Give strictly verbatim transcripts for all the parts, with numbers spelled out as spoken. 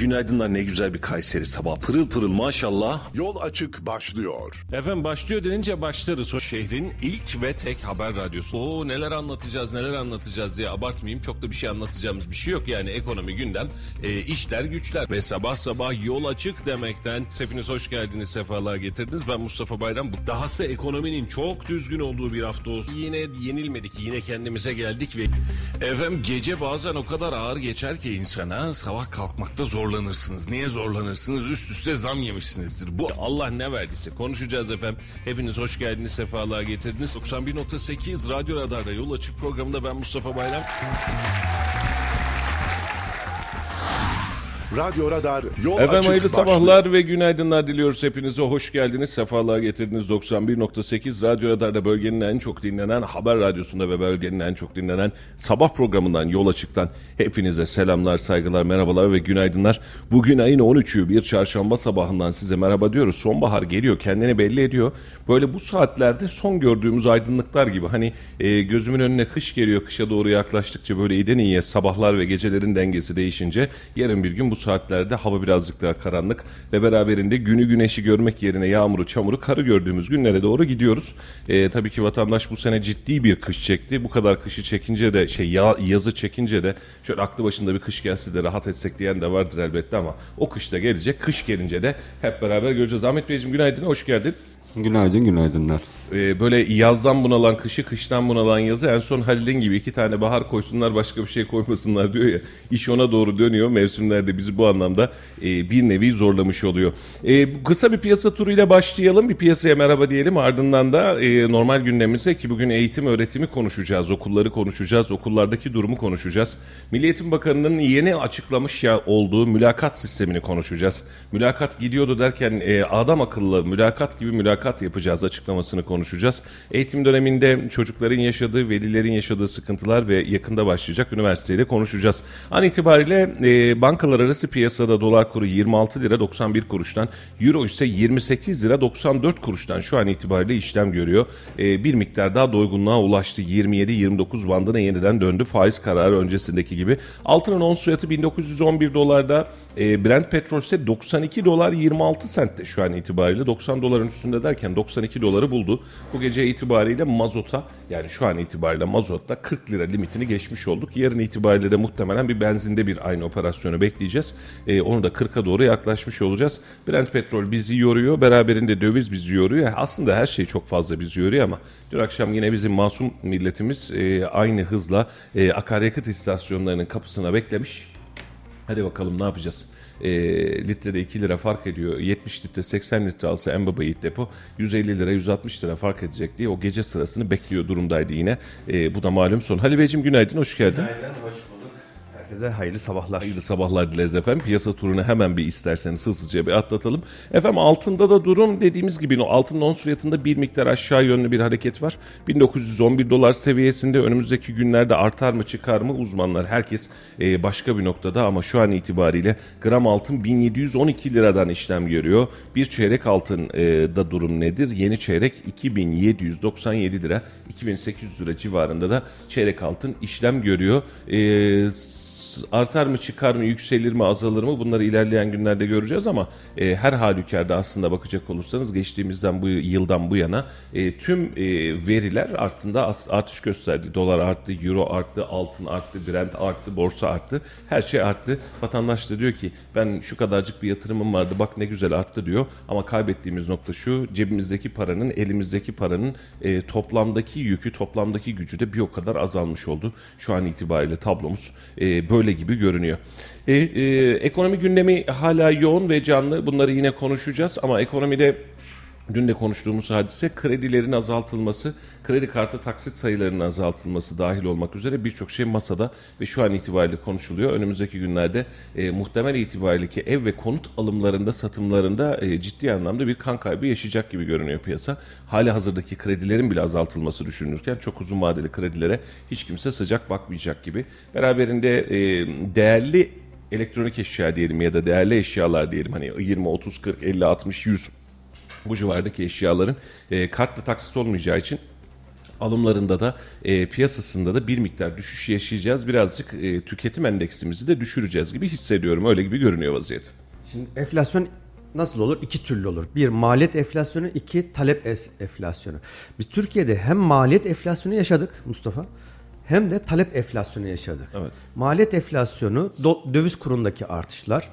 Günaydınlar, ne güzel bir Kayseri sabah. Pırıl pırıl maşallah. Yol Açık başlıyor. Efendim başlıyor denince başlarız. O şehrin ilk ve tek haber radyosu. Oo, neler anlatacağız neler anlatacağız diye abartmayayım. Çok da bir şey anlatacağımız bir şey yok. Yani ekonomi, gündem, e, işler güçler. Ve sabah sabah Yol Açık demekten hepiniz hoş geldiniz, sefalar getirdiniz. Ben Mustafa Bayram. Bu dahası ekonominin çok düzgün olduğu bir hafta olsun. Yine yenilmedik, yine kendimize geldik ve efendim gece bazen o kadar ağır geçer ki insana, sabah kalkmakta zorlanırsınız. Niye zorlanırsınız? Üst üste zam yemişsinizdir. Bu Allah ne verdiyse konuşacağız efendim. Hepiniz hoş geldiniz, sefalar getirdiniz. doksan bir nokta sekiz Radyo Radar'da Yol Açık programında ben Mustafa Bayram. Radyo Radar, Yol Efendim Açık hayırlı başlıyor. sabahlar ve günaydınlar diliyoruz hepinize. Hoş geldiniz, sefalar getirdiniz. doksan bir nokta sekiz Radyo Radar'da bölgenin en çok dinlenen haber radyosunda ve bölgenin en çok dinlenen sabah programından Yol Açık'tan hepinize selamlar, saygılar, merhabalar ve günaydınlar. Bugün ayın on üçü bir çarşamba sabahından size merhaba diyoruz. Sonbahar geliyor, kendini belli ediyor. Böyle bu saatlerde son gördüğümüz aydınlıklar gibi. Hani e, gözümün önüne kış geliyor, kışa doğru yaklaştıkça böyle iyiden iyiye sabahlar ve gecelerin dengesi değişince yarın bir gün bu saatlerde hava birazcık daha karanlık ve beraberinde günü güneşi görmek yerine yağmuru, çamuru, karı gördüğümüz günlere doğru gidiyoruz. E, tabii ki vatandaş bu sene ciddi bir kış çekti. Bu kadar kışı çekince de şey ya, yazı çekince de şöyle aklı başında bir kış gelse de rahat etsek diyen de vardır elbette ama o kış da gelecek. Kış gelince de hep beraber göreceğiz. Ahmet Beyciğim günaydın, hoş geldin. Günaydın, günaydınlar. Ee, böyle yazdan bunalan kışı, kıştan bunalan yazı, en son Halil'in gibi iki tane bahar koysunlar, başka bir şey koymasınlar diyor ya. İş ona doğru dönüyor. Mevsimler de bizi bu anlamda e, bir nevi zorlamış oluyor. E, kısa bir piyasa turuyla başlayalım. Bir piyasaya merhaba diyelim. Ardından da e, normal gündemimize, ki bugün eğitim öğretimi konuşacağız. Okulları konuşacağız. Okullardaki durumu konuşacağız. Milli Eğitim Bakanı'nın yeni açıklamış ya olduğu mülakat sistemini konuşacağız. Mülakat gidiyordu derken e, adam akıllı mülakat gibi mülakat yapacağız açıklamasını konuşacağız. konuşacağız. Eğitim döneminde çocukların yaşadığı, velilerin yaşadığı sıkıntılar ve yakında başlayacak üniversiteyle konuşacağız. An itibariyle e, bankalar arası piyasada dolar kuru yirmi altı lira doksan bir kuruştan, euro ise yirmi sekiz lira doksan dört kuruştan şu an itibariyle işlem görüyor. E, bir miktar daha doygunluğa ulaştı. yirmi yedi yirmi dokuz bandına yeniden döndü. Faiz kararı öncesindeki gibi. Altının ons fiyatı bin dokuz yüz on bir dolarda. E, Brent petrol ise doksan iki dolar yirmi altı sentte şu an itibariyle. doksan doların üstünde derken doksan iki doları buldu. Bu gece itibariyle mazota, yani şu an itibariyle mazotta kırk lira limitini geçmiş olduk. Yarın itibariyle de muhtemelen bir benzinde bir aynı operasyonu bekleyeceğiz. Ee, onu da kırka doğru yaklaşmış olacağız. Brent petrol bizi yoruyor. Beraberinde döviz bizi yoruyor. Aslında her şey çok fazla bizi yoruyor ama dün akşam yine bizim masum milletimiz e, aynı hızla e, akaryakıt istasyonlarının kapısına beklemiş. Hadi bakalım ne yapacağız? E, litrede iki lira fark ediyor. yetmiş litre seksen litre alsa en baba yiğit depo yüz elli lira yüz altmış lira fark edecek diye o gece sırasını bekliyor durumdaydı yine. E, bu da malum son. Halil Beyciğim günaydın, hoş geldin. Günaydın, hoş bulduk. Herkese hayırlı sabahlar. Hayırlı sabahlar dileriz efendim. Piyasa turunu hemen bir isterseniz hızlıca bir atlatalım. Efendim altında da durum dediğimiz gibi altının ons fiyatında bir miktar aşağı yönlü bir hareket var. bin dokuz yüz on bir dolar seviyesinde. Önümüzdeki günlerde artar mı çıkar mı uzmanlar herkes e, başka bir noktada ama şu an itibariyle gram altın bin yedi yüz on iki liradan işlem görüyor. Bir çeyrek altın e, da durum nedir? Yeni çeyrek iki bin yedi yüz doksan yedi lira, iki bin sekiz yüz lira civarında da çeyrek altın işlem görüyor. Eee Artar mı çıkar mı, yükselir mi, azalır mı, bunları ilerleyen günlerde göreceğiz ama e, her halükarda aslında bakacak olursanız geçtiğimizden bu yıldan bu yana e, tüm e, veriler aslında artış gösterdi. Dolar arttı, euro arttı, altın arttı, Brent arttı, borsa arttı, her şey arttı. Vatandaş da diyor ki ben şu kadarcık bir yatırımım vardı, bak ne güzel arttı diyor ama kaybettiğimiz nokta şu: cebimizdeki paranın, elimizdeki paranın e, toplamdaki yükü, toplamdaki gücü de bir o kadar azalmış oldu. Şu an itibariyle tablomuz e, böyle Öyle gibi görünüyor. E, e, ekonomi gündemi hala yoğun ve canlı. Bunları yine konuşacağız ama ekonomide dün de konuştuğumuz hadise kredilerin azaltılması, kredi kartı taksit sayılarının azaltılması dahil olmak üzere birçok şey masada ve şu an itibariyle konuşuluyor. Önümüzdeki günlerde e, muhtemel itibariyle ki ev ve konut alımlarında, satımlarında e, ciddi anlamda bir kan kaybı yaşayacak gibi görünüyor piyasa. Hali hazırdaki kredilerin bile azaltılması düşünülürken çok uzun vadeli kredilere hiç kimse sıcak bakmayacak gibi. Beraberinde e, değerli elektronik eşya diyelim ya da değerli eşyalar diyelim, hani yirmi, otuz, kırk, elli, altmış, yüz bu civardaki eşyaların e, kartla taksit olmayacağı için alımlarında da e, piyasasında da bir miktar düşüş yaşayacağız. Birazcık e, tüketim endeksimizi de düşüreceğiz gibi hissediyorum. Öyle gibi görünüyor vaziyet. Şimdi enflasyon nasıl olur? İki türlü olur. Bir, maliyet enflasyonu, iki, talep enflasyonu. Biz Türkiye'de hem maliyet enflasyonu yaşadık Mustafa, hem de talep enflasyonu yaşadık. Evet. Maliyet enflasyonu, do- döviz kurundaki artışlar,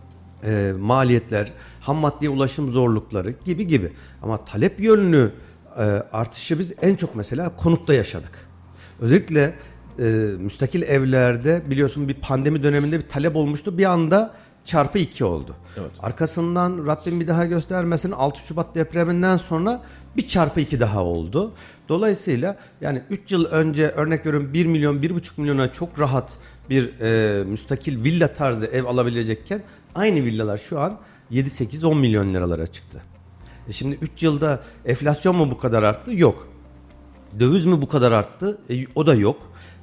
e, maliyetler, ham maddeye ulaşım zorlukları gibi gibi. Ama talep yönlü e, artışı biz en çok mesela konutta yaşadık. Özellikle e, müstakil evlerde biliyorsun bir pandemi döneminde bir talep olmuştu. Bir anda çarpı iki oldu. Evet. Arkasından Rabbim bir daha göstermesin altı Şubat depreminden sonra bir çarpı iki daha oldu. Dolayısıyla yani üç yıl önce örnek veriyorum bir milyon bir buçuk milyona çok rahat bir e, müstakil villa tarzı ev alabilecekken aynı villalar şu an yedi sekiz on milyon liralara çıktı. E şimdi üç yılda enflasyon mu bu kadar arttı? Yok. Döviz mi bu kadar arttı? E, o da yok.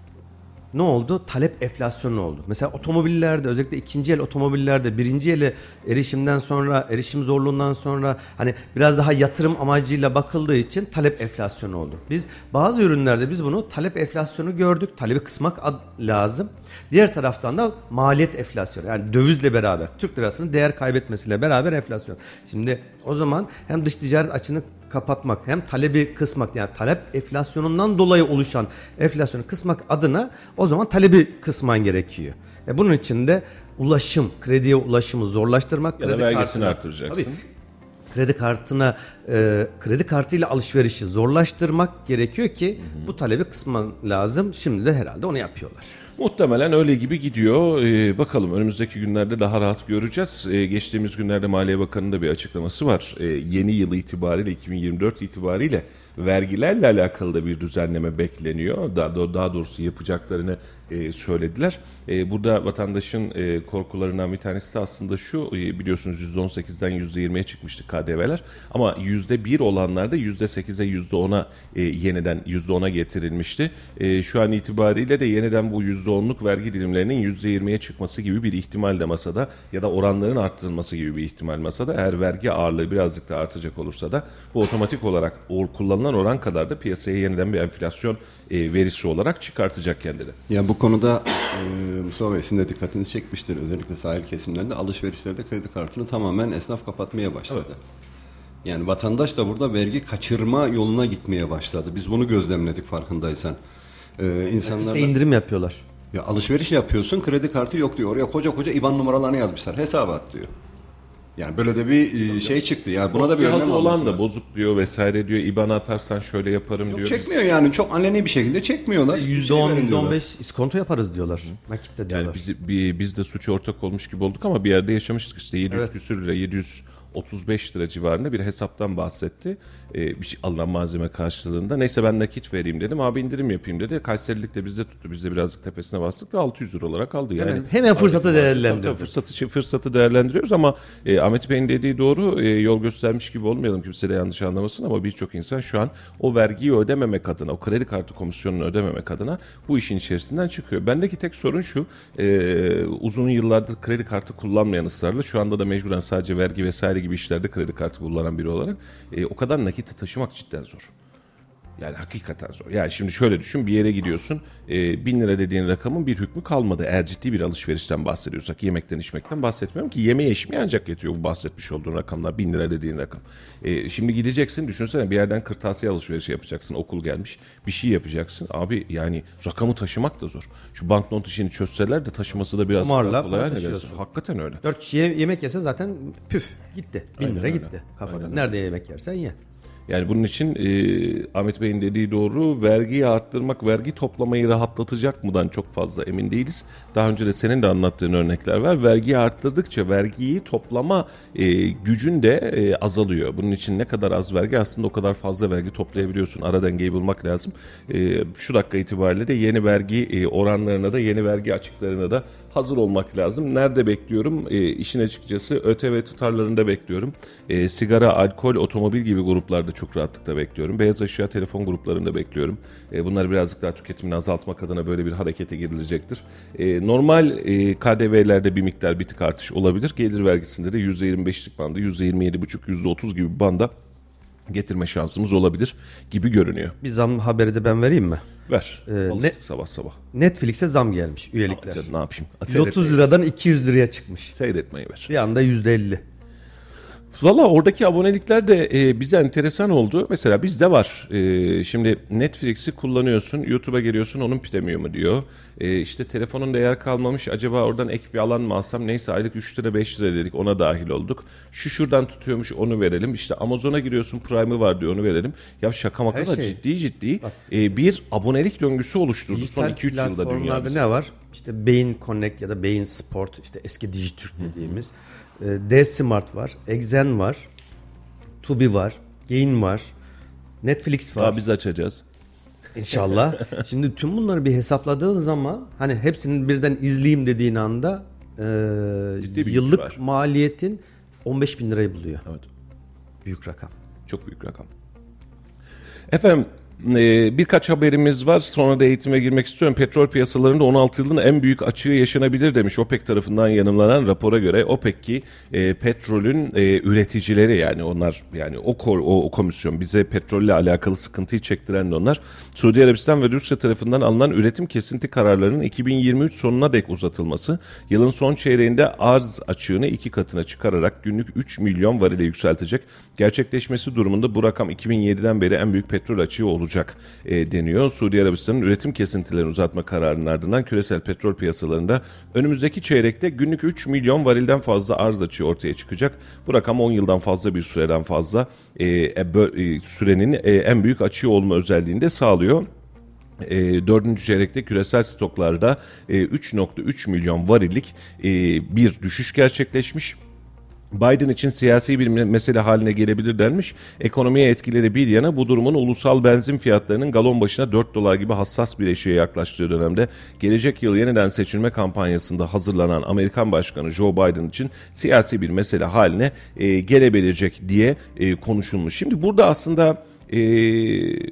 Ne oldu? Talep enflasyonu oldu. Mesela otomobillerde, özellikle ikinci el otomobillerde birinci ele erişimden sonra, erişim zorluğundan sonra hani biraz daha yatırım amacıyla bakıldığı için talep enflasyonu oldu. Biz bazı ürünlerde biz bunu talep enflasyonu gördük. Talebi kısmak lazım. Diğer taraftan da maliyet enflasyonu, yani dövizle beraber Türk lirasının değer kaybetmesiyle beraber enflasyon. Şimdi o zaman hem dış ticaret açığını kapatmak hem talebi kısmak, yani talep enflasyonundan dolayı oluşan enflasyonu kısmak adına o zaman talebi kısman gerekiyor. E bunun için de ulaşım, krediye ulaşımı zorlaştırmak, Ya da kredi vergisini kartına artıracaksın. Tabii, kredi kartına e, kredi kartıyla alışverişi zorlaştırmak gerekiyor ki hı hı. bu talebi kısman lazım. Şimdi de herhalde onu yapıyorlar. Muhtemelen öyle gibi gidiyor. Ee, bakalım önümüzdeki günlerde daha rahat göreceğiz. Ee, geçtiğimiz günlerde Maliye Bakanı'nın da bir açıklaması var. Ee, yeni yıl itibariyle iki bin yirmi dört itibariyle vergilerle alakalı da bir düzenleme bekleniyor. Daha, daha doğrusu yapacaklarını e, söylediler. E, burada vatandaşın e, korkularından bir tanesi de aslında şu, e, biliyorsunuz yüzde on sekizden yüzde yirmiye çıkmıştı K D V'ler. Ama yüzde bir olanlarda yüzde sekize yüzde ona e, yeniden yüzde ona getirilmişti. E, şu an itibariyle de yeniden bu yüzde onluk vergi dilimlerinin yüzde yirmiye çıkması gibi bir ihtimal de masada, ya da oranların arttırılması gibi bir ihtimal masada. Eğer vergi ağırlığı birazcık da artacak olursa da bu otomatik olarak or, kullanılan oran kadar da piyasaya yeniden bir enflasyon e, verisi olarak çıkartacak kendini. Ya bu konuda e, Mustafa Bey sizin de dikkatinizi çekmiştir. Özellikle sahil kesimlerinde alışverişlerde kredi kartını tamamen esnaf kapatmaya başladı. Evet. Yani vatandaş da burada vergi kaçırma yoluna gitmeye başladı. Biz bunu gözlemledik farkındaysan. Ee, insanlar da indirim yapıyorlar. Ya alışveriş yapıyorsun, kredi kartı yok diyor. Oraya koca koca IBAN numaralarını yazmışlar. Hesaba at diyor. Yani böyle de bir şey çıktı. Yani buna da bir önlem olan da bozuk diyor vesaire diyor. İBAN atarsan şöyle yaparım yok, diyor. Çekmiyor biz... yani çok aleni bir şekilde çekmiyorlar. yüzde on, yüzde on beş iskonto yaparız diyorlar. Nakitte diyorlar. Yani biz, biz de suça ortak olmuş gibi olduk ama bir yerde yaşamıştık işte yedi yüz evet. küsür lira, yedi yüz otuz beş lira civarında bir hesaptan bahsetti. Ee, bir şey, alınan malzeme karşılığında. Neyse ben nakit vereyim dedim. Abi indirim yapayım dedi. Kayserilik de bizde tuttu. Biz de birazcık tepesine bastık da altı yüz lira olarak aldı. Yani hemen, hemen fırsatı değerlendiriyoruz. Fırsatı, fırsatı değerlendiriyoruz ama e, Ahmet Bey'in dediği doğru. E, yol göstermiş gibi olmayalım, kimse de yanlış anlamasın ama birçok insan şu an o vergiyi ödememek adına, o kredi kartı komisyonunu ödememek adına bu işin içerisinden çıkıyor. Bendeki tek sorun şu. E, uzun yıllardır kredi kartı kullanmayan ısrarla, şu anda da mecburen sadece vergi vesaire gibi işlerde kredi kartı kullanan biri olarak e, o kadar nakiti taşımak cidden zor. Yani hakikaten zor. Yani şimdi şöyle düşün, bir yere gidiyorsun, e, bin lira dediğin rakamın bir hükmü kalmadı. Eğer ciddi bir alışverişten bahsediyorsak, yemekten içmekten bahsetmiyorum ki, yemeğe içmeye ancak yetiyor bu bahsetmiş olduğun rakamlar, bin lira dediğin rakam. E, şimdi gideceksin, düşünsene bir yerden kırtasiye alışverişi yapacaksın, okul gelmiş, bir şey yapacaksın. Abi yani rakamı taşımak da zor. Şu banknot işini çözseler de taşıması da biraz Umarla kolay. Hakikaten öyle. Dört kişiye yemek yese zaten püf gitti. Bin Aynen lira öyle. Gitti kafadan. Aynen Nerede öyle. Yemek yersen ye. Yani bunun için e, Ahmet Bey'in dediği doğru, vergiyi arttırmak, vergi toplamayı rahatlatacak mıdan çok fazla emin değiliz. Daha önce de senin de anlattığın örnekler var. Vergiyi arttırdıkça vergiyi toplama e, gücün de e, azalıyor. Bunun için ne kadar az vergi, aslında o kadar fazla vergi toplayabiliyorsun. Ara dengeyi bulmak lazım. E, şu dakika itibariyle de yeni vergi e, oranlarına da, yeni vergi açıklarına da hazır olmak lazım. Nerede bekliyorum? E, işin açıkçası ÖTV tutarlarında bekliyorum. E, sigara, alkol, otomobil gibi gruplarda çok rahatlıkla bekliyorum. Beyaz eşya, telefon gruplarında bekliyorum. E, bunlar birazcık daha tüketimini azaltmak adına böyle bir harekete girilecektir. E, normal e, K D V'lerde bir miktar bir tık artış olabilir. Gelir vergisinde de yüzde yirmi beşlik bandı, yüzde yirmi yedi buçuk, yüzde otuz gibi banda getirme şansımız olabilir gibi görünüyor. Bir zam haberi de ben vereyim mi? Ver. Ee, Alıştık ne- sabah sabah. Netflix'e zam gelmiş üyelikler. Canım, ne yapayım? yüz otuz liradan iki yüz liraya çıkmış. Seyretmeyi ver. Bir anda yüzde elli. Valla oradaki abonelikler de e, bize enteresan oldu. Mesela bizde var. E, şimdi Netflix'i kullanıyorsun, YouTube'a geliyorsun, onun premium'u diyor. E, işte telefonun değer kalmamış, acaba oradan ek bir alan mı alsam? Neyse, aylık üç lira beş lira dedik, ona dahil olduk. Şu şuradan tutuyormuş, onu verelim. İşte Amazon'a giriyorsun, Prime'ı var diyor, onu verelim. Ya şaka maka Her da şey. ciddi ciddi e, bir abonelik döngüsü oluşturdu son iki üç yılda platformlarda dünyamızda. ne var? İşte Beyin Connect ya da Beyin Sport, işte eski Dijitürk dediğimiz. E, D-Smart var, Exen var, Tubi var, Gain var, Netflix var. Daha biz açacağız. İnşallah. Şimdi tüm bunları bir hesapladığın zaman hani hepsini birden izleyeyim dediğin anda e, Ciddi bir güç yıllık var. maliyetin on beş bin lirayı buluyor. Evet. Büyük rakam. Çok büyük rakam. Efendim e, birkaç haberimiz var. Sonra da eğitime girmek istiyorum. Petrol piyasalarında on altı yılın en büyük açığı yaşanabilir demiş OPEC tarafından yayımlanan rapora göre. OPEC ki e, petrolün e, üreticileri, yani onlar, yani o, kor, o, o komisyon bize petrolle alakalı sıkıntıyı çektiren de onlar. Suudi Arabistan ve Rusya tarafından alınan üretim kesinti kararlarının iki bin yirmi üç sonuna dek uzatılması, yılın son çeyreğinde arz açığını iki katına çıkararak günlük üç milyon varile yükseltecek. Gerçekleşmesi durumunda bu rakam iki bin yediden beri en büyük petrol açığı olacak e, deniyor. Suudi Arabistan'ın üretim kesintilerini uzatma kararının ardından küresel petrol piyasalarında önümüzdeki çeyrekte günlük üç milyon varilden fazla arz açığı ortaya çıkacak. Bu rakam on yıldan fazla bir süreden fazla e, e, sürenin e, en büyük açığı olma özelliğini de sağlıyor. E, dördüncü çeyrekte küresel stoklarda e, üç nokta üç milyon varillik e, bir düşüş gerçekleşmiş. Biden için siyasi bir mesele haline gelebilir denmiş. Ekonomiye etkileri bir yana, bu durumun ulusal benzin fiyatlarının galon başına dört dolar gibi hassas bir eşiğe yaklaştığı dönemde gelecek yıl yeniden seçilme kampanyasında hazırlanan Amerikan Başkanı Joe Biden için siyasi bir mesele haline e, gelebilecek diye e, konuşulmuş. Şimdi burada aslında eee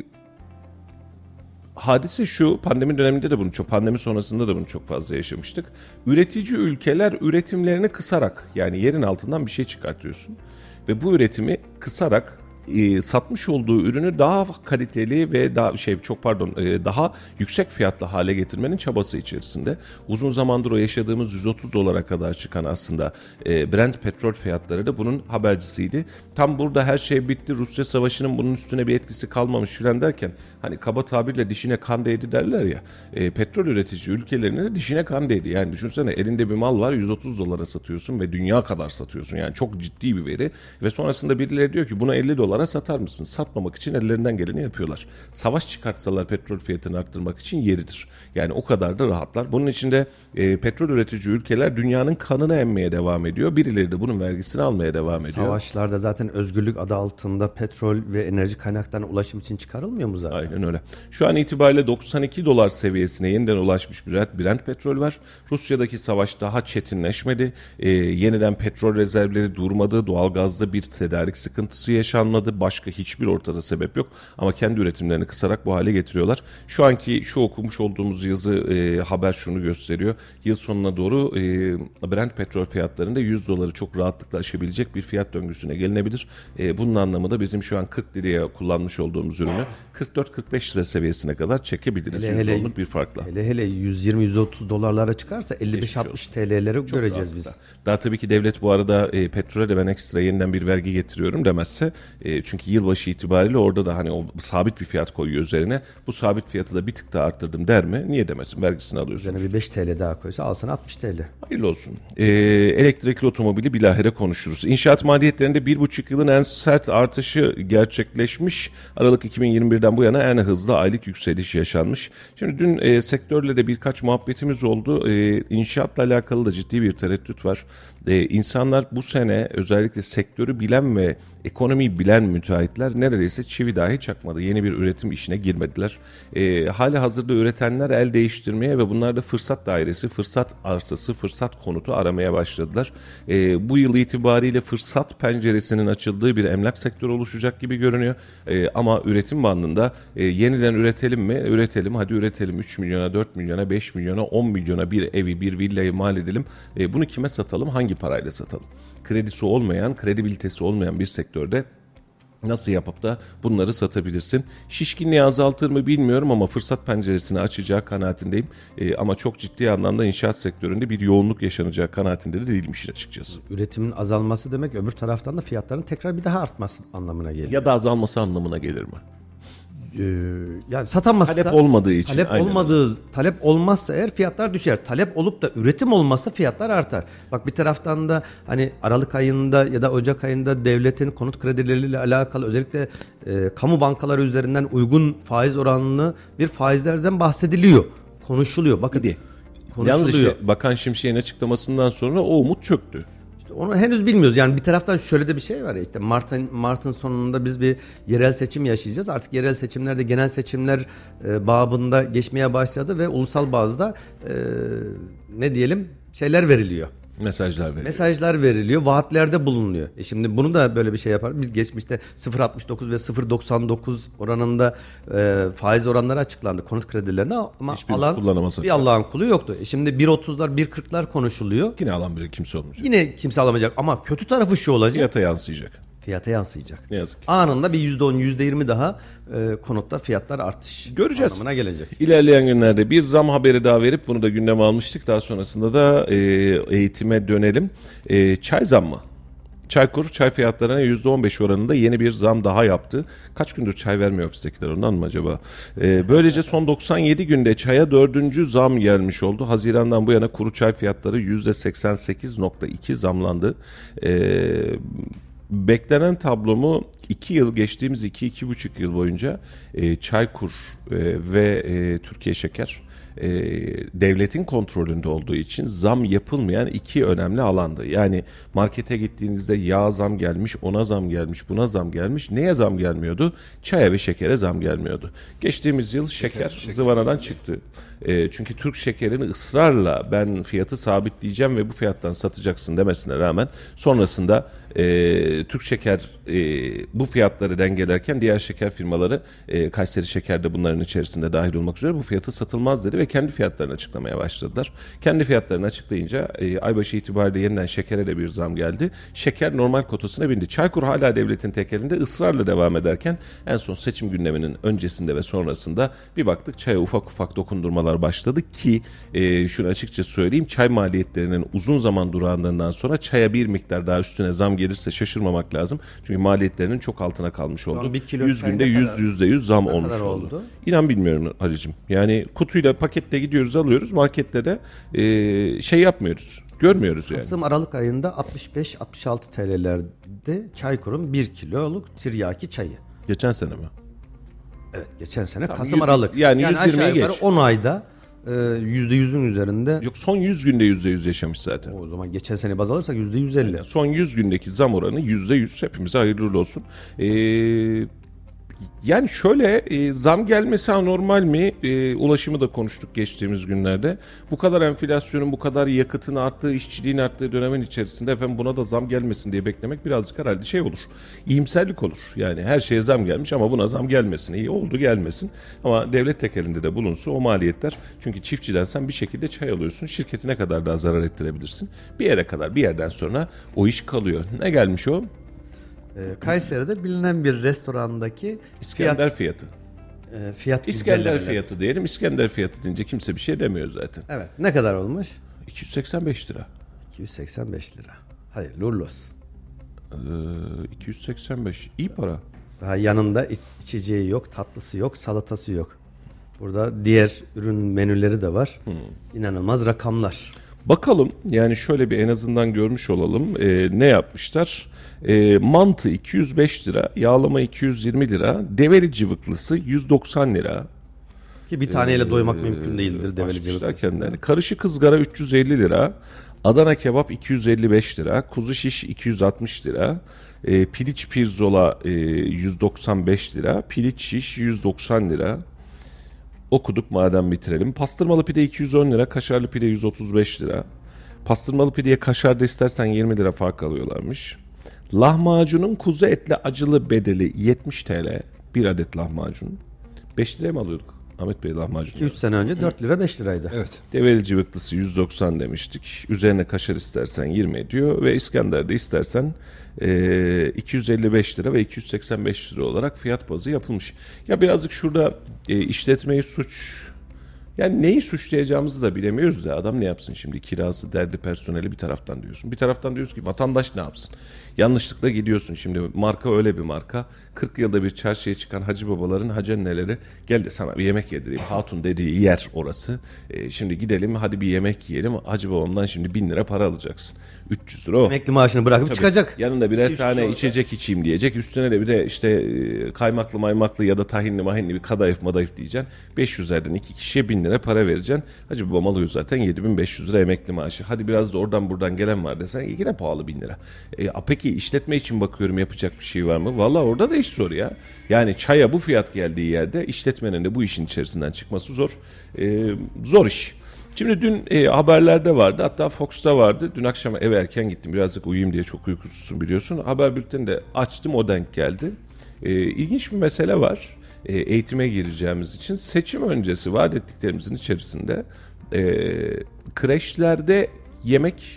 hadise şu, pandemi döneminde de bunu çok, pandemi sonrasında da bunu çok fazla yaşamıştık. Üretici ülkeler üretimlerini kısarak, yani yerin altından bir şey çıkartıyorsun ve bu üretimi kısarak e, satmış olduğu ürünü daha kaliteli ve daha şey çok pardon e, daha yüksek fiyatlı hale getirmenin çabası içerisinde. Uzun zamandır o yaşadığımız yüz otuz dolara kadar çıkan aslında e, Brent petrol fiyatları da bunun habercisiydi. Tam burada her şey bitti, Rusya savaşının bunun üstüne bir etkisi kalmamış filan derken, hani kaba tabirle dişine kan değdi derler ya, e, petrol üretici ülkelerine de dişine kan değdi. Yani düşünsene, elinde bir mal var, yüz otuz dolara satıyorsun ve dünya kadar satıyorsun. Yani çok ciddi bir veri ve sonrasında birileri diyor ki buna elli dolara satar mısın? Satmamak için ellerinden geleni yapıyorlar. Savaş çıkartsalar petrol fiyatını arttırmak için yeridir. Yani o kadar da rahatlar. Bunun için de e, petrol üretici ülkeler dünyanın kanını emmeye devam ediyor. Birileri de bunun vergisini almaya devam ediyor. Savaşlarda zaten özgürlük adı altında petrol ve enerji kaynaklarına ulaşım için çıkarılmıyor mu zaten? Aynen öyle. Şu an itibariyle doksan iki dolar seviyesine yeniden ulaşmış bir Brent petrol var. Rusya'daki savaş daha çetinleşmedi. Ee, yeniden petrol rezervleri durmadı. Doğalgazda bir tedarik sıkıntısı yaşanmadı. Başka hiçbir ortada sebep yok. Ama kendi üretimlerini kısarak bu hale getiriyorlar. Şu anki şu okumuş olduğumuz yazı e, haber şunu gösteriyor. Yıl sonuna doğru e, Brent petrol fiyatlarında yüz doları çok rahatlıkla aşabilecek bir fiyat döngüsüne gelinebilir. E, bunun anlamı da bizim şu an kırk liraya kullanmış olduğumuz ürünü kırk dört kırk beş lira seviyesine kadar çekebiliriz. Hele yüz hele- onluk bir farkla. Hele hele yüz yirmi yüz otuz dolarlara çıkarsa elli beş Geçmiş altmış T L'leri göreceğiz rahatlıkla. biz. Daha tabii ki devlet bu arada e, petrole de ben ekstra yeniden bir vergi getiriyorum demezse, e, çünkü yılbaşı itibariyle orada da hani o sabit bir fiyat koyuyor üzerine. Bu sabit fiyatı da bir tık daha arttırdım der mi? Niye demesin? Vergisini alıyorsunuz. Üzerine bir beş T L daha koysa alsana altmış T L. Hayırlı olsun. Ee, elektrikli otomobili bilahare konuşuruz. İnşaat maliyetlerinde bir buçuk yılın en sert artışı gerçekleşmiş. Aralık iki bin yirmi birden bu yana en hızlı aylık yükseliş yaşanmış. Şimdi dün e, sektörle de birkaç muhabbetimiz oldu. E, inşaatla alakalı da ciddi bir tereddüt var. E, insanlar bu sene özellikle sektörü bilen ve ekonomiyi bilen müteahhitler neredeyse çivi dahi çakmadı. Yeni bir üretim işine girmediler. E, hali hazırda üretenler el değiştirmeye ve bunlar da fırsat dairesi, fırsat arsası, fırsat konutu aramaya başladılar. E, bu yıl itibariyle fırsat penceresinin açıldığı bir emlak sektörü oluşacak gibi görünüyor. E, ama üretim bandında e, yeniden üretelim mi? Üretelim. Hadi üretelim. üç milyona, dört milyona, beş milyona, on milyona bir evi, bir villayı mal edelim. E, bunu kime satalım? Hangi parayla satalım? Kredisi olmayan, kredibilitesi olmayan bir sektörde Nasıl yapıp da bunları satabilirsin? Şişkinliği azaltır mı bilmiyorum ama fırsat penceresini açacağı kanaatindeyim. E, ama çok ciddi anlamda inşaat sektöründe bir yoğunluk yaşanacağı kanaatinde de değilim işin açıkçası. Üretimin azalması demek öbür taraftan da fiyatların tekrar bir daha artması anlamına geliyor. Ya da azalması anlamına gelir mi? Ee, yani satamazsa, Talep olmadığı için. talep aynen olmadığı talep olmazsa eğer fiyatlar düşer. Talep olup da üretim olmazsa fiyatlar artar. Bak bir taraftan da hani Aralık ayında ya da Ocak ayında devletin konut kredileriyle alakalı özellikle e, kamu bankaları üzerinden uygun faiz oranlı bir faizlerden bahsediliyor. Konuşuluyor. Bakın öyle. konuşuluyor. Yalnız işte Bakan Şimşek'in açıklamasından sonra o umut çöktü. Onu henüz bilmiyoruz. Yani bir taraftan şöyle de bir şey var ya, işte Mart'ın Mart'ın sonunda biz bir yerel seçim yaşayacağız. Artık yerel seçimlerde genel seçimler e, babında geçmeye başladı ve ulusal bazda e, ne diyelim şeyler veriliyor. Mesajlar veriyor. Mesajlar veriliyor, vaatlerde bulunuyor. E şimdi bunu da böyle bir şey yapar. Biz geçmişte sıfır virgül altmış dokuz ve sıfır virgül doksan dokuz oranında e, faiz oranları açıklandı konut kredilerine ama Hiçbirimiz alan kullanamasak bir yani. Allah'ın kulu yoktu. E şimdi bir virgül otuzlar, bir virgül kırklar konuşuluyor. Yine alan bile kimse olmayacak. Yine kimse alamayacak ama kötü tarafı şu olacak. Fiyata yansıyacak. Fiyata yansıyacak. Ne yazık ki. Anında bir yüzde on, yüzde yirmi daha e, konutta fiyatlar artış Göreceğiz. anlamına gelecek. İlerleyen günlerde bir zam haberi daha verip bunu da gündeme almıştık. Daha sonrasında da e, eğitime dönelim. E, çay zammı. Çaykur çay fiyatlarına yüzde on beş oranında yeni bir zam daha yaptı. Kaç gündür çay vermiyor ofistekiler, ondan mı acaba? Ee, böylece son doksan yedi günde çaya dördüncü zam gelmiş oldu. Haziran'dan bu yana kuru çay fiyatları yüzde seksen sekiz virgül iki zamlandı. Ee, beklenen tablomu iki yıl geçtiğimiz iki iki buçuk yıl boyunca e, Çaykur e, ve e, Türkiye Şeker e, devletin kontrolünde olduğu için zam yapılmayan iki önemli alandı. Yani markete gittiğinizde yağ zam gelmiş, ona zam gelmiş, buna zam gelmiş. Neye zam gelmiyordu? Çaya ve şekere zam gelmiyordu. Geçtiğimiz yıl şeker, şeker zıvanadan çıktı. E, çünkü Türk Şeker'in ısrarla ben fiyatı sabitleyeceğim ve bu fiyattan satacaksın demesine rağmen sonrasında e, Türk Şeker e, bu fiyatları dengelerken diğer şeker firmaları e, Kayseri Şeker de bunların içerisinde dahil olmak üzere bu fiyatı satılmaz dedi ve kendi fiyatlarını açıklamaya başladılar. Kendi fiyatlarını açıklayınca e, aybaşı itibariyle yeniden şekere de bir zam geldi. Şeker normal kotasına bindi. Çaykur hala devletin tek elinde ısrarla devam ederken en son seçim gündeminin öncesinde ve sonrasında bir baktık çaya ufak ufak dokundurmalar başladı ki e, şunu açıkça söyleyeyim, çay maliyetlerinin uzun zaman durağından sonra çaya bir miktar daha üstüne zam gelirse şaşırmamak lazım. Çünkü maliyetlerinin çok altına kalmış oldu. yüz günde yüz yüzde yüz zam olmuş oldu. oldu. İnan bilmiyorum Halicim. Yani kutuyla paketle gidiyoruz alıyoruz, markette de e, şey yapmıyoruz. Görmüyoruz yani. Kasım Aralık ayında altmış beş altmış altı T L'lerde Çaykur'un bir kiloluk tiryaki çayı. Geçen sene mi? Evet, geçen sene Tamam, Kasım yüz- Aralık. yani yüz yirmiyi aşağı yukarı geç. on ayda yüzde yüzün üzerinde. Yok, son yüz günde yüzde yüz yaşamış zaten. O zaman geçen sene baz alırsak yüzde yüz elli. Son yüz gündeki zam oranı yüzde yüz. Hepimize hayırlı uğurlu olsun. Ee, yani şöyle e, zam gelmesi anormal mi? E, ulaşımı da konuştuk geçtiğimiz günlerde. Bu kadar enflasyonun, bu kadar yakıtın arttığı, işçiliğin arttığı dönemin içerisinde efendim buna da zam gelmesin diye beklemek birazcık herhalde şey olur. İyimserlik olur. Yani her şeye zam gelmiş ama buna zam gelmesin. İyi oldu, gelmesin. Ama devlet tekelinde de bulunsun o maliyetler. Çünkü çiftçiden sen bir şekilde çay alıyorsun. Şirketine kadar daha zarar ettirebilirsin. Bir yere kadar, bir yerden sonra o iş kalıyor. Ne gelmiş o? Ee, Kayseri'de bilinen bir restorandaki İskender fiyat, fiyatı. e, fiyat İskender güncellemeleri. fiyatı diyelim. İskender fiyatı deyince kimse bir şey demiyor zaten. Evet. Ne kadar olmuş? iki yüz seksen beş lira. iki yüz seksen beş lira. Hayırlı uğurlu olsun. Ee, iki yüz seksen beş. İyi para. Daha yanında iç- içeceği yok, tatlısı yok, salatası yok. Burada diğer ürün menüleri de var. İnanılmaz rakamlar. Bakalım yani şöyle bir en azından görmüş olalım. Ee, ne yapmışlar? Ee, mantı iki yüz beş lira, yağlama iki yüz yirmi lira, develi cıvıklısı yüz doksan lira. Ki bir taneyle doymak mümkün değildir develi Açmışlar cıvıklısında. kendilerini. Karışık ızgara üç yüz elli lira, Adana kebap iki yüz elli beş lira, kuzu şiş iki yüz altmış lira, e, piliç pirzola e, yüz doksan beş lira, piliç şiş yüz doksan lira. Okuduk madem bitirelim. Pastırmalı pide iki yüz on lira, kaşarlı pide yüz otuz beş lira. Pastırmalı pideye kaşar da istersen yirmi lira fark alıyorlarmış. Lahmacunun kuzu etli acılı bedeli yetmiş TL. Bir adet lahmacun. beş liraya mı alıyorduk? Ahmet Bey lahmacun. iki üç sene önce dört lira beş liraydı. Evet. Develi cıvıklısı yüz doksan demiştik. Üzerine kaşar istersen yirmi ediyor ve İskender'de istersen e, iki yüz elli beş lira ve iki yüz seksen beş lira olarak fiyat bazı yapılmış. Ya birazcık şurada e, işletmeyi suç, yani neyi suçlayacağımızı da bilemiyoruz da adam ne yapsın şimdi, kirası, derdi, personeli bir taraftan diyorsun. Bir taraftan diyoruz ki vatandaş ne yapsın? Yanlışlıkla gidiyorsun şimdi, marka öyle bir marka. kırk yılda bir çarşıya çıkan hacı babaların hacenneleri, gel de sana bir yemek yedireyim. Hatun dediği yer orası. E, şimdi gidelim hadi bir yemek yiyelim. Hacı babamdan şimdi bin lira para alacaksın. üç yüz lira o. Emekli maaşını bırakıp Tabii. çıkacak. Yanında birer İki, tane üç içecek içeyim diyecek. Üstüne de bir de işte e, kaymaklı maymaklı ya da tahinli mahinli bir kadayıf madayıf diyeceksin. beş yüzlerden iki kişiye bin lira para vereceksin. Hacı babam alıyor zaten yedi bin beş yüz lira emekli maaşı. Hadi biraz da oradan buradan gelen var desen yine pahalı bin lira. E, peki işletme için bakıyorum, yapacak bir şey var mı? Vallahi orada da iş zor ya. Yani çaya bu fiyat geldiği yerde işletmenin de bu işin içerisinden çıkması zor. E, zor iş. Şimdi dün e, haberlerde vardı, hatta Fox'ta vardı. Dün akşam eve erken gittim, birazcık uyuyayım diye, çok uykusuzsun biliyorsun. Haber bülteni de açtım, o denk geldi. E, ilginç bir mesele var. E, eğitime gireceğimiz için seçim öncesi vaat ettiklerimizin içerisinde e, kreşlerde yemek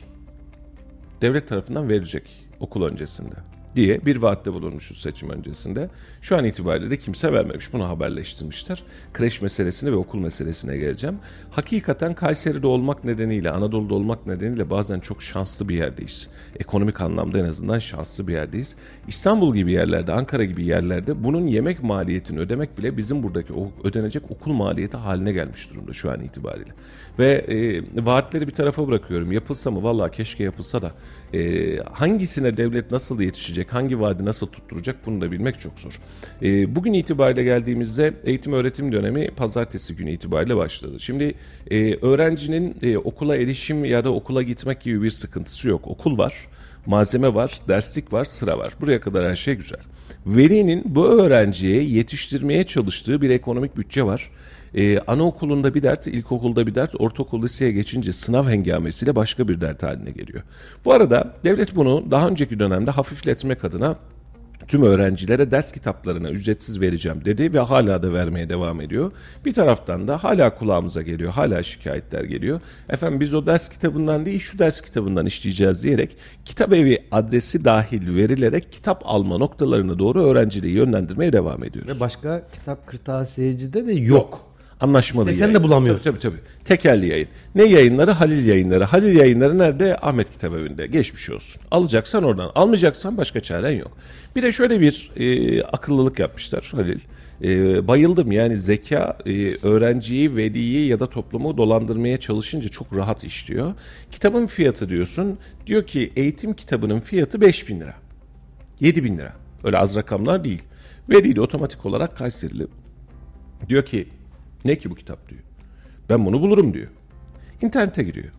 devlet tarafından verilecek okul öncesinde diye bir vaatte bulunmuşuz seçim öncesinde. Şu an itibariyle de kimse vermemiş. Bunu haberleştirmişler. Kreş meselesine ve okul meselesine geleceğim. Hakikaten Kayseri'de olmak nedeniyle, Anadolu'da olmak nedeniyle bazen çok şanslı bir yerdeyiz. Ekonomik anlamda en azından şanslı bir yerdeyiz. İstanbul gibi yerlerde, Ankara gibi yerlerde bunun yemek maliyetini ödemek bile bizim buradaki o ödenecek okul maliyeti haline gelmiş durumda şu an itibariyle. Ve e, vaatleri bir tarafa bırakıyorum. Yapılsa mı? Vallahi keşke yapılsa da e, hangisine devlet nasıl yetişecek, hangi vaadi nasıl tutturacak, bunu da bilmek çok zor. E, bugün itibariyle geldiğimizde eğitim öğretim dönemi pazartesi günü itibariyle başladı. Şimdi e, öğrencinin e, okula erişim ya da okula gitmek gibi bir sıkıntısı yok. Okul var, malzeme var, derslik var, sıra var. Buraya kadar her şey güzel. Velinin bu öğrenciye yetiştirmeye çalıştığı bir ekonomik bütçe var. Ee, anaokulunda bir dert, ilkokulda bir dert, ortaokul, liseye geçince sınav hengamesiyle başka bir dert haline geliyor. Bu arada devlet bunu daha önceki dönemde hafifletmek adına tüm öğrencilere ders kitaplarını ücretsiz vereceğim dedi ve hala da vermeye devam ediyor. Bir taraftan da hala kulağımıza geliyor, hala şikayetler geliyor. Efendim biz o ders kitabından değil şu ders kitabından işleyeceğiz diyerek kitap evi adresi dahil verilerek kitap alma noktalarına doğru öğrencileri yönlendirmeye devam ediyoruz. Ve başka kitap kırtasiyecide de yok. Anlaşmalı İstesen yayın. de bulamıyorsun. Tabii, tabii tabii. Tekelli yayın. Ne yayınları? Halil yayınları. Halil yayınları nerede? Ahmet Kitabevi'nde. Geçmiş olsun. Alacaksan oradan. Almayacaksan başka çaren yok. Bir de şöyle bir e, akıllılık yapmışlar Halil. E, bayıldım yani, zeka e, öğrenciyi, veliyi ya da toplumu dolandırmaya çalışınca çok rahat işliyor. Kitabın fiyatı diyorsun. Diyor ki eğitim kitabının fiyatı beş bin lira. yedi bin lira. Öyle az rakamlar değil. Veli de otomatik olarak Kayserili diyor ki ne ki bu kitap diyor. Ben bunu bulurum diyor. İnternete giriyor.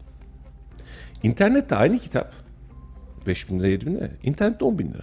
İnternette aynı kitap beş bin lira, yedi bin lira. İnternette on bin lira.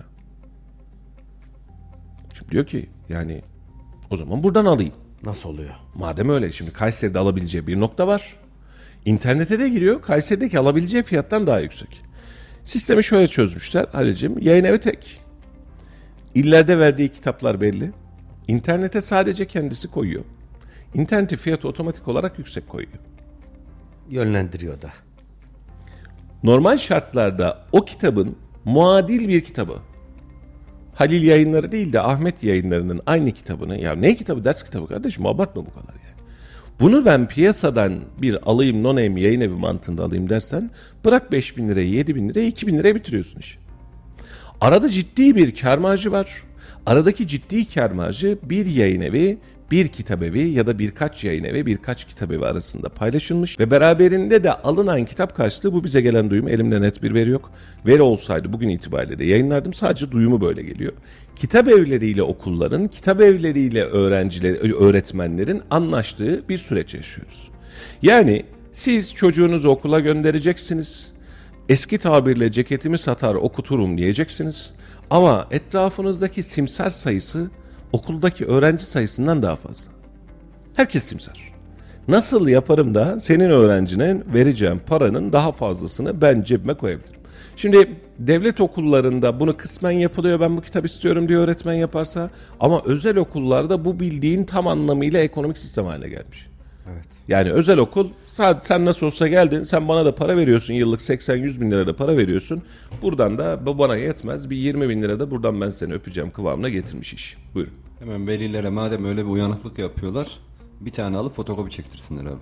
Şimdi diyor ki yani o zaman buradan alayım. Nasıl oluyor? Madem öyle, şimdi Kayseri'de alabileceği bir nokta var. İnternete de giriyor. Kayseri'deki alabileceği fiyattan daha yüksek. Sistemi şöyle çözmüşler Halil'ciğim. Yayın evi tek. İllerde verdiği kitaplar belli. İnternete sadece kendisi koyuyor. İnternetin fiyatı otomatik olarak yüksek koyuyor. Yönlendiriyor da. Normal şartlarda o kitabın muadil bir kitabı, Halil Yayınları değil de Ahmet Yayınları'nın aynı kitabını, ya ne kitabı, ders kitabı kardeşim, abartma bu kadar yani. Bunu ben piyasadan bir alayım, non-name yayın evi mantığında alayım dersen bırak beş bin liraya, yedi bin liraya, iki bin liraya bitiriyorsun işi. Arada ciddi bir kâr marjı var. Aradaki ciddi kâr marjı bir yayın evi, bir kitap evi ya da birkaç yayın evi, birkaç kitap evi arasında paylaşılmış ve beraberinde de alınan kitap karşılığı, bu bize gelen duyum, elimde net bir veri yok. Veri olsaydı bugün itibariyle de yayınlardım, sadece duyumu böyle geliyor. Kitap evleriyle okulların, kitap evleriyle öğrenciler, öğretmenlerin anlaştığı bir süreç yaşıyoruz. Yani siz çocuğunuzu okula göndereceksiniz. Eski tabirle ceketimi satar okuturum diyeceksiniz. Ama etrafınızdaki simsar sayısı okuldaki öğrenci sayısından daha fazla. Herkes simsar. Nasıl yaparım da senin öğrencine vereceğim paranın daha fazlasını ben cebime koyabilirim? Şimdi devlet okullarında bunu kısmen yapılıyor. Ben bu kitap istiyorum diye öğretmen yaparsa. Ama özel okullarda bu bildiğin tam anlamıyla ekonomik sistem haline gelmiş. Evet. Yani özel okul sen nasıl olsa geldin, sen bana da para veriyorsun, yıllık seksen yüz bin lira da para veriyorsun. Buradan da bu bana yetmez, bir yirmi bin lira da buradan ben seni öpeceğim kıvamına getirmiş iş. Buyurun. Hemen velilere madem öyle bir uyanıklık yapıyorlar, bir tane alıp fotokopi çektirsinler abi.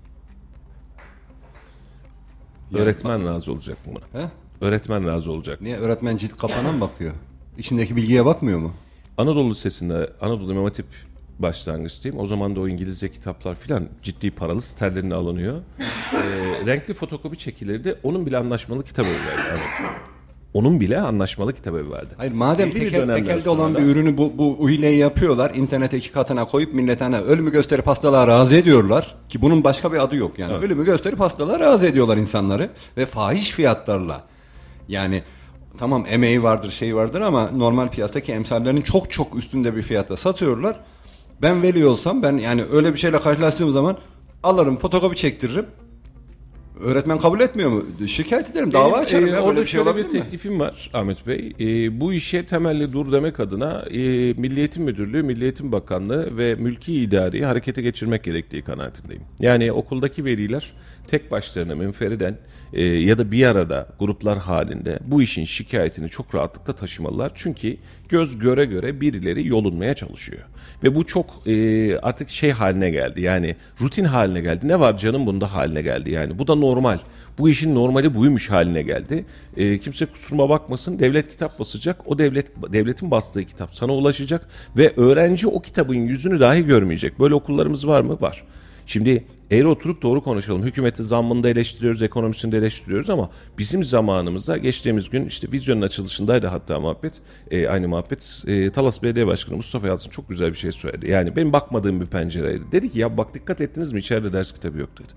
Öğretmen razı olacak mı buna? He? Öğretmen razı olacak. Niye? Öğretmen cilt kapağına mı bakıyor? İçindeki bilgiye bakmıyor mu? Anadolu Lisesi'nde, Anadolu İmam Hatip başlangıçtayım. O zaman da o İngilizce kitaplar filan ciddi paralı sterlerine alınıyor. e, renkli fotokopi çekilirdi. Onun bile anlaşmalı kitabı verdi. Yani onun bile anlaşmalı kitabı verdi. Hayır, madem Belli bir tekel, dönemden tekelde sonra olan da- bir ürünü bu, bu hileyi yapıyorlar. İnternete iki katına koyup milletine ölümü gösterip hastalığa razı ediyorlar. Ki bunun başka bir adı yok yani. Evet. Ölümü gösterip hastalığa razı ediyorlar insanları. Ve fahiş fiyatlarla. Yani tamam emeği vardır, şey vardır ama normal piyasadaki emsallerinin çok çok üstünde bir fiyatta satıyorlar. Ben veli olsam, ben yani öyle bir şeyle karşılaştığım zaman alırım, fotokopi çektiririm. Öğretmen kabul etmiyor mu? Şikayet ederim, dava Benim, açarım. e, ya. orada Böyle bir şey şöyle bir olabilir mi? teklifim var Ahmet Bey. E, bu işe temelli dur demek adına e, Milli Eğitim Müdürlüğü, Milli Eğitim Bakanlığı ve mülki idareyi harekete geçirmek gerektiği kanaatindeyim. Yani okuldaki veliler tek başlarına münferiden e, ya da bir arada gruplar halinde bu işin şikayetini çok rahatlıkla taşımalılar. Çünkü göz göre göre birileri yolunmaya çalışıyor. Ve bu çok e, artık şey haline geldi, yani rutin haline geldi. Ne var canım bunda haline geldi yani. Bu da normal. Bu işin normali buymuş haline geldi. E, kimse kusuruma bakmasın, devlet kitap basacak. O devlet devletin bastığı kitap sana ulaşacak ve öğrenci o kitabın yüzünü dahi görmeyecek. Böyle okullarımız var mı? Var. Şimdi eğer oturup doğru konuşalım. Hükümeti zammını da eleştiriyoruz, ekonomisini de eleştiriyoruz ama bizim zamanımızda geçtiğimiz gün işte vizyonun açılışındaydı hatta muhabbet, e, aynı muhabbet. E, Talas Belediye Başkanı Mustafa Yalçın çok güzel bir şey söyledi. Yani benim bakmadığım bir pencereydi. Dedi ki ya bak dikkat ettiniz mi, içeride ders kitabı yok dedi.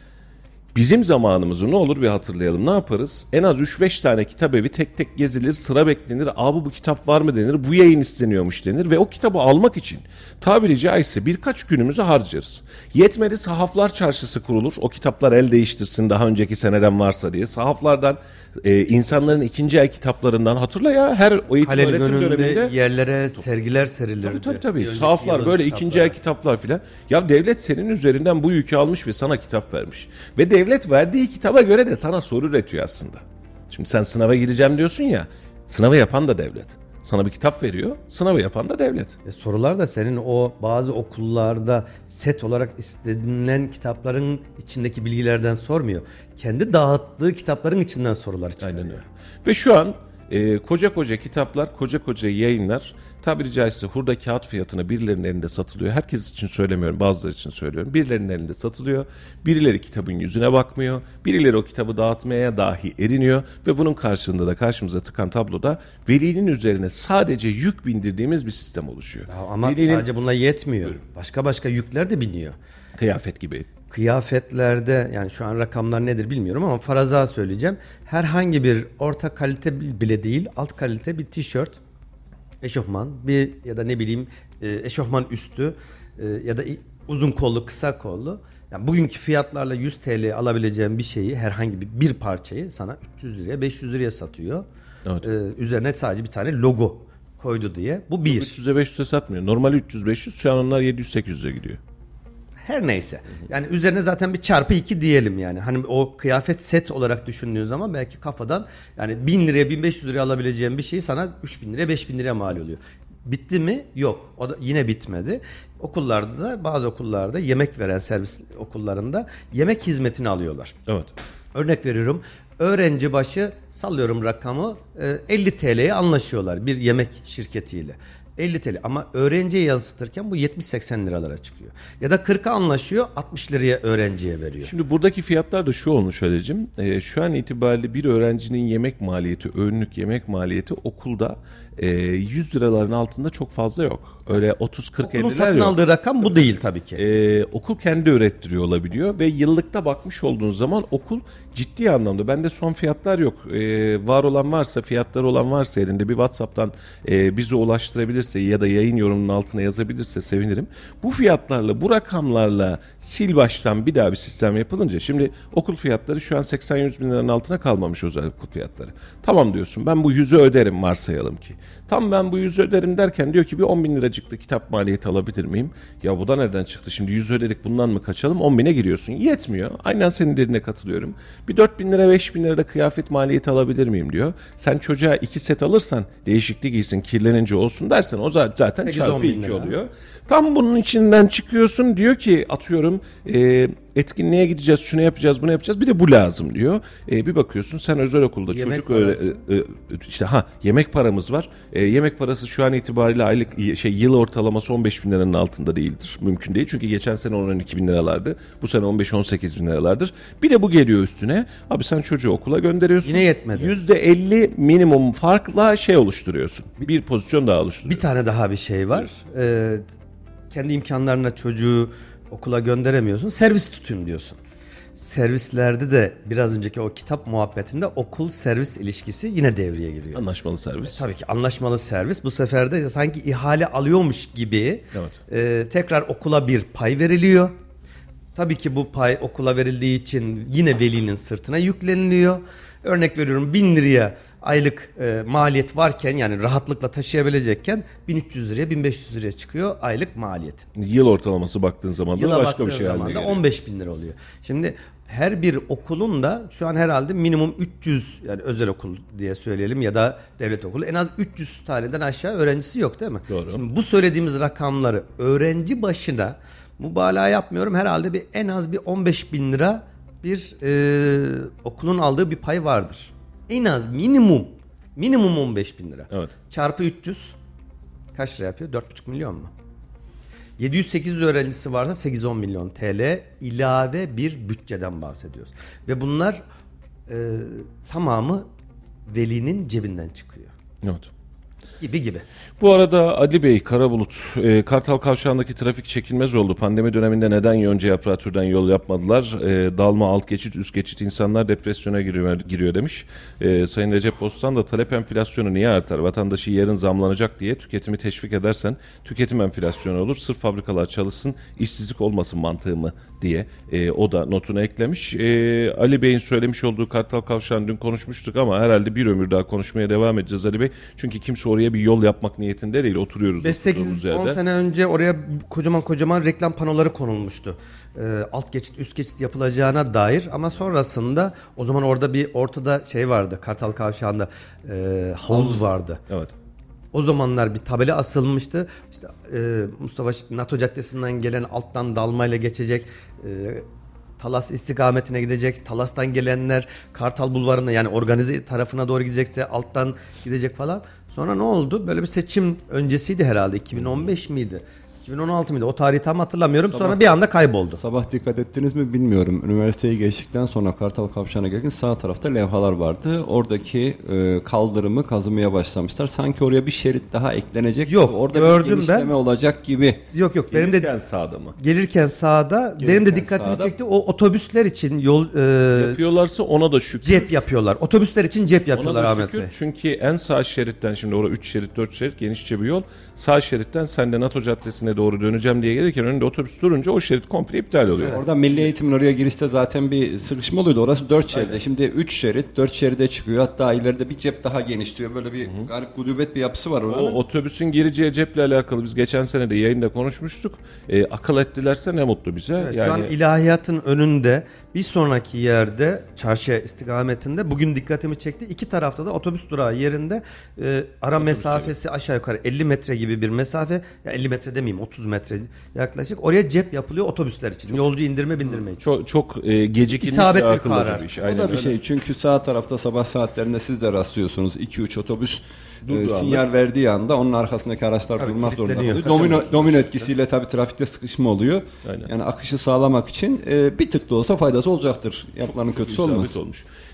Bizim zamanımızı ne olur bir hatırlayalım. Ne yaparız? En az üç beş tane kitap evi tek tek gezilir, sıra beklenir. Abi bu kitap var mı denir, bu yayın isteniyormuş denir ve o kitabı almak için tabiri caizse birkaç günümüzü harcarız. Yetmedi, sahaflar çarşısı kurulur. O kitaplar el değiştirsin daha önceki seneden varsa diye. Sahaflardan e, insanların ikinci el kitaplarından hatırla ya, her o eğitim Halil öğretim önünde döneminde yerlere sergiler serilirdi. Tabii tabii, tabii. Bir önceki Sahaflar yılın böyle kitapları. ikinci el kitaplar filan. Ya devlet senin üzerinden bu yükü almış ve sana kitap vermiş. Ve devlet verdiği kitaba göre de sana soru üretiyor aslında. Şimdi sen sınava gireceğim diyorsun ya. Sınavı yapan da devlet. Sana bir kitap veriyor. Sınavı yapan da devlet. E, sorular da senin o bazı okullarda set olarak istenilen kitapların içindeki bilgilerden sormuyor. Kendi dağıttığı kitapların içinden sorular çıkarıyor. Aynen öyle. Ve şu an e, koca koca kitaplar, koca koca yayınlar tabiri caizse hurda kağıt fiyatına birilerinin elinde satılıyor. Herkes için söylemiyorum, bazıları için söylüyorum. Birilerinin elinde satılıyor. Birileri kitabın yüzüne bakmıyor. Birileri o kitabı dağıtmaya dahi eriniyor. Ve bunun karşılığında da karşımıza tıkan tabloda velinin üzerine sadece yük bindirdiğimiz bir sistem oluşuyor. Ya ama Velinin sadece bununla yetmiyor. Başka başka yükler de biniyor. kıyafet gibi. Kıyafetlerde, yani şu an rakamlar nedir bilmiyorum ama faraza söyleyeceğim. Herhangi bir orta kalite bile değil, alt kalite bir tişört, eşofman, bir ya da ne bileyim e, eşofman üstü e, ya da uzun kollu, kısa kollu. Yani bugünkü fiyatlarla yüz T L alabileceğin bir şeyi, herhangi bir, bir parçayı sana üç yüz liraya, beş yüz liraya satıyor. Evet. E, üzerine sadece bir tane logo koydu diye. Bu bir. üç yüze beş yüze satmıyor. Normali üç yüz beş yüz, şu an onlar yedi yüz sekiz yüze gidiyor. Her neyse. Yani üzerine zaten bir çarpı iki diyelim yani. Hani o kıyafet set olarak düşündüğün zaman belki kafadan yani bin liraya bin beş yüz liraya alabileceğin bir şeyi sana üç bin liraya beş bin liraya mal oluyor. Bitti mi? Yok. O da yine bitmedi. Okullarda da, bazı okullarda yemek veren servis okullarında yemek hizmetini alıyorlar. Evet. Örnek veriyorum. Öğrenci başı sallıyorum rakamı elli T L'ye anlaşıyorlar bir yemek şirketiyle. elli T L ama öğrenciye yansıtırken bu yetmiş seksen liralara çıkıyor. Ya da kırka anlaşıyor, altmış liraya öğrenciye veriyor. Şimdi buradaki fiyatlar da şu olmuş Ali'cim. E, şu an itibariyle bir öğrencinin yemek maliyeti, öğünlük yemek maliyeti okulda e, yüz liraların altında çok fazla yok. Öyle otuz kırk Okulun elliler satın yok. aldığı rakam bu değil tabii ki. Ee, okul kendi ürettiriyor olabiliyor ve yıllıkta bakmış olduğun zaman okul ciddi anlamda, bende son fiyatlar yok. Ee, var olan varsa, fiyatları olan varsa elinde bir WhatsApp'tan e, bize ulaştırabilirse ya da yayın yorumunun altına yazabilirse sevinirim. Bu fiyatlarla, bu rakamlarla sil baştan bir daha bir sistem yapılınca, şimdi okul fiyatları şu an seksen yüz bin liranın altına kalmamış özel okul fiyatları. Tamam diyorsun, ben bu yüzü öderim varsayalım ki. Tam ben bu yüzü öderim derken diyor ki bir on bin liracıklı kitap maliyeti alabilir miyim? Ya bu da nereden çıktı şimdi, yüz ödedik bundan mı kaçalım, on bine giriyorsun. Yetmiyor. Aynen senin dediğine katılıyorum. Bir dört bin lira beş bin lira da kıyafet maliyeti alabilir miyim diyor. Sen çocuğa iki set alırsan, değişiklik giysin, kirlenince olsun dersen o zaten çarpı iki oluyor. Tam bunun içinden çıkıyorsun, diyor ki atıyorum e, etkinliğe gideceğiz, şunu yapacağız, bunu yapacağız, bir de bu lazım diyor. E, bir bakıyorsun sen özel okulda Yemek çocuk öyle e, e, işte ha yemek paramız var. E, yemek parası şu an itibariyle aylık şey yıl ortalaması on beş bin liranın altında değildir. Mümkün değil çünkü geçen sene on on iki bin liralardı. Bu sene on beş on sekiz bin liralardır. Bir de bu geliyor üstüne. Abi sen çocuğu okula gönderiyorsun. Yine yetmedi. yüzde elli minimum farkla şey oluşturuyorsun. Bir pozisyon daha oluşturuyorsun. Bir tane daha bir şey var. Ee, kendi imkanlarına çocuğu okula gönderemiyorsun. Servis tutayım diyorsun. Servislerde de biraz önceki o kitap muhabbetinde okul servis ilişkisi yine devreye giriyor. Anlaşmalı servis. Tabii ki anlaşmalı servis. Bu sefer de sanki ihale alıyormuş gibi Evet. e, tekrar okula bir pay veriliyor. Tabii ki bu pay okula verildiği için yine velinin sırtına yükleniliyor. Örnek veriyorum, bin liraya aylık e, maliyet varken, yani rahatlıkla taşıyabilecekken bin üç yüz liraya bin beş yüz liraya çıkıyor aylık maliyet. Yıl ortalaması baktığın zaman da Yıla başka baktığın bir şey haline zaman da geliyor. on beş bin lira oluyor. Şimdi her bir okulun da şu an herhalde minimum üç yüz, yani özel okul diye söyleyelim ya da devlet okulu, en az üç yüz taneden aşağı öğrencisi yok değil mi? Doğru. Şimdi bu söylediğimiz rakamları öğrenci başına, mübalağa yapmıyorum, herhalde bir en az bir on beş bin lira bir e, okulun aldığı bir pay vardır. En az minimum minimum on beş bin lira. Evet. Çarpı üç yüz kaç lira yapıyor? dört buçuk milyon mu? yedi yüz sekiz yüz öğrencisi varsa sekiz on milyon T L ilave bir bütçeden bahsediyoruz. Ve bunlar e, tamamı velinin cebinden çıkıyor. Evet. Gibi gibi. Bu arada Ali Bey, Karabulut, e, Kartal Kavşağı'ndaki trafik çekilmez oldu. Pandemi döneminde neden Yonca Yaprağı türden yol yapmadılar? E, dalma, alt geçit, üst geçit, insanlar depresyona giriyor, giriyor demiş. E, Sayın Recep Bostan da talep enflasyonu niye artar? Vatandaşı yarın zamlanacak diye tüketimi teşvik edersen tüketim enflasyonu olur. Sırf fabrikalar çalışsın, işsizlik olmasın mantığı mı diye e, o da notunu eklemiş. E, Ali Bey'in söylemiş olduğu Kartal Kavşağı'nı dün konuşmuştuk ama herhalde bir ömür daha konuşmaya devam edeceğiz Ali Bey. Çünkü kimse oraya bir yol yapmak niyetinde değil. Oturuyoruz. beş sekiz on sene önce oraya kocaman kocaman reklam panoları konulmuştu. Ee, alt geçit üst geçit yapılacağına dair, ama sonrasında o zaman orada bir ortada şey vardı, Kartal Kavşağı'nda e, havuz vardı. Evet. O zamanlar bir tabela asılmıştı. İşte e, Mustafa NATO Caddesi'nden gelen alttan dalmayla geçecek, e, Talas istikametine gidecek, Talas'tan gelenler Kartal Bulvarı'na, yani organize tarafına doğru gidecekse alttan gidecek falan. Sonra ne oldu? Böyle bir seçim öncesiydi herhalde, iki bin on beş miydi? iki bin on altı mıydı? O tarihi tam hatırlamıyorum. Sabah, sonra bir anda kayboldu. Sabah dikkat ettiniz mi bilmiyorum. Üniversiteyi geçtikten sonra Kartal Kavşağı'na gelirken sağ tarafta levhalar vardı. Oradaki e, kaldırımı kazımaya başlamışlar. Sanki oraya bir şerit daha eklenecek. Yok, orada gördüm bir genişleme ben. olacak gibi. Yok yok, benim de Gelirken sağda mı? gelirken sağda, benim de dikkatimi sağda. çekti. O otobüsler için yol e, Yapıyorlarsa ona da şükür. cep yapıyorlar. Otobüsler için cep Ona yapıyorlar da Ahmet şükür Bey. çünkü en sağ şeritten, şimdi orada üç şerit dört şerit genişçe bir yol. Sağ şeritten sen de NATO Caddesi'ne doğru döneceğim diye gelirken önünde otobüs durunca o şerit komple iptal oluyor. Evet. Orada Milli Eğitim'in oraya girişte zaten bir sıkışma oluyordu. Orası dört şeride. Şimdi üç şerit, dört şeride çıkıyor. Hatta ileride bir cep daha genişliyor. Böyle bir Hı-hı. garip gudubet bir yapısı var oranın. O otobüsün gireceği ceple alakalı biz geçen sene de yayında konuşmuştuk. E, akıl ettilerse ne mutlu bize. Evet, yani... Şu an ilahiyatın önünde, bir sonraki yerde çarşıya istikametinde bugün dikkatimi çekti. İki tarafta da otobüs durağı yerinde e, ara otobüs mesafesi gibi. Aşağı yukarı elli metre gibi bir mesafe. Ya elli metre demeyeyim, otuz metre yaklaşık. Oraya cep yapılıyor otobüsler için. Çok, Yolcu indirme bindirme için. Çok çok e, gecikilmiş İsabet ve bir akıllıca karar. bir iş. O Aynen da bir öyle. şey. Çünkü sağ tarafta sabah saatlerinde siz de rastlıyorsunuz. iki üç otobüs Durduğu e, anda- sinyal verdiği anda onun arkasındaki araçlar Tabii durmak zorunda kilitleniyor, kalıyor. Domino, kaçamıyorsunuz. domino etkisiyle tabii trafikte sıkışma oluyor. Aynen. Yani akışı sağlamak için e, bir tık da olsa faydası olacaktır. Yapılanın kötüsü İsabet olmaz. olmuş.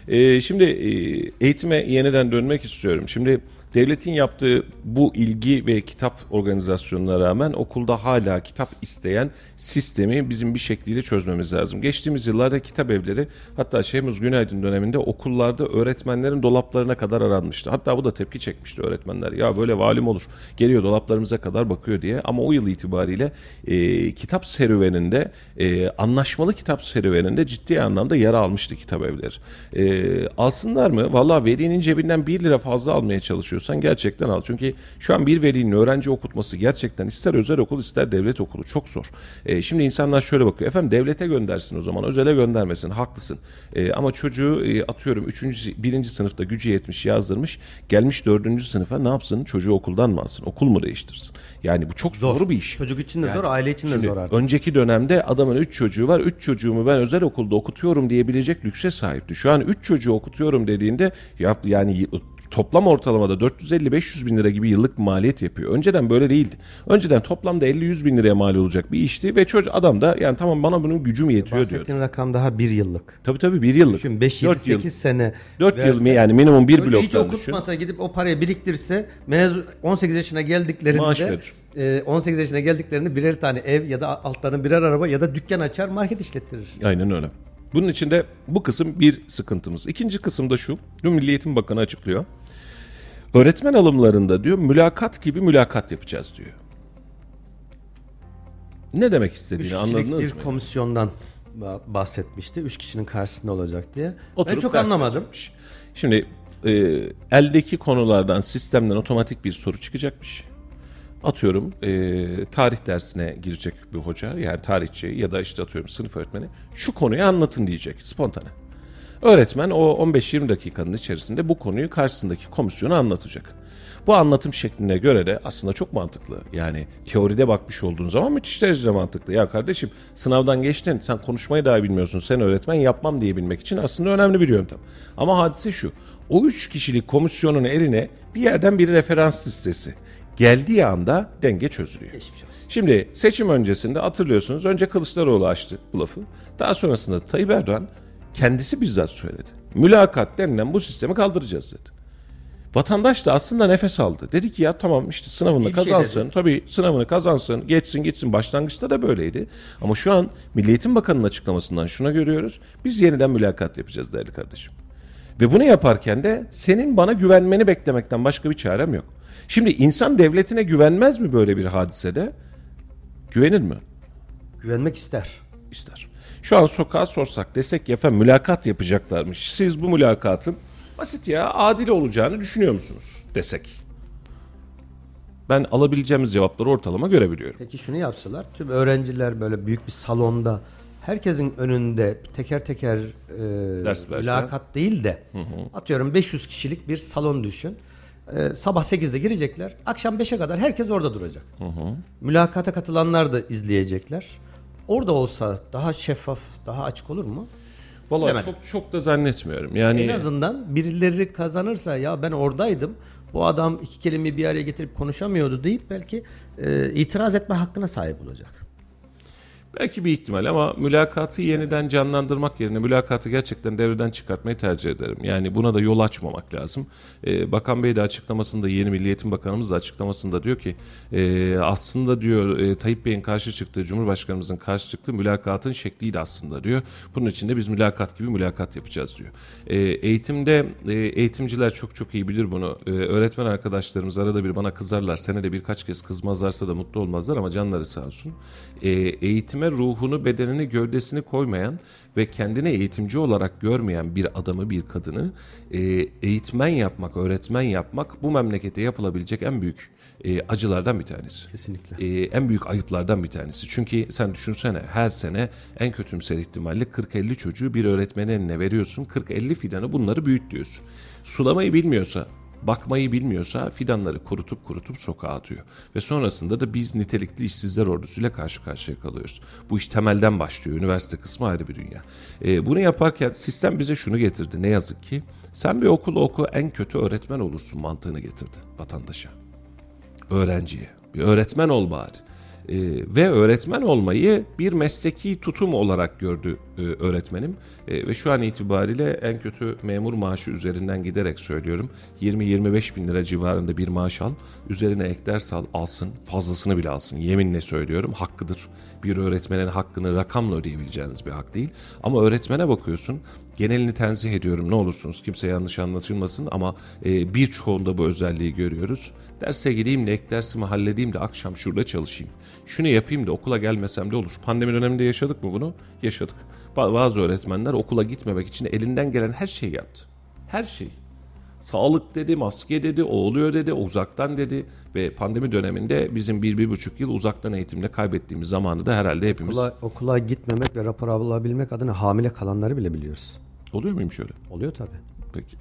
Ee, şimdi e, eğitime yeniden dönmek istiyorum. Şimdi devletin yaptığı bu ilgi ve kitap organizasyonuna rağmen okulda hala kitap isteyen sistemi bizim bir şekliyle çözmemiz lazım. Geçtiğimiz yıllarda kitap evleri, hatta Şehmuz Günaydın döneminde okullarda öğretmenlerin dolaplarına kadar aranmıştı. Hatta bu da tepki çekmişti öğretmenler. Ya böyle valim olur, geliyor dolaplarımıza kadar bakıyor diye. Ama o yıl itibariyle e, kitap serüveninde, e, anlaşmalı kitap serüveninde ciddi anlamda yer almıştı kitap evleri. E, alsınlar mı? Vallahi velinin cebinden bir lira fazla almaya çalışıyor. Sen gerçekten al. Çünkü şu an bir velinin öğrenci okutması gerçekten ister özel okul ister devlet okulu çok zor. E, şimdi insanlar şöyle bakıyor. Efendim devlete göndersin o zaman. Özele göndermesin. Haklısın. E, ama çocuğu e, atıyorum üçüncü birinci sınıfta gücü yetmiş yazdırmış. Gelmiş dördüncü sınıfa ne yapsın? Çocuğu okuldan mı alsın? Okul mu değiştirsin? Yani bu çok zor, zor bir iş. Çocuk için de yani, zor, aile için de zor artık. Önceki dönemde adamın üç çocuğu var. üç çocuğumu ben özel okulda okutuyorum diyebilecek lükse sahipti. Şu an üç çocuğu okutuyorum dediğinde yap yani toplam ortalamada dört yüz elli beş yüz bin lira gibi yıllık maliyet yapıyor. Önceden böyle değildi. Önceden toplamda elli yüz bin liraya mal olacak bir işti ve çocuk adam da yani tamam bana bunun gücüm yetiyor diyordu. Bahsettiğin rakam daha bir yıllık. Tabii tabii bir yıllık. Düşün beş yedi sekiz sene. dört yıl mı yani minimum bir bloktan düşün. Hiç okutmasa düşün. Gidip o parayı biriktirse mezun on sekiz yaşına geldiklerinde e, on sekiz yaşına geldiklerinde birer tane ev ya da altlarına birer araba ya da dükkan açar, market işlettirir. Aynen öyle. Bunun içinde bu kısım bir sıkıntımız. İkinci kısım da şu. Dün Milli Eğitim Bakanı açıklıyor. Öğretmen alımlarında diyor mülakat gibi mülakat yapacağız diyor. Ne demek istediğini anladınız mı? Üç kişilik bir komisyondan bahsetmişti. Üç kişinin karşısında olacak diye. Oturup ben çok anlamadım. Verecekmiş. Şimdi e, eldeki konulardan, sistemden otomatik bir soru çıkacakmış. Atıyorum e, tarih dersine girecek bir hoca, yani tarihçi ya da işte atıyorum sınıf öğretmeni. Şu konuyu anlatın diyecek spontane. Öğretmen o on beş yirmi dakikanın içerisinde bu konuyu karşısındaki komisyona anlatacak. Bu anlatım şekline göre de aslında çok mantıklı. Yani teoride bakmış olduğun zaman müthiş derecede mantıklı. Ya kardeşim sınavdan geçtin, sen konuşmayı daha bilmiyorsun, sen öğretmen yapmam diyebilmek için aslında önemli bir yöntem. Ama hadise şu, o üç kişilik komisyonun eline bir yerden bir referans listesi geldiği anda denge çözülüyor. Şimdi seçim öncesinde hatırlıyorsunuz önce Kılıçdaroğlu açtı bu lafı. Daha sonrasında Tayyip Erdoğan kendisi bizzat söyledi. Mülakat denilen bu sistemi kaldıracağız dedi. Vatandaş da aslında nefes aldı. Dedi ki ya tamam işte sınavını kazansın. Şey tabii sınavını kazansın, geçsin gitsin. Başlangıçta da böyleydi. Ama şu an Milli Eğitim Bakanı'nın açıklamasından şuna görüyoruz. Biz yeniden mülakat yapacağız değerli kardeşim. Ve bunu yaparken de senin bana güvenmeni beklemekten başka bir çarem yok. Şimdi insan devletine güvenmez mi böyle bir hadisede? Güvenir mi? Güvenmek ister. İster. Şu an sokağa sorsak desek ya efendim mülakat yapacaklarmış. Siz bu mülakatın basit ya adil olacağını düşünüyor musunuz desek? Ben alabileceğimiz cevapları ortalama görebiliyorum. Peki şunu yapsalar, tüm öğrenciler böyle büyük bir salonda herkesin önünde teker teker e, mülakat değil de hı hı. atıyorum beş yüz kişilik bir salon düşün. E, sabah sekizde girecekler, akşam beşe kadar herkes orada duracak. Hı hı. Mülakata katılanlar da izleyecekler. Orada olsa daha şeffaf, daha açık olur mu? Vallahi çok çok da zannetmiyorum. Yani en azından birileri kazanırsa ya ben oradaydım. Bu adam iki kelimeyi bir araya getirip konuşamıyordu deyip belki e, itiraz etme hakkına sahip olacak. Belki bir ihtimal ama mülakatı yeniden canlandırmak yerine mülakatı gerçekten devreden çıkartmayı tercih ederim. Yani buna da yol açmamak lazım. Ee, Bakan Bey de açıklamasında, yeni Milli Eğitim Bakanımız da açıklamasında diyor ki e, aslında diyor e, Tayyip Bey'in karşı çıktığı, Cumhurbaşkanımızın karşı çıktığı mülakatın şekliydi aslında diyor. Bunun için de biz mülakat gibi mülakat yapacağız diyor. E, eğitimde e, eğitimciler çok çok iyi bilir bunu. E, öğretmen arkadaşlarımız arada bir bana kızarlar. Senede birkaç kez kızmazlarsa da mutlu olmazlar ama canları sağ olsun. E, eğitim ruhunu, bedenini, gövdesini koymayan ve kendini eğitimci olarak görmeyen bir adamı, bir kadını e, eğitmen yapmak, öğretmen yapmak bu memlekete yapılabilecek en büyük e, acılardan bir tanesi. Kesinlikle. E, en büyük ayıplardan bir tanesi. Çünkü sen düşünsene her sene en kötümser ihtimalle kırk elli çocuğu bir öğretmenin eline veriyorsun. kırk elli fidanı bunları büyüt diyorsun. Sulamayı bilmiyorsa, bakmayı bilmiyorsa fidanları kurutup kurutup sokağa atıyor. Ve sonrasında da biz nitelikli işsizler ordusuyla karşı karşıya kalıyoruz. Bu iş temelden başlıyor. Üniversite kısmı ayrı bir dünya. Ee, bunu yaparken sistem bize şunu getirdi. Ne yazık ki sen bir okul oku en kötü öğretmen olursun mantığını getirdi vatandaşa. Öğrenciye. Bir öğretmen ol bari. Ee, ve öğretmen olmayı bir mesleki tutum olarak gördü e, öğretmenim e, ve şu an itibariyle en kötü memur maaşı üzerinden giderek söylüyorum. yirmi yirmi beş bin lira civarında bir maaş al, üzerine ek ders al, alsın, fazlasını bile alsın. Yeminle söylüyorum, hakkıdır. Bir öğretmenin hakkını rakamla ödeyebileceğiniz bir hak değil. Ama öğretmene bakıyorsun, genelini tenzih ediyorum, ne olursunuz kimse yanlış anlaşılmasın ama e, birçoğunda bu özelliği görüyoruz. Derse gireyim de ek dersimi halledeyim de akşam şurada çalışayım. Şunu yapayım da okula gelmesem de olur. Pandemi döneminde yaşadık mı bunu? Yaşadık. Bazı öğretmenler okula gitmemek için elinden gelen her şeyi yaptı. Her şeyi. Sağlık dedi, maske dedi, o oluyor dedi, uzaktan dedi ve pandemi döneminde bizim bir, bir buçuk yıl uzaktan eğitimle kaybettiğimiz zamanı da herhalde hepimiz... Okula, okula gitmemek ve rapor alabilmek adına hamile kalanları bile biliyoruz. Oluyor muyum şöyle? Oluyor tabii. Peki.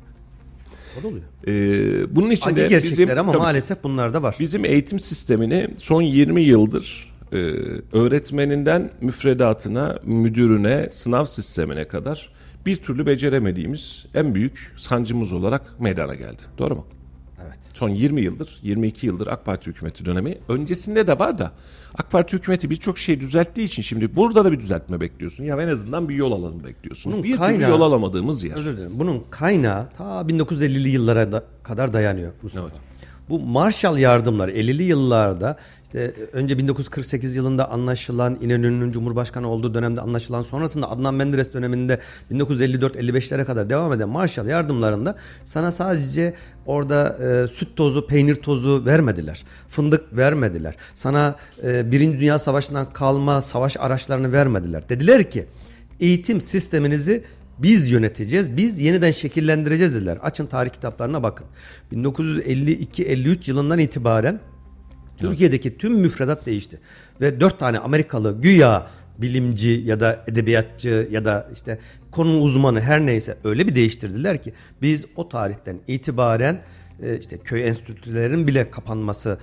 O da oluyor. Ee, bunun için Acı de gerçekler bizim, ama tabii, maalesef bunlar da var. bizim eğitim sistemini son yirmi yıldır e, öğretmeninden müfredatına, müdürüne, sınav sistemine kadar bir türlü beceremediğimiz en büyük sancımız olarak meydana geldi. Doğru mu? Evet. Son yirmi yıldır, yirmi iki yıldır AK Parti hükümeti dönemi. Öncesinde de var da AK Parti hükümeti birçok şeyi düzelttiği için şimdi burada da bir düzeltme bekliyorsun. Ya en azından bir yol alalım bekliyorsun. Bunun bir kaynağı, türlü yol alamadığımız yer. Özür dilerim. Bunun kaynağı ta bin dokuz yüz ellili yıllara da, kadar dayanıyor Mustafa. Evet. Bu Marshall yardımları ellili yıllarda işte önce bin dokuz yüz kırk sekiz yılında anlaşılan, İnönü'nün Cumhurbaşkanı olduğu dönemde anlaşılan, sonrasında Adnan Menderes döneminde bin dokuz yüz elli dört elli beşlere kadar devam eden Marshall yardımlarında sana sadece orada e, süt tozu, peynir tozu vermediler. Fındık vermediler. Sana e, Birinci Dünya Savaşı'ndan kalma savaş araçlarını vermediler. Dediler ki eğitim sisteminizi biz yöneteceğiz, biz yeniden şekillendireceğiz dediler. Açın tarih kitaplarına bakın. bin dokuz yüz elli iki elli üç yılından itibaren Türkiye'deki tüm müfredat değişti. Ve dört tane Amerikalı güya bilimci ya da edebiyatçı ya da işte konu uzmanı her neyse öyle bir değiştirdiler ki biz o tarihten itibaren işte köy enstitülerinin bile kapanması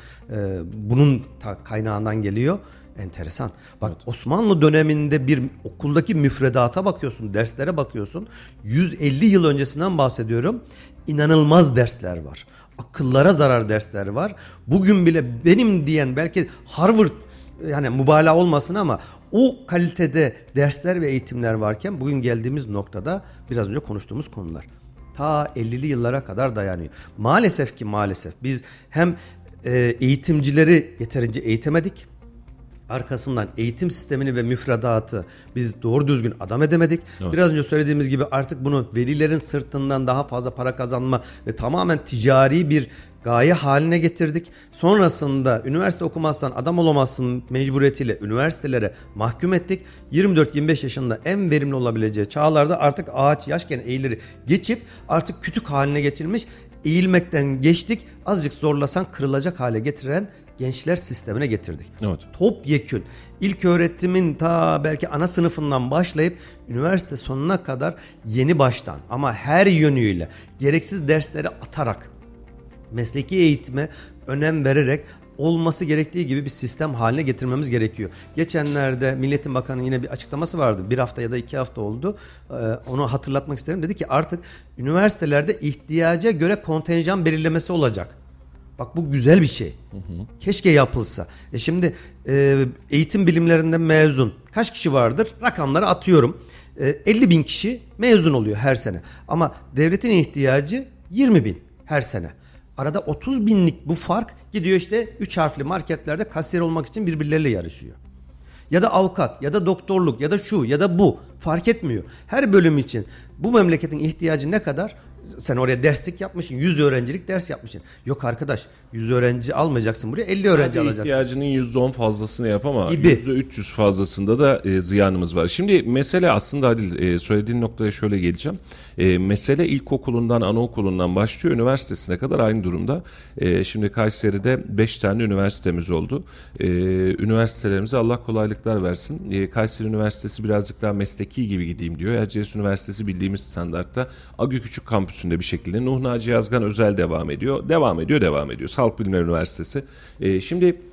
bunun kaynağından geliyor. Enteresan. Bak evet. Osmanlı döneminde bir okuldaki müfredata bakıyorsun, derslere bakıyorsun. yüz elli yıl öncesinden bahsediyorum. İnanılmaz dersler var. Akıllara zarar dersler var. Bugün bile benim diyen belki Harvard, yani mübalağa olmasın ama o kalitede dersler ve eğitimler varken bugün geldiğimiz noktada biraz önce konuştuğumuz konular ta ellili yıllara kadar dayanıyor. Maalesef ki maalesef biz hem e, eğitimcileri yeterince eğitemedik. Arkasından eğitim sistemini ve müfredatı biz doğru düzgün adam edemedik. Evet. Biraz önce söylediğimiz gibi artık bunu velilerin sırtından daha fazla para kazanma ve tamamen ticari bir gaye haline getirdik. Sonrasında üniversite okumazsan adam olamazsın mecburiyetiyle üniversitelere mahkum ettik. yirmi dört yirmi beş yaşında en verimli olabileceği çağlarda artık ağaç yaşken eğilir geçip artık kütük haline getirilmiş, eğilmekten geçtik. Azıcık zorlasan kırılacak hale getiren gençler sistemine getirdik. Evet. Topyekün ilk öğretimin ta belki ana sınıfından başlayıp üniversite sonuna kadar yeni baştan ama her yönüyle gereksiz dersleri atarak mesleki eğitime önem vererek olması gerektiği gibi bir sistem haline getirmemiz gerekiyor. Geçenlerde Milliyetin Bakanı yine bir açıklaması vardı. Bir hafta ya da iki hafta oldu. Ee, onu hatırlatmak isterim. Dedi ki artık üniversitelerde ihtiyaca göre kontenjan belirlemesi olacak. Bak bu güzel bir şey. Hı hı. Keşke yapılsa. E şimdi e, eğitim bilimlerinden mezun kaç kişi vardır? Rakamları atıyorum. E, elli bin kişi mezun oluyor her sene. Ama devletin ihtiyacı yirmi bin her sene. Arada otuz binlik bu fark gidiyor işte üç harfli marketlerde kasiyer olmak için birbirleriyle yarışıyor. Ya da avukat ya da doktorluk ya da şu ya da bu fark etmiyor. Her bölüm için bu memleketin ihtiyacı ne kadar? Sen oraya derslik yapmışsın. yüz öğrencilik ders yapmışsın. Yok arkadaş yüz öğrenci almayacaksın buraya. elli öğrenci Hadi alacaksın. İhtiyacının yüzde on fazlasını yap ama yüzde üç yüz fazlasında da e, ziyanımız var. Şimdi mesele aslında Adil e, söylediğin noktaya şöyle geleceğim. E, mesele ilkokulundan anaokulundan başlıyor. Üniversitesine kadar aynı durumda. E, şimdi Kayseri'de beş tane üniversitemiz oldu. E, üniversitelerimize Allah kolaylıklar versin. E, Kayseri Üniversitesi birazcık daha mesleki gibi gideyim diyor. Erciyes Üniversitesi bildiğimiz standartta Agü Küçük Kampüsü'nde bir şekilde. Nuh Naci Yazgan özel devam ediyor. Devam ediyor, devam ediyor. Halk Bilimleri Üniversitesi. Ee, şimdi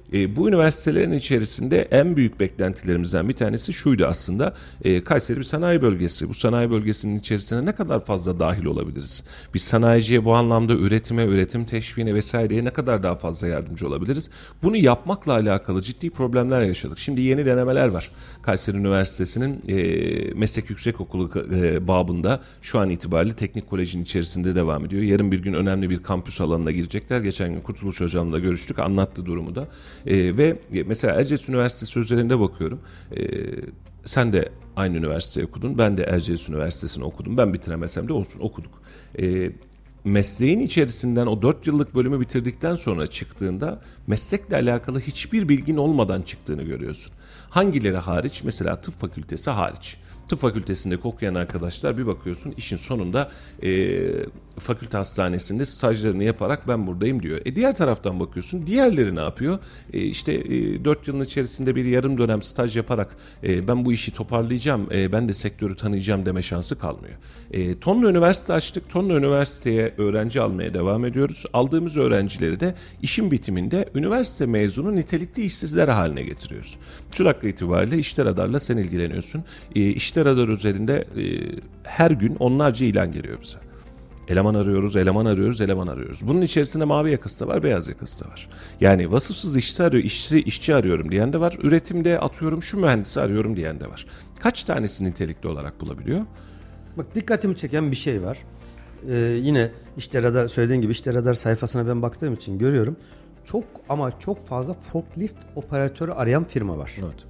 E, bu üniversitelerin içerisinde en büyük beklentilerimizden bir tanesi şuydu aslında. E, Kayseri bir sanayi bölgesi. Bu sanayi bölgesinin içerisine ne kadar fazla dahil olabiliriz? Biz sanayiciye bu anlamda üretime, üretim teşviğine vesaireye ne kadar daha fazla yardımcı olabiliriz? Bunu yapmakla alakalı ciddi problemler yaşadık. Şimdi yeni denemeler var. Kayseri Üniversitesi'nin e, meslek yüksekokulu e, babında şu an itibariyle teknik kolejin içerisinde devam ediyor. Yarın bir gün önemli bir kampüs alanına girecekler. Geçen gün Kurtuluş Hocam'la görüştük. Anlattı durumu da. E, ve mesela Erciyes Üniversitesi özelinde bakıyorum. E, sen de aynı üniversiteyi okudun. Ben de Erciyes Üniversitesi'ni okudum. Ben bitiremesem de olsun okuduk. E, mesleğin içerisinden o dört yıllık bölümü bitirdikten sonra çıktığında meslekle alakalı hiçbir bilgin olmadan çıktığını görüyorsun. Hangileri hariç? Mesela tıp fakültesi hariç. Tıp fakültesindeki okuyan arkadaşlar bir bakıyorsun işin sonunda e, fakülte hastanesinde stajlarını yaparak ben buradayım diyor. E diğer taraftan bakıyorsun diğerleri ne yapıyor? E, işte e, dört yılın içerisinde bir yarım dönem staj yaparak e, ben bu işi toparlayacağım, e, ben de sektörü tanıyacağım deme şansı kalmıyor. E, tonla üniversite açtık, tonla üniversiteye öğrenci almaya devam ediyoruz. Aldığımız öğrencileri de işin bitiminde üniversite mezunu nitelikli işsizler haline getiriyoruz. Şu dakika itibariyle İşte Radar'la sen ilgileniyorsun. E, İşte Radar üzerinde e, her gün onlarca ilan geliyor bize. Eleman arıyoruz, eleman arıyoruz, eleman arıyoruz. Bunun içerisinde mavi yakası da var, beyaz yakası da var. Yani vasıfsız işçi arıyor, işçi, işçi arıyorum diyen de var. Üretimde atıyorum şu mühendisi arıyorum diyen de var. Kaç tanesi nitelikli olarak bulabiliyor? Bak dikkatimi çeken bir şey var. Ee, yine İşte Radar söylediğin gibi İşte Radar sayfasına ben baktığım için görüyorum. Çok ama çok fazla forklift operatörü arayan firma var. Evet.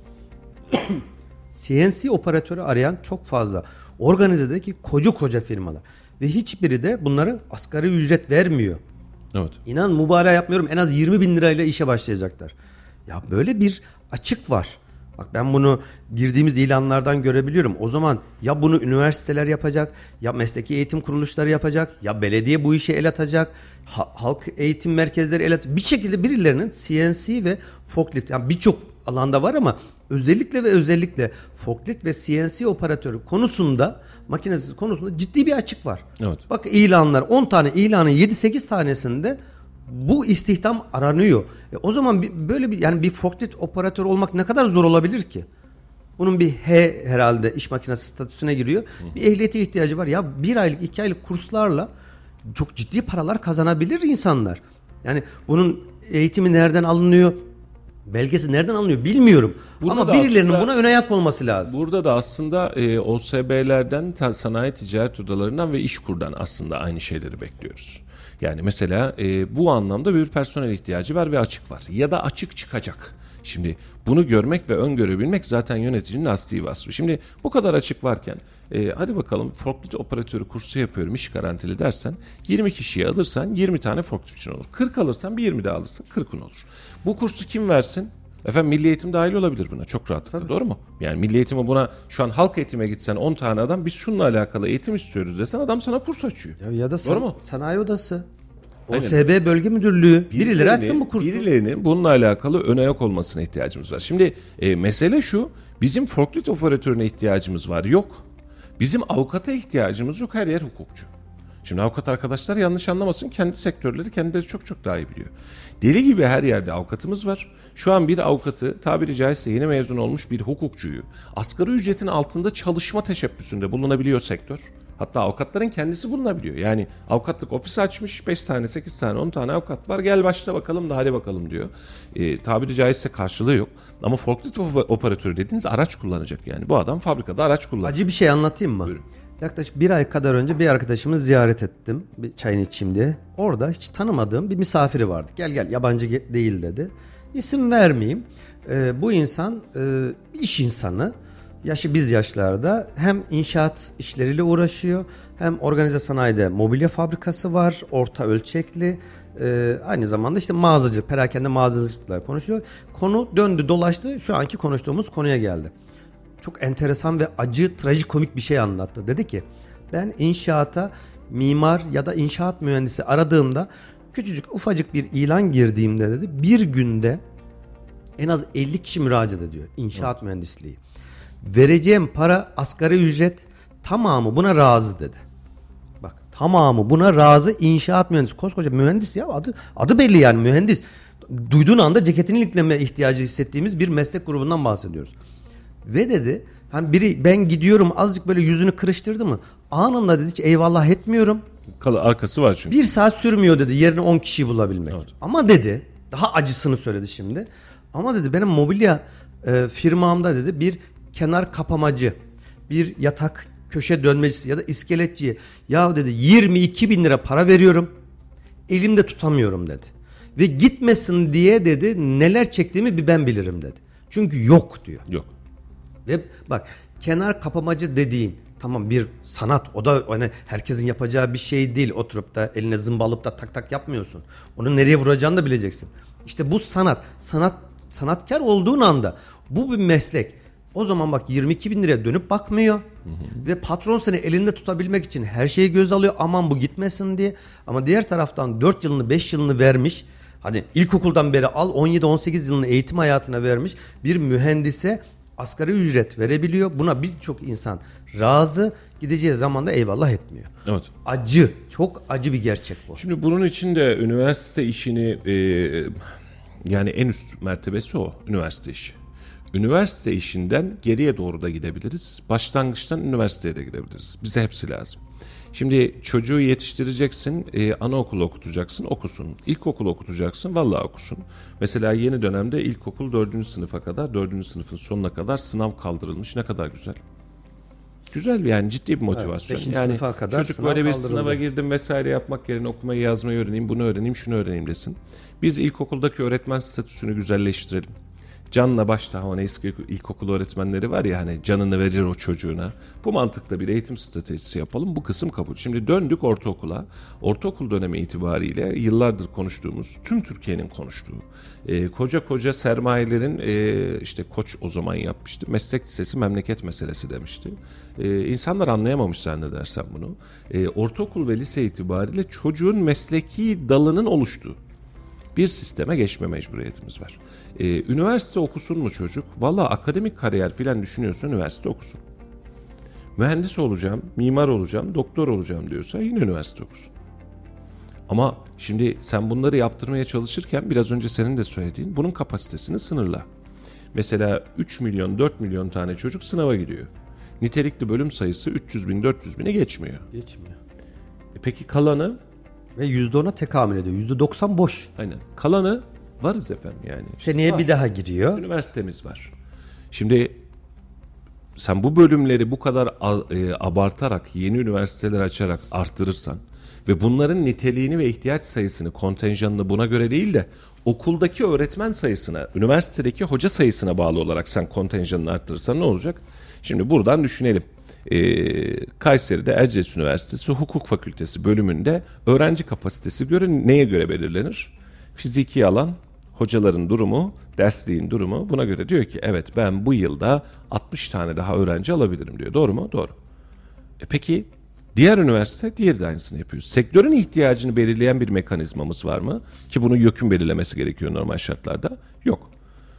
C N C operatörü arayan çok fazla. Organizedeki koca koca firmalar. Ve hiçbiri de bunları asgari ücret vermiyor. Evet. İnan mübalağa yapmıyorum, en az yirmi bin lirayla işe başlayacaklar. Ya böyle bir açık var. Bak ben bunu girdiğimiz ilanlardan görebiliyorum. O zaman ya bunu üniversiteler yapacak, ya mesleki eğitim kuruluşları yapacak, ya belediye bu işe el atacak, ha, halk eğitim merkezleri el atacak. Bir şekilde birilerinin C N C ve forklift, yani birçok alanda var ama özellikle ve özellikle forklift ve C N C operatörü konusunda, makinesiz konusunda ciddi bir açık var. Evet. Bak ilanlar, on tane ilanın yedi sekiz tanesinde bu istihdam aranıyor. E o zaman bir, böyle bir yani bir forklift operatörü olmak ne kadar zor olabilir ki? Bunun bir H herhalde iş makinesi statüsüne giriyor. Hı. Bir ehliyete ihtiyacı var. Ya bir aylık iki aylık kurslarla çok ciddi paralar kazanabilir insanlar. Yani bunun eğitimi nereden alınıyor? Belgesi nereden alınıyor bilmiyorum. Burada ama birilerinin aslında, buna ön ayak olması lazım. Burada da aslında e, O S B'lerden, sanayi ticaret odalarından ve İşkur'dan aslında aynı şeyleri bekliyoruz. Yani mesela e, bu anlamda bir personel ihtiyacı var ve açık var. Ya da açık çıkacak. Şimdi bunu görmek ve öngörebilmek zaten yöneticinin asli vasfı. Şimdi bu kadar açık varken e, hadi bakalım forklift operatörü kursu yapıyorum iş garantili dersen yirmi kişiyi alırsan yirmi tane forkliftçin olur. kırk alırsan bir yirmi daha alırsın kırkın olur. Bu kursu kim versin? Efendim Milli Eğitim dahil olabilir buna çok rahatlıkla. Tabii. Doğru mu? Yani Milli Eğitim'e buna şu an halk eğitime gitsen on tane adam biz şununla alakalı eğitim istiyoruz desen adam sana kurs açıyor. Ya, ya da san- Doğru mu? Sanayi Odası. O S B Bölge Müdürlüğü birileri açsın bu kursu. Birilerinin bununla alakalı ön ayak olmasına ihtiyacımız var. Şimdi e, mesele şu, bizim forklift operatörüne ihtiyacımız var, yok. Bizim avukata ihtiyacımız yok, her yer hukukçu. Şimdi avukat arkadaşlar yanlış anlamasın, kendi sektörleri kendileri çok çok daha iyi biliyor. Deli gibi her yerde avukatımız var. Şu an bir avukatı tabiri caizse yeni mezun olmuş bir hukukçuyu asgari ücretin altında çalışma teşebbüsünde bulunabiliyor sektör. Hatta avukatların kendisi bulunabiliyor. Yani avukatlık ofisi açmış beş tane, sekiz tane, on tane avukat var. Gel başla bakalım da hadi bakalım diyor. E, tabiri caizse karşılığı yok. Ama forklift operatörü dediğiniz araç kullanacak yani. Bu adam fabrikada araç kullanacak. Acı bir şey anlatayım mı? Buyurun. Yaklaşık bir ay kadar önce bir arkadaşımı ziyaret ettim. Bir çayını içeyim diye. Orada hiç tanımadığım bir misafiri vardı. Gel gel yabancı değil dedi. İsim vermeyeyim. Ee, bu insan e, iş insanı. Yaşı biz yaşlarda, hem inşaat işleriyle uğraşıyor hem organize sanayide mobilya fabrikası var, orta ölçekli, e, aynı zamanda işte mağazacı, perakende mağazacılıkla konuşuyor. Konu döndü dolaştı, şu anki konuştuğumuz konuya geldi. Çok enteresan ve acı, trajikomik bir şey anlattı. Dedi ki ben inşaata mimar ya da inşaat mühendisi aradığımda küçücük ufacık bir ilan girdiğimde dedi bir günde en az elli kişi müracaat ediyor inşaat evet. mühendisliği. Vereceğim para asgari ücret, tamamı buna razı dedi. Bak tamamı buna razı inşaat mühendisi. Koskoca mühendis ya, adı adı belli yani mühendis. duyduğun anda ceketini ilikleme ihtiyacı hissettiğimiz bir meslek grubundan bahsediyoruz. Ve dedi hani biri ben gidiyorum azıcık böyle yüzünü kırıştırdı mı anında dedi hiç eyvallah etmiyorum. Arkası var çünkü. Bir saat sürmüyor dedi yerine on kişiyi bulabilmek. Evet. Ama dedi daha acısını söyledi şimdi. Ama dedi benim mobilya e, firmamda dedi bir kenar kapamacı, bir yatak köşe dönmecisi ya da iskeletçiye ya dedi yirmi iki bin lira para veriyorum elimde tutamıyorum dedi. Ve gitmesin diye dedi neler çektiğimi bir ben bilirim dedi. Çünkü yok diyor. Yok. Ve bak kenar kapamacı dediğin tamam bir sanat o da hani herkesin yapacağı bir şey değil. Oturup da eline zımba alıp da tak tak yapmıyorsun. Onu nereye vuracağını da bileceksin. İşte bu sanat. Sanat sanatkar olduğun anda bu bir meslek. O zaman bak yirmi iki bin liraya dönüp bakmıyor. Hı hı. Ve patron seni elinde tutabilmek için her şeyi göz alıyor. Aman bu gitmesin diye. Ama diğer taraftan dört yılını beş yılını vermiş. Hani ilkokuldan beri al on yedi on sekiz yılını eğitim hayatına vermiş bir mühendise asgari ücret verebiliyor. Buna birçok insan razı, gideceği zaman da eyvallah etmiyor. Evet. Acı, çok acı bir gerçek bu. Şimdi bunun için de üniversite işini e, yani en üst mertebesi o, üniversite işi. Üniversite işinden geriye doğru da gidebiliriz. Başlangıçtan üniversiteye de gidebiliriz. Bize hepsi lazım. Şimdi çocuğu yetiştireceksin, e, anaokulu okutacaksın, okusun. İlkokul okutacaksın, vallahi okusun. Mesela yeni dönemde ilkokul dördüncü sınıfa kadar, dördüncü sınıfın sonuna kadar sınav kaldırılmış. Ne kadar güzel. Güzel yani ciddi bir motivasyon. Evet, yani kadar çocuk böyle bir sınava girdim vesaire yapmak yerine okumayı yazmayı öğreneyim, bunu öğreneyim, şunu öğreneyim desin. Biz ilkokuldaki öğretmen statüsünü güzelleştirelim. Canla başta hani eski ilkokul öğretmenleri var ya hani canını verir o çocuğuna. Bu mantıkta bir eğitim stratejisi yapalım. Bu kısım kabul. Şimdi döndük ortaokula. Ortaokul dönemi itibariyle yıllardır konuştuğumuz, tüm Türkiye'nin konuştuğu, e, koca koca sermayelerin e, işte Koç o zaman yapmıştı. Meslek lisesi memleket meselesi demişti. E, insanlar anlayamamış zannedersem bunu. E, ortaokul ve lise itibariyle çocuğun mesleki dalının oluştuğu bir sisteme geçme mecburiyetimiz var. Ee, üniversite okusun mu çocuk? Valla akademik kariyer filan düşünüyorsa üniversite okusun. Mühendis olacağım, mimar olacağım, doktor olacağım diyorsa yine üniversite okusun. Ama şimdi sen bunları yaptırmaya çalışırken biraz önce senin de söylediğin bunun kapasitesini sınırla. Mesela üç milyon dört milyon tane çocuk sınava giriyor. Nitelikli bölüm sayısı üç yüz bin dört yüz bini geçmiyor. Geçmiyor. E peki kalanı? Ve yüzde ona tekamül ediyor. yüzde doksan boş. Aynen. Kalanı varız efendim yani. Seneye var. Bir daha giriyor. Üniversitemiz var. Şimdi sen bu bölümleri bu kadar e, abartarak, yeni üniversiteler açarak arttırırsan ve bunların niteliğini ve ihtiyaç sayısını, kontenjanını buna göre değil de okuldaki öğretmen sayısına, üniversitedeki hoca sayısına bağlı olarak sen kontenjanını arttırırsan ne olacak? Şimdi buradan düşünelim. Ee, Kayseri'de Erciyes Üniversitesi Hukuk Fakültesi bölümünde öğrenci kapasitesi göre neye göre belirlenir? Fiziki alan, hocaların durumu, dersliğin durumu buna göre diyor ki evet ben bu yılda altmış tane daha öğrenci alabilirim diyor. Doğru mu? Doğru. E peki diğer üniversite diğeri de aynısını yapıyor. Sektörün ihtiyacını belirleyen bir mekanizmamız var mı? Ki bunu YÖK'ün belirlemesi gerekiyor normal şartlarda. Yok.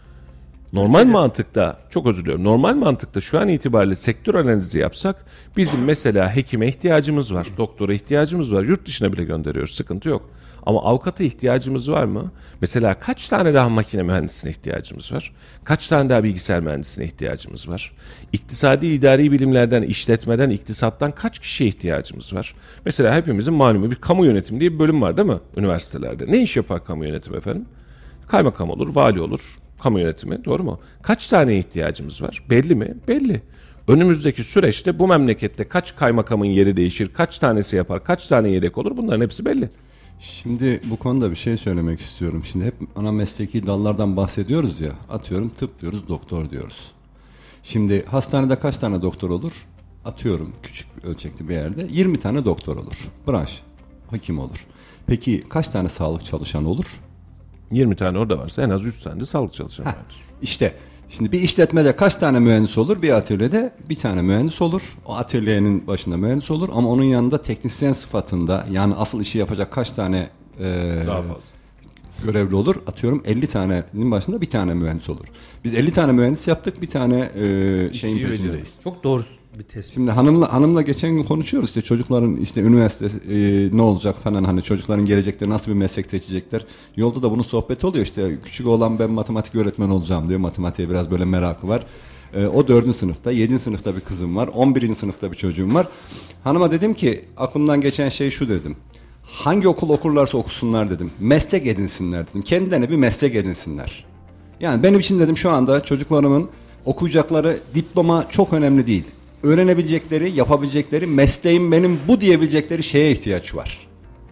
Normal evet. mantıkta, çok özür diliyorum, normal mantıkta şu an itibariyle sektör analizi yapsak bizim mesela hekime ihtiyacımız var, doktora ihtiyacımız var, yurt dışına bile gönderiyoruz, sıkıntı yok. Ama avukata ihtiyacımız var mı? Mesela kaç tane daha makine mühendisine ihtiyacımız var? Kaç tane daha bilgisayar mühendisine ihtiyacımız var? İktisadi idari bilimlerden, işletmeden, iktisattan kaç kişiye ihtiyacımız var? Mesela hepimizin malumu bir kamu yönetimi diye bir bölüm var değil mi üniversitelerde? Ne iş yapar kamu yönetimi efendim? Kaymakam olur, vali olur. Kamu yönetimi, doğru mu? Kaç tane ihtiyacımız var? Belli mi? Belli. Önümüzdeki süreçte bu memlekette kaç kaymakamın yeri değişir, kaç tanesi yapar, kaç tane yedek olur bunların hepsi belli. Şimdi bu konuda bir şey söylemek istiyorum. Şimdi hep ana mesleki dallardan bahsediyoruz ya. Atıyorum tıp diyoruz, doktor diyoruz. Şimdi hastanede kaç tane doktor olur? Atıyorum küçük ölçekli bir yerde yirmi tane doktor olur. Branş, hekim olur. Peki kaç tane sağlık çalışanı olur? yirmi tane orada varsa en az yüz tane de sağlık çalışanı Heh, vardır. İşte şimdi bir işletmede kaç tane mühendis olur? Bir atölyede bir tane mühendis olur. O atölyenin başında mühendis olur ama onun yanında teknisyen sıfatında yani asıl işi yapacak kaç tane e, daha fazla görevli olur? Atıyorum elli tanenin başında bir tane mühendis olur. Biz elli tane mühendis yaptık, bir tane e, şeyin peşindeyiz. Çok doğru bir tespit. Şimdi hanımla hanımla geçen gün konuşuyoruz işte çocukların işte üniversite e, ne olacak falan, hani çocukların gelecekte nasıl bir meslek seçecekler. Yolda da bunun sohbeti oluyor işte, küçük oğlan ben matematik öğretmeni olacağım diyor, matematiğe biraz böyle merakı var. E, o dördüncü sınıfta, yedinci sınıfta bir kızım var, on birinci sınıfta bir çocuğum var. Hanıma dedim ki aklımdan geçen şey şu dedim. Hangi okul okurlarsa okusunlar dedim. Meslek edinsinler dedim. Kendilerine bir meslek edinsinler. Yani benim için dedim şu anda çocuklarımın okuyacakları diploma çok önemli değil. Öğrenebilecekleri, yapabilecekleri, mesleğim benim bu diyebilecekleri şeye ihtiyaç var.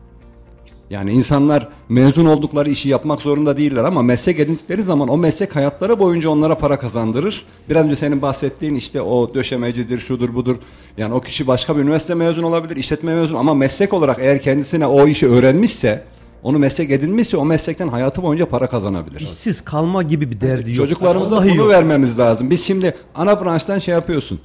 Yani insanlar mezun oldukları işi yapmak zorunda değiller ama meslek edindikleri zaman o meslek hayatları boyunca onlara para kazandırır. Biraz önce senin bahsettiğin işte o döşemecidir, şudur budur. Yani o kişi başka bir üniversite mezunu olabilir, işletme mezunu, ama meslek olarak eğer kendisine o işi öğrenmişse, onu meslek edinmişse o meslekten hayatı boyunca para kazanabilir. İşsiz kalma gibi bir derdi yok. Çocuklarımıza Vallahi bunu yok. vermemiz lazım. Biz şimdi ana branştan şey yapıyorsun.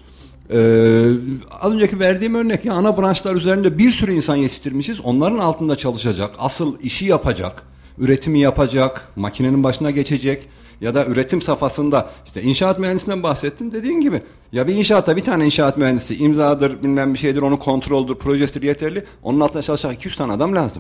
Ee, az önceki verdiğim örnek ya, ana branşlar üzerinde bir sürü insan yetiştirmişiz. Onların altında çalışacak, asıl işi yapacak, üretimi yapacak, makinenin başına geçecek ya da üretim safhasında işte inşaat mühendisinden bahsettin, dediğin gibi. Ya bir inşaatta bir tane inşaat mühendisi imzadır, bilmem bir şeydir, onun kontroldür, projesidir yeterli. Onun altında çalışacak iki yüz tane adam lazım.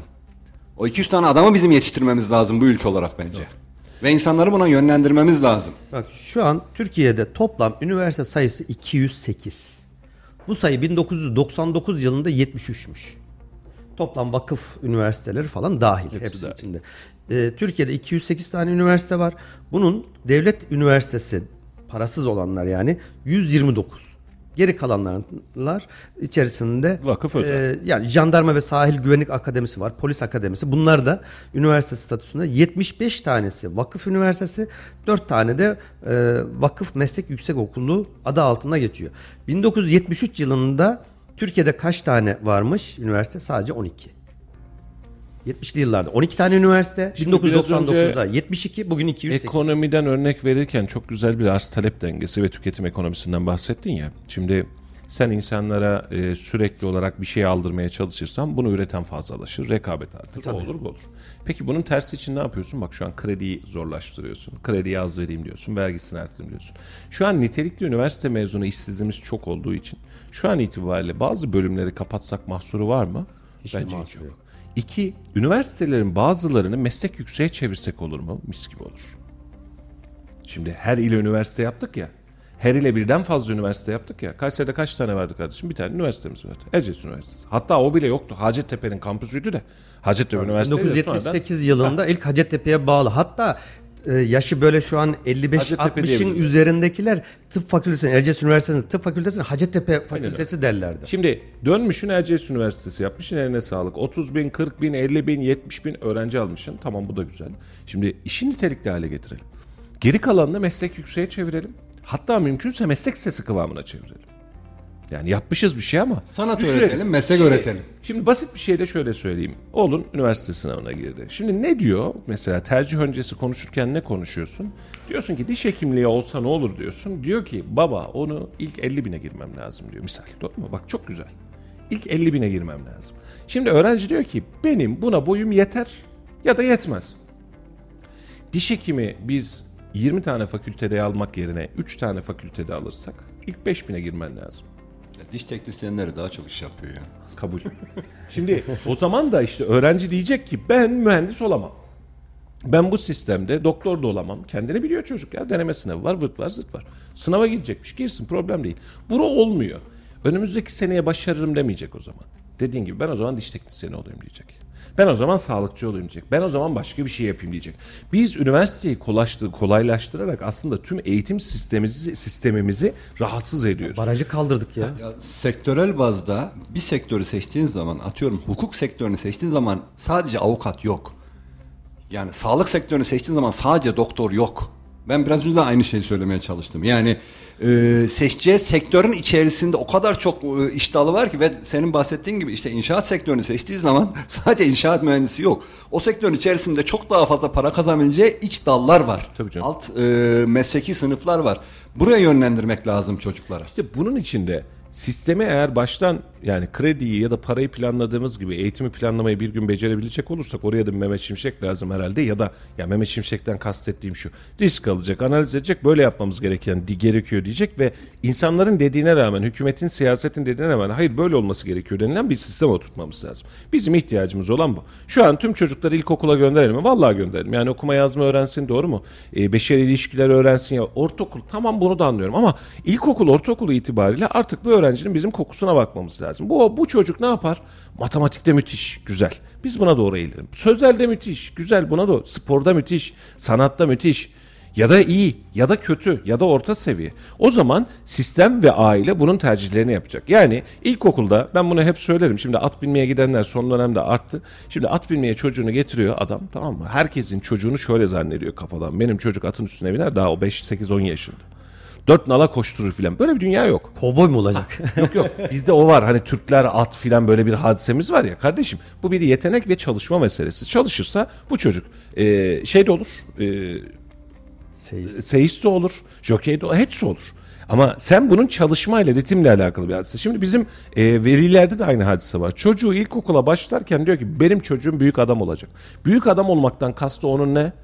O iki yüz tane adamı bizim yetiştirmemiz lazım bu ülke olarak bence. Evet. Ve insanları buna yönlendirmemiz lazım. Bak şu an Türkiye'de toplam üniversite sayısı iki yüz sekiz. Bu sayı bin dokuz yüz doksan dokuz yılında yetmiş üçmüş. Toplam vakıf üniversiteleri falan dahil. Hepsi, hepsi dahil. içinde. Ee, Türkiye'de iki yüz sekiz tane üniversite var. Bunun devlet üniversitesi, parasız olanlar yani yüz yirmi dokuz. Geri kalanlar içerisinde vakıf özel. E, yani jandarma ve sahil güvenlik akademisi var, polis akademisi. Bunlar da üniversite statüsünde. yetmiş beş tanesi vakıf üniversitesi, dört tane de e, vakıf meslek yüksekokulu adı altında geçiyor. bin dokuz yüz yetmiş üç yılında Türkiye'de kaç tane varmış üniversite? Sadece on iki. yetmişli yıllarda on iki tane üniversite, Şimdi bin dokuz yüz doksan dokuzda yetmiş iki, bugün iki yüz sekiz. Ekonomiden örnek verirken çok güzel bir arz talep dengesi ve tüketim ekonomisinden bahsettin ya. Şimdi sen insanlara e, sürekli olarak bir şey aldırmaya çalışırsan bunu üreten fazlalaşır, rekabet artar. Tabii. O olur bu olur. Peki bunun tersi için ne yapıyorsun? Bak şu an krediyi zorlaştırıyorsun. Krediyi az vereyim diyorsun, vergisini arttırayım diyorsun. Şu an nitelikli üniversite mezunu işsizliğimiz çok olduğu için şu an itibariyle bazı bölümleri kapatsak mahsuru var mı? Hiç Bence mahsuru hiç yok. yok. İki, üniversitelerin bazılarını meslek yükseğe çevirsek olur mu? Mis gibi olur. Şimdi her ile üniversite yaptık ya. Her ile birden fazla üniversite yaptık ya. Kayseri'de kaç tane vardı kardeşim? Bir tane üniversitemiz vardı. Erciyes Üniversitesi. Hatta o bile yoktu. Hacettepe'nin kampüsüydü de. Hacettepe bin Üniversitesi dokuz yüz yetmiş sekiz yılında ilk Hacettepe'ye bağlı. Hatta e, yaşı böyle şu an elli beş Hacettepe altmışın diyebilirim. üzerindekiler tıp fakültesinin, Erciyes Üniversitesi'nin tıp fakültesinin Hacettepe fakültesi derlerdi. Şimdi dönmüşsün Erciyes Üniversitesi yapmışsın, eline sağlık. otuz bin, kırk bin, elli bin, yetmiş bin öğrenci almışsın. Tamam, bu da güzel. Şimdi işi nitelikli hale getirelim. Geri kalanını meslek yükseğe çevirelim. Hatta mümkünse meslek lisesi kıvamına çevirelim. Yani yapmışız bir şey ama Sanat düşürelim. öğretelim, meslek Şimdi- öğretelim. Şimdi basit bir şey de şöyle söyleyeyim. Oğlun üniversite sınavına girdi. Şimdi ne diyor? Mesela tercih öncesi konuşurken ne konuşuyorsun? Diyorsun ki diş hekimliği olsa ne olur diyorsun. Diyor ki baba onu ilk elli bine girmem lazım diyor. Misal, doğru mu? Bak çok güzel. İlk elli bine girmem lazım. Şimdi öğrenci diyor ki benim buna boyum yeter ya da yetmez. Diş hekimi biz yirmi tane fakültede almak yerine üç tane fakültede alırsak ilk beş bine girmen lazım. Diş teknisyenleri daha çok iş yapıyor ya. Kabul. Şimdi o zaman da işte öğrenci diyecek ki ben mühendis olamam. Ben bu sistemde doktor da olamam. Kendini biliyor çocuk ya. Deneme sınavı var, vırt var, zırt var. Sınava girecekmiş, girsin, problem değil. Bura olmuyor. Önümüzdeki seneye başarırım demeyecek o zaman. Dediğin gibi ben o zaman diş teknisyeni olayım diyecek. Ben o zaman sağlıkçı olayım diyecek. Ben o zaman başka bir şey yapayım diyecek. Biz üniversiteyi kolaylaştırarak aslında tüm eğitim sistemimizi, sistemimizi rahatsız ediyoruz. Barajı kaldırdık ya. Ya sektörel bazda bir sektörü seçtiğin zaman, atıyorum hukuk sektörünü seçtiğin zaman sadece avukat yok. Yani sağlık sektörünü seçtiğin zaman sadece doktor yok. Ben biraz önce de aynı şeyi söylemeye çalıştım. Yani e, seçeceği sektörün içerisinde o kadar çok e, iş dalı var ki ve senin bahsettiğin gibi işte inşaat sektörünü seçtiği zaman sadece inşaat mühendisi yok. O sektörün içerisinde çok daha fazla para kazanabileceği iç dallar var. Tabii canım. Alt e, mesleki sınıflar var. Buraya yönlendirmek lazım çocuklara. İşte bunun için de sistemi eğer baştan yani krediyi ya da parayı planladığımız gibi eğitimi planlamayı bir gün becerebilecek olursak oraya da Mehmet Şimşek lazım herhalde ya da ya Mehmet Şimşek'ten kastettiğim şu risk alacak, analiz edecek, böyle yapmamız gereken gerekiyor diyecek ve insanların dediğine rağmen, hükümetin, siyasetin dediğine rağmen hayır böyle olması gerekiyor denilen bir sistem oturtmamız lazım. Bizim ihtiyacımız olan bu. Şu an tüm çocukları ilkokula gönderelim mi? Vallahi gönderelim. Yani okuma yazma öğrensin, doğru mu? E, beşeri ilişkiler öğrensin ya. Ortaokul tamam, bunu da anlıyorum ama ilkokul, ortaokul itibariyle artık bu öğrencinin bizim kokusuna bakmamız lazım. Bu, bu çocuk ne yapar? Matematikte müthiş, güzel. Biz buna doğru eğilelim. Sözelde müthiş, güzel, buna doğru. Sporda müthiş, sanatta müthiş. Ya da iyi, ya da kötü, ya da orta seviye. O zaman sistem ve aile bunun tercihlerini yapacak. Yani ilkokulda ben bunu hep söylerim. Şimdi at binmeye gidenler son dönemde arttı. Şimdi at binmeye çocuğunu getiriyor adam, tamam mı? Herkesin çocuğunu şöyle zannediyor kafadan. Benim çocuk atın üstüne biner, daha o beş sekiz on yaşında. Dört nala koşturur filan. Böyle bir dünya yok. Kovboy mu olacak? Yok yok. Bizde o var. Hani Türkler at filan, böyle bir hadisemiz var ya kardeşim. Bu bir yetenek ve çalışma meselesi. Çalışırsa bu çocuk e, şey de olur. E, Seyis. Seyis de olur. Jokey de olur. Hepsi olur. Ama sen bunun çalışmayla, ritimle alakalı bir hadise. Şimdi bizim e, velilerde de aynı hadise var. Çocuğu ilkokula başlarken diyor ki benim çocuğum büyük adam olacak. Büyük adam olmaktan kastı onun ne?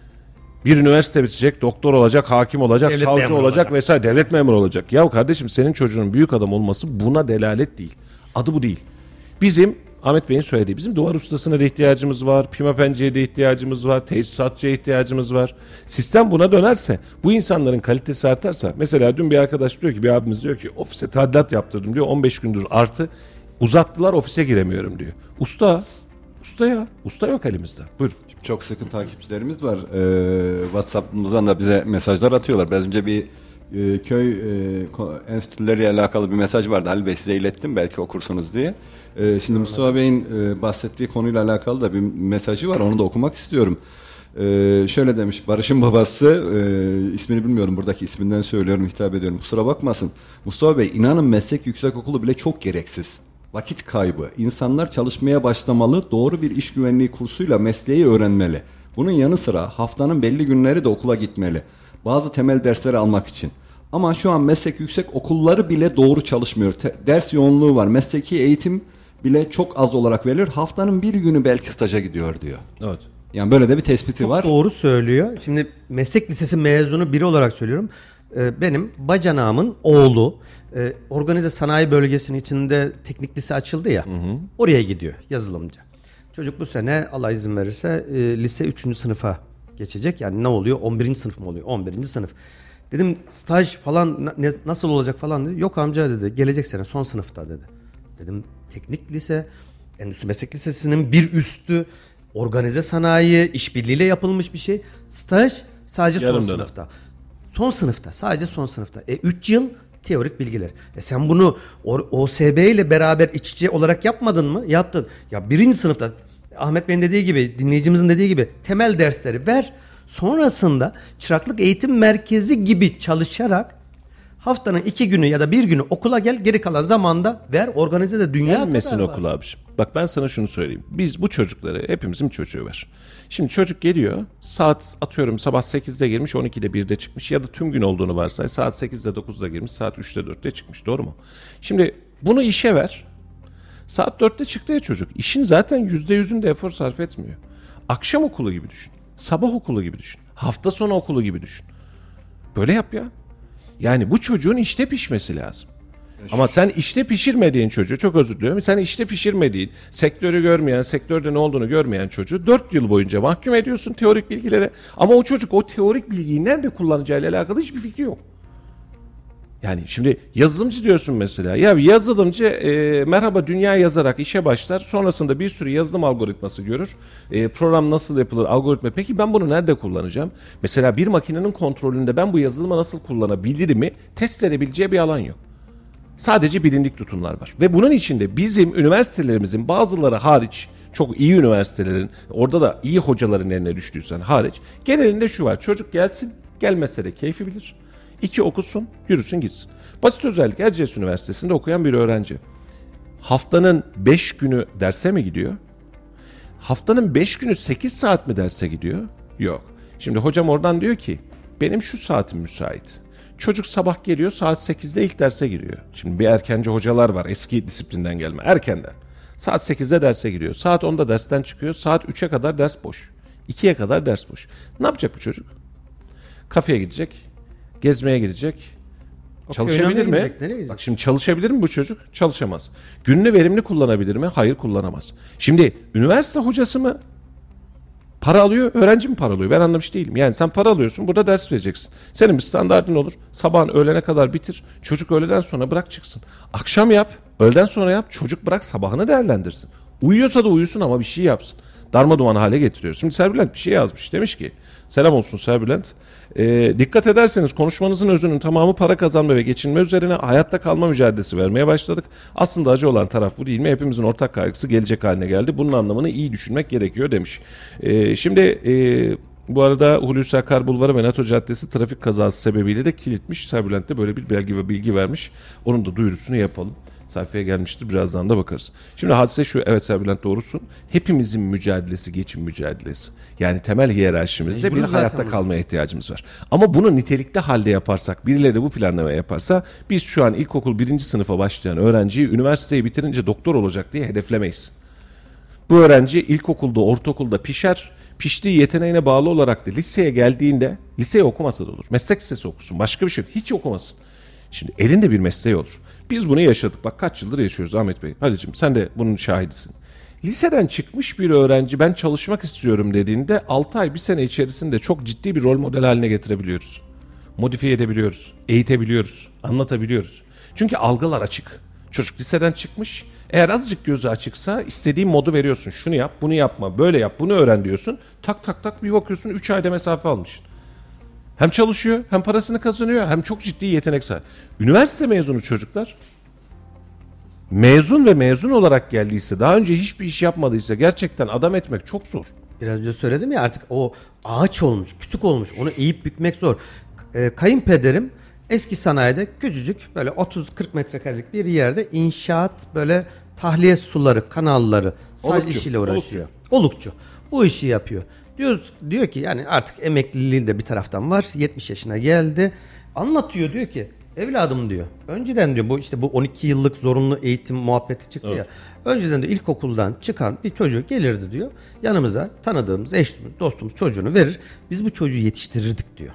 Bir üniversite bitecek, doktor olacak, hakim olacak, Devlet savcı memuru olacak, olacak vesaire, devlet memuru olacak. Ya kardeşim, senin çocuğunun büyük adam olması buna delalet değil. Adı bu değil. Bizim Ahmet Bey'in söylediği, bizim duvar ustasına da ihtiyacımız var, pimapenciye de ihtiyacımız var, tesisatçıya ihtiyacımız var. Sistem buna dönerse, bu insanların kalitesi artarsa, mesela dün bir arkadaş diyor ki, bir abimiz diyor ki ofise tadilat yaptırdım diyor, on beş gündür artı, uzattılar, ofise giremiyorum diyor. Usta, usta ya, usta yok elimizde. Buyur. Çok sıkı takipçilerimiz var. Ee, WhatsApp'ımızdan da bize mesajlar atıyorlar. Biraz önce bir e, köy e, enstitüleriyle alakalı bir mesaj vardı. Halil Bey, size ilettim, belki okursunuz diye. E, şimdi Mustafa Bey'in e, bahsettiği konuyla alakalı da bir mesajı var. Onu da okumak istiyorum. E, şöyle demiş, Barış'ın babası, e, ismini bilmiyorum, buradaki isminden söylüyorum, hitap ediyorum, kusura bakmasın. Mustafa Bey, inanın meslek yüksekokulu bile çok gereksiz. Vakit kaybı. İnsanlar çalışmaya başlamalı, doğru bir iş güvenliği kursuyla mesleği öğrenmeli. Bunun yanı sıra haftanın belli günleri de okula gitmeli. Bazı temel dersleri almak için. Ama şu an meslek yüksek okulları bile doğru çalışmıyor. Te- ders yoğunluğu var. Mesleki eğitim bile çok az olarak verilir. Haftanın bir günü belki staja gidiyor diyor. Evet. Yani böyle de bir tespiti Çok var. doğru söylüyor. Şimdi meslek lisesi mezunu biri olarak söylüyorum. Ee, benim bacanağımın oğlu e, organize sanayi bölgesinin içinde teknik lise açıldı ya. Hı hı. Oraya gidiyor yazılımcı. Çocuk bu sene Allah izin verirse e, lise üçüncü sınıfa geçecek. Yani ne oluyor? on birinci sınıf mı oluyor? on birinci sınıf. Dedim staj falan na- ne, nasıl olacak falan dedi. Yok amca dedi. Gelecek sene son sınıfta dedi. Dedim teknik lise, endüstri meslek lisesinin bir üstü, organize sanayi, işbirliğiyle yapılmış bir şey. Staj sadece Yarım son dönem. sınıfta. Son sınıfta, sadece son sınıfta. E üç yıl teorik bilgiler. E sen bunu O S B ile beraber iç içe olarak yapmadın mı? Yaptın. Ya birinci sınıfta Ahmet Bey'in dediği gibi, dinleyicimizin dediği gibi temel dersleri ver. Sonrasında çıraklık eğitim merkezi gibi çalışarak haftanın iki günü ya da bir günü okula gel, geri kalan zamanda ver, organize de dünya Gelmesin kadar var. okula abiciğim. Bak ben sana şunu söyleyeyim. Biz bu çocukları, hepimizin çocuğu var. Şimdi çocuk geliyor, saat atıyorum sabah sekizde girmiş, on ikide birde çıkmış ya da tüm gün olduğunu varsay, saat sekizde dokuzda girmiş, saat üçte dörtte çıkmış, doğru mu? Şimdi bunu işe ver. Saat dörtte çıktı ya çocuk. İşin zaten yüzde yüzünde efor sarf etmiyor. Akşam okulu gibi düşün. Sabah okulu gibi düşün. Hafta sonu okulu gibi düşün. Böyle yap ya. Yani bu çocuğun işte pişmesi lazım. Ama sen işte pişirmediğin çocuğu, çok özür diliyorum, sen işte pişirmediğin, sektörü görmeyen, sektörde ne olduğunu görmeyen çocuğu dört yıl boyunca mahkum ediyorsun teorik bilgilere. Ama o çocuk o teorik bilgiyi nerede kullanacağıyla alakalı hiçbir fikri yok. Yani şimdi yazılımcı diyorsun mesela. Ya yazılımcı e, merhaba dünya yazarak işe başlar. Sonrasında bir sürü yazılım algoritması görür. E, program nasıl yapılır, algoritma. Peki ben bunu nerede kullanacağım? Mesela bir makinenin kontrolünde ben bu yazılımı nasıl kullanabilirimi test edebileceği bir alan yok. Sadece bilindik tutumlar var. Ve bunun içinde bizim üniversitelerimizin bazıları hariç, çok iyi üniversitelerin, orada da iyi hocaların eline düştüysen hariç, genelinde şu var. Çocuk gelsin, gelmese de keyfi bilir. İki okusun, yürüsün gitsin. Basit özellik Erciyes Üniversitesi'nde okuyan bir öğrenci. Haftanın beş günü derse mi gidiyor? Haftanın beş günü sekiz saat mi derse gidiyor? Yok. Şimdi hocam oradan diyor ki, benim şu saatim müsait. Çocuk sabah geliyor, saat sekizde ilk derse giriyor. Şimdi bir erkenci hocalar var, eski disiplinden gelme, erkenden. Saat sekizde derse giriyor. Saat onda dersten çıkıyor. Saat üçe kadar ders boş. ikiye kadar ders boş. Ne yapacak bu çocuk? Kafeye gidecek. Gezmeye gidecek. O Çalışabilir köyüne mi? gidecek, nereye gidecek? Bak şimdi çalışabilir mi bu çocuk? Çalışamaz. Gününü verimli kullanabilir mi? Hayır, kullanamaz. Şimdi üniversite hocası mı para alıyor, öğrenci mi para alıyor? Ben anlamış değilim. Yani sen para alıyorsun, burada ders vereceksin. Senin bir standardın olur. Sabahın öğlene kadar bitir. Çocuk öğleden sonra bırak çıksın. Akşam yap, öğleden sonra yap. Çocuk bırak sabahını değerlendirsin. Uyuyorsa da uyusun ama bir şey yapsın. Darmaduman hale getiriyor. Şimdi Serbülent bir şey yazmış. Demiş ki, selam olsun Serbülent. Ee, dikkat ederseniz konuşmanızın özünün tamamı para kazanma ve geçinme üzerine hayatta kalma mücadelesi vermeye başladık. Aslında acı olan taraf bu değil mi? Hepimizin ortak kaygısı gelecek haline geldi. Bunun anlamını iyi düşünmek gerekiyor demiş. Ee, şimdi e, bu arada Hulusi Akar Bulvarı ve NATO Caddesi trafik kazası sebebiyle de kilitmiş. Serbülent de böyle bir belge ve bilgi vermiş. Onun da duyurusunu yapalım. Sayfaya gelmiştir. Birazdan da bakarız. Şimdi hadise şu. Evet Serbülent, doğrusun. Hepimizin mücadelesi geçim mücadelesi. Yani temel hiyerarşimizde Mecburuz bir zaten hayatta bu. kalmaya ihtiyacımız var. Ama bunu nitelikli halde yaparsak, birileri bu planlama yaparsa, biz şu an ilkokul birinci sınıfa başlayan öğrenciyi üniversiteyi bitirince doktor olacak diye hedeflemeyiz. Bu öğrenci ilkokulda, ortaokulda pişer. Piştiği yeteneğine bağlı olarak da liseye geldiğinde, liseye okumasa da olur. Meslek lisesi okusun. Başka bir şey yok. Hiç okumasın. Şimdi elinde bir mesleği olur. Biz bunu yaşadık. Bak kaç yıldır yaşıyoruz Ahmet Bey. Halicim sen de bunun şahidisin. Liseden çıkmış bir öğrenci ben çalışmak istiyorum dediğinde altı ay bir sene içerisinde çok ciddi bir rol model haline getirebiliyoruz. Modifiye edebiliyoruz. Eğitebiliyoruz. Anlatabiliyoruz. Çünkü algılar açık. Çocuk liseden çıkmış. Eğer azıcık gözü açıksa istediğin modu veriyorsun. Şunu yap, bunu yapma, böyle yap, bunu öğren diyorsun. Tak tak tak bir bakıyorsun üç ayda mesafe almışsın. Hem çalışıyor, hem parasını kazanıyor, hem çok ciddi yetenek sahibi. Üniversite mezunu çocuklar, mezun ve mezun olarak geldiyse, daha önce hiçbir iş yapmadıysa gerçekten adam etmek çok zor. Biraz önce söyledim ya, artık o ağaç olmuş, kütük olmuş. Onu eğip bükmek zor. E, kayınpederim eski sanayide küçücük böyle otuz kırk metrekarelik bir yerde inşaat, böyle tahliye suları, kanalları, saç Olukçu, işiyle uğraşıyor. Olukçu. Bu işi yapıyor. Diyor, diyor ki yani artık emekliliği de bir taraftan var. yetmiş yaşına geldi. Anlatıyor, diyor ki evladım diyor. Önceden diyor bu işte bu on iki yıllık zorunlu eğitim muhabbeti çıktı, evet, ya. Önceden de ilkokuldan çıkan bir çocuk gelirdi diyor. Yanımıza tanıdığımız eşimiz, dostumuz çocuğunu verir. Biz bu çocuğu yetiştirirdik diyor.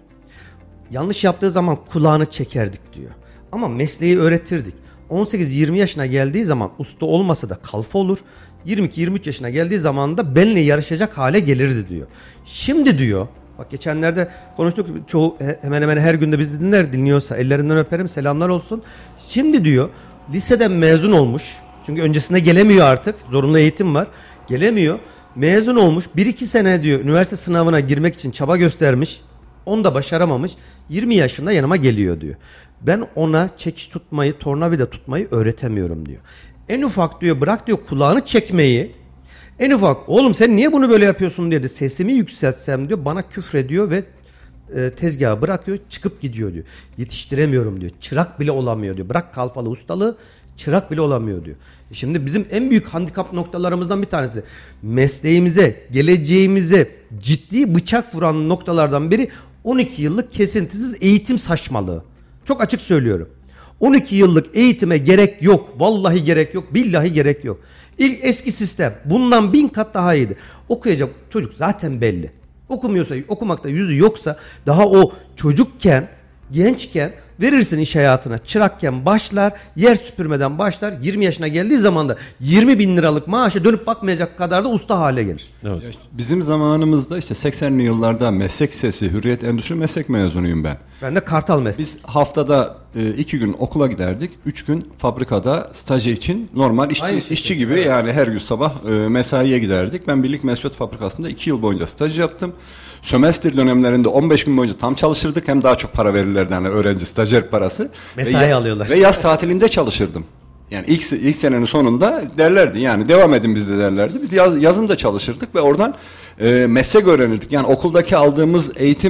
Yanlış yaptığı zaman kulağını çekerdik diyor. Ama mesleği öğretirdik. on sekiz yirmi yaşına geldiği zaman usta olmasa da kalfa olur. yirmi iki yirmi üç yaşına geldiği zaman da benimle yarışacak hale gelirdi diyor. Şimdi diyor, bak geçenlerde konuştuk, çoğu hemen hemen her günde bizi dinler, dinliyorsa ellerinden öperim, selamlar olsun. Şimdi diyor liseden mezun olmuş. Çünkü öncesinde gelemiyor artık. Zorunlu eğitim var. Gelemiyor. Mezun olmuş. bir iki sene diyor üniversite sınavına girmek için çaba göstermiş. Onu da başaramamış. yirmi yaşında yanıma geliyor diyor. Ben ona çekiç tutmayı, tornavida tutmayı öğretemiyorum diyor. En ufak diyor bırak diyor kulağını çekmeyi. En ufak oğlum sen niye bunu böyle yapıyorsun diye de sesimi yükseltsem diyor bana küfrediyor ve e, tezgahı bırakıyor, çıkıp gidiyor diyor. Yetiştiremiyorum diyor. Çırak bile olamıyor diyor. Bırak kalfalı ustalığı, çırak bile olamıyor diyor. Şimdi bizim en büyük handikap noktalarımızdan bir tanesi mesleğimize, geleceğimize ciddi bıçak vuran noktalardan biri on iki yıllık kesintisiz eğitim saçmalığı. Çok açık söylüyorum. on iki yıllık eğitime gerek yok. Vallahi gerek yok. Billahi gerek yok. İlk eski sistem bundan bin kat daha iyiydi. Okuyacak çocuk zaten belli. Okumuyorsa, okumakta yüzü yoksa daha o çocukken, gençken verirsin iş hayatına. Çırakken başlar, yer süpürmeden başlar. yirmi yaşına geldiği zaman da yirmi bin liralık maaşa dönüp bakmayacak kadar da usta hale gelir. Evet. Ya işte bizim zamanımızda işte seksenli yıllarda meslek lisesi, Hürriyet Endüstri Meslek mezunuyum ben. Ben de Kartal Meslek. Biz haftada e, iki gün okula giderdik. Üç gün fabrikada stajı için normal işçi, işçi gibi yani her gün sabah e, mesaiye giderdik. Ben Birlik Mesut Fabrikası'nda iki yıl boyunca staj yaptım. Sömestr dönemlerinde on beş gün boyunca tam çalışırdık. Hem daha çok para verirlerdi hani öğrenci stajyer parası. Mesai ve, alıyorlar. Ve yaz tatilinde çalışırdım. Yani ilk ilk senenin sonunda derlerdi yani devam edin bizde derlerdi. Biz yaz, yazın da çalışırdık ve oradan e, meslek öğrenirdik. Yani okuldaki aldığımız eğitim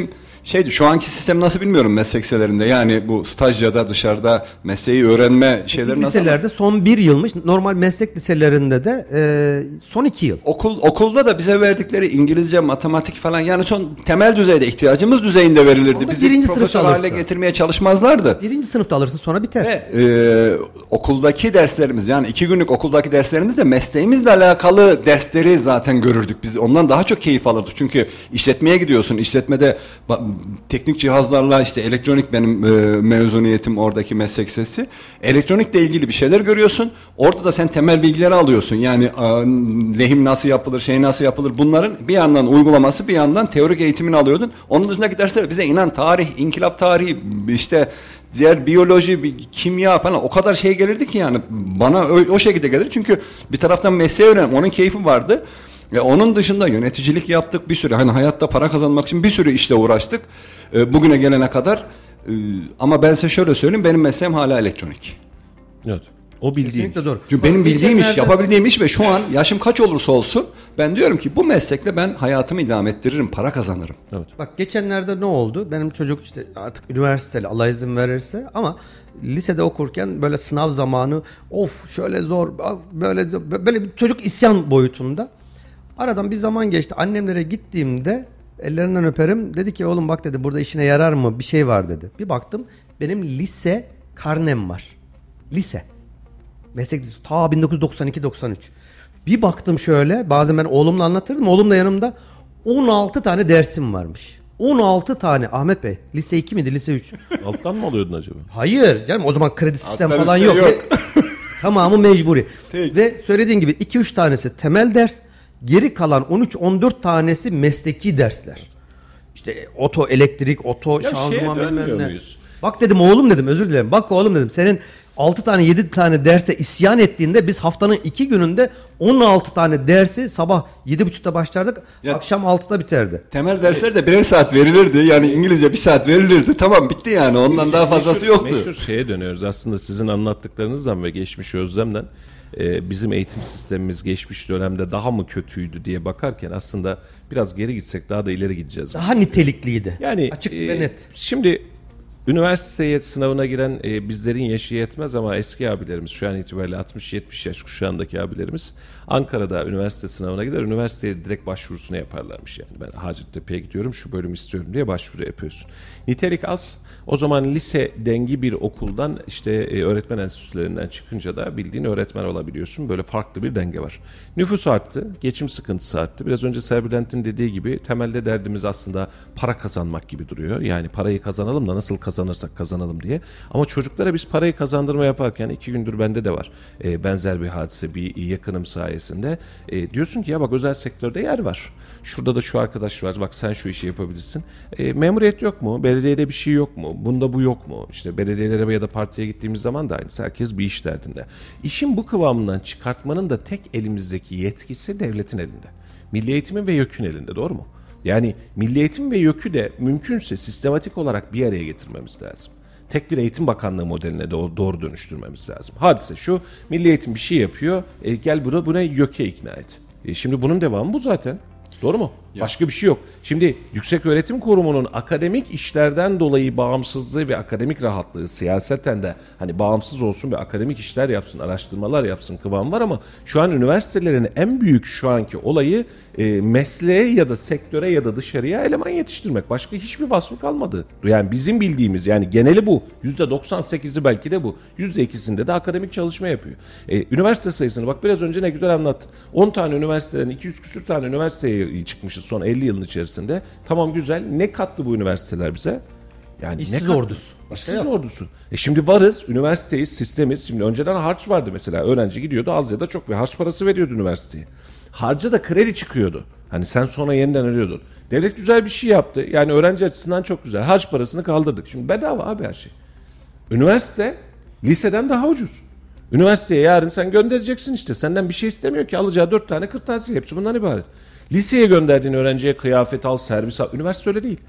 Şeydi, şu anki sistem nasıl bilmiyorum meslek liselerinde. Yani bu staj ya da dışarıda mesleği öğrenme şeyleri nasıl? Liselerde son bir yılmış. Normal meslek liselerinde de e, son iki yıl. Okul okulda da bize verdikleri İngilizce, matematik falan, yani son temel düzeyde ihtiyacımız düzeyinde verilirdi. Onu da Bizi birinci profesör sınıfta hale alırsın. getirmeye çalışmazlardı. Birinci sınıfta alırsın, sonra biter. Ve e, okuldaki derslerimiz, yani iki günlük okuldaki derslerimiz de mesleğimizle alakalı dersleri zaten görürdük. Biz ondan daha çok keyif alırdık. Çünkü işletmeye gidiyorsun. İşletmede ba- teknik cihazlarla, işte elektronik benim e, mezuniyetim, oradaki meslek sesi. Elektronikle ilgili bir şeyler görüyorsun. Orada da sen temel bilgileri alıyorsun. Yani a, lehim nasıl yapılır, şey nasıl yapılır, bunların bir yandan uygulaması, bir yandan teorik eğitimini alıyordun. Onun dışındaki dersler bize inan tarih, inkılap tarihi, işte diğer biyoloji, kimya falan o kadar şey gelirdi ki, yani bana o, o şekilde gelir. Çünkü bir taraftan mesleği öğrendim, onun keyfi vardı. Ve onun dışında yöneticilik yaptık bir sürü. Hani hayatta para kazanmak için bir sürü işle uğraştık. E, bugüne gelene kadar. E, ama ben size şöyle söyleyeyim, benim mesleğim hala elektronik. Evet. O bildiğim. Kesinlikle doğru. Çünkü benim bildiğim iş, Geçenlerde- yapabildiğim iş ve şu an yaşım kaç olursa olsun ben diyorum ki bu meslekle ben hayatımı idame ettiririm, para kazanırım. Bak geçenlerde ne oldu? Benim çocuk işte artık üniversiteli, Allah izin verirse, ama lisede okurken böyle sınav zamanı, of şöyle zor, böyle böyle bir çocuk isyan boyutunda. Aradan bir zaman geçti. Annemlere gittiğimde ellerinden öperim. Dedi ki oğlum bak dedi, burada işine yarar mı bir şey var dedi. Bir baktım benim lise karnem var. Lise. Meslek lisesi ta bin dokuz yüz doksan iki doksan üç. Bir baktım şöyle, bazen ben oğlumla anlatırdım. Oğlum da yanımda, on altı tane dersim varmış. on altı tane Ahmet Bey. Lise iki miydi, lise üç? Alttan mı alıyordun acaba? Hayır canım, o zaman kredi sistem Alttan falan üstte yok. yok. Tamamı mecburi. Tek. Ve söylediğin gibi iki üç tanesi temel ders, geri kalan on üç on dört tanesi mesleki dersler. İşte oto elektrik, oto Ya şeye şanzıman dönmüyor bilmem ne. muyuz? Bak dedim oğlum dedim, özür dilerim. Bak oğlum dedim, senin altı tane yedi tane derse isyan ettiğinde biz haftanın iki gününde on altı tane dersi sabah yedi buçukta başlardık, Ya- akşam altıda biterdi. Temel dersler de birer saat verilirdi. Yani İngilizce bir saat verilirdi. Tamam, bitti yani. Ondan daha fazlası Meşhur- yoktu. Meşhur şeye dönüyoruz aslında, sizin anlattıklarınızdan ve geçmiş özlemden e, bizim eğitim sistemimiz geçmiş dönemde daha mı kötüydü diye bakarken aslında biraz geri gitsek daha da ileri gideceğiz. Daha nitelikliydi. Yani Açık e, ve net. Şimdi üniversiteye sınavına giren e, bizlerin yaşı yetmez ama eski abilerimiz, şu an itibariyle altmış yetmiş yaş kuşağındaki abilerimiz Ankara'da üniversite sınavına gider, üniversiteye direkt başvurusunu yaparlarmış. Yani ben Hacettepe'ye gidiyorum, şu bölümü istiyorum diye başvuru yapıyorsun. Nitelik az. O zaman lise dengi bir okuldan işte e, öğretmen enstitülerinden çıkınca da bildiğin öğretmen olabiliyorsun. Böyle farklı bir denge var. Nüfus arttı, geçim sıkıntısı arttı. Biraz önce Serbülent'in dediği gibi temelde derdimiz aslında para kazanmak gibi duruyor. Yani parayı kazanalım da nasıl kazanırsak kazanalım diye. Ama çocuklara biz parayı kazandırma yaparken iki gündür bende de var e, benzer bir hadise, bir yakınım sayesinde. E, diyorsun ki ya bak özel sektörde yer var. Şurada da şu arkadaş var, bak sen şu işi yapabilirsin. E, memuriyet yok mu? Belediyede bir şey yok mu? Bunda bu yok mu? İşte belediyelere ya da partiye gittiğimiz zaman da aynısı. Herkes bir iş derdinde. İşin bu kıvamından çıkartmanın da tek elimizdeki yetkisi devletin elinde. Milli Eğitim'in ve YÖK'ün elinde, doğru mu? Yani Milli Eğitim ve YÖK'ü de mümkünse sistematik olarak bir araya getirmemiz lazım. Tek bir eğitim bakanlığı modeline doğru, doğru dönüştürmemiz lazım. Hadise şu, Milli Eğitim bir şey yapıyor, e, gel burada buna YÖK'e ikna et. E, şimdi bunun devamı bu zaten. Doğru mu? Ya. Başka bir şey yok. Şimdi Yükseköğretim Kurumu'nun akademik işlerden dolayı bağımsızlığı ve akademik rahatlığı, siyaseten de hani bağımsız olsun ve akademik işler yapsın, araştırmalar yapsın kıvam var, ama şu an üniversitelerin en büyük şu anki olayı e, mesleğe ya da sektöre ya da dışarıya eleman yetiştirmek. Başka hiçbir vasfı kalmadı. Yani bizim bildiğimiz, yani geneli bu. yüzde doksan sekizi belki de bu. yüzde ikisinde de akademik çalışma yapıyor. E, üniversite sayısını bak biraz önce ne güzel anlattın. on tane üniversiteden iki yüz küsür tane üniversiteye çıkmışız son elli yılın içerisinde. Tamam, güzel. Ne kattı bu üniversiteler bize? Yani İşsiz ne kattı? ordusu. İşsiz ordusu. E şimdi varız, üniversiteyiz, sistemiz. Şimdi önceden harç vardı mesela. Öğrenci gidiyordu, az ya da çok bir harç parası veriyordu üniversiteye. Harca da kredi çıkıyordu. Hani sen sonra yeniden ödüyordun. Devlet güzel bir şey yaptı. Yani öğrenci açısından çok güzel. Harç parasını kaldırdık. Şimdi bedava abi her şey. Üniversite liseden daha ucuz. Üniversiteye yarın sen göndereceksin işte. Senden bir şey istemiyor ki. Alacağı dört tane kırtasiye. Hepsi bundan ibaret. Liseye gönderdiğin öğrenciye kıyafet al, servis al. Üniversite öyle değil.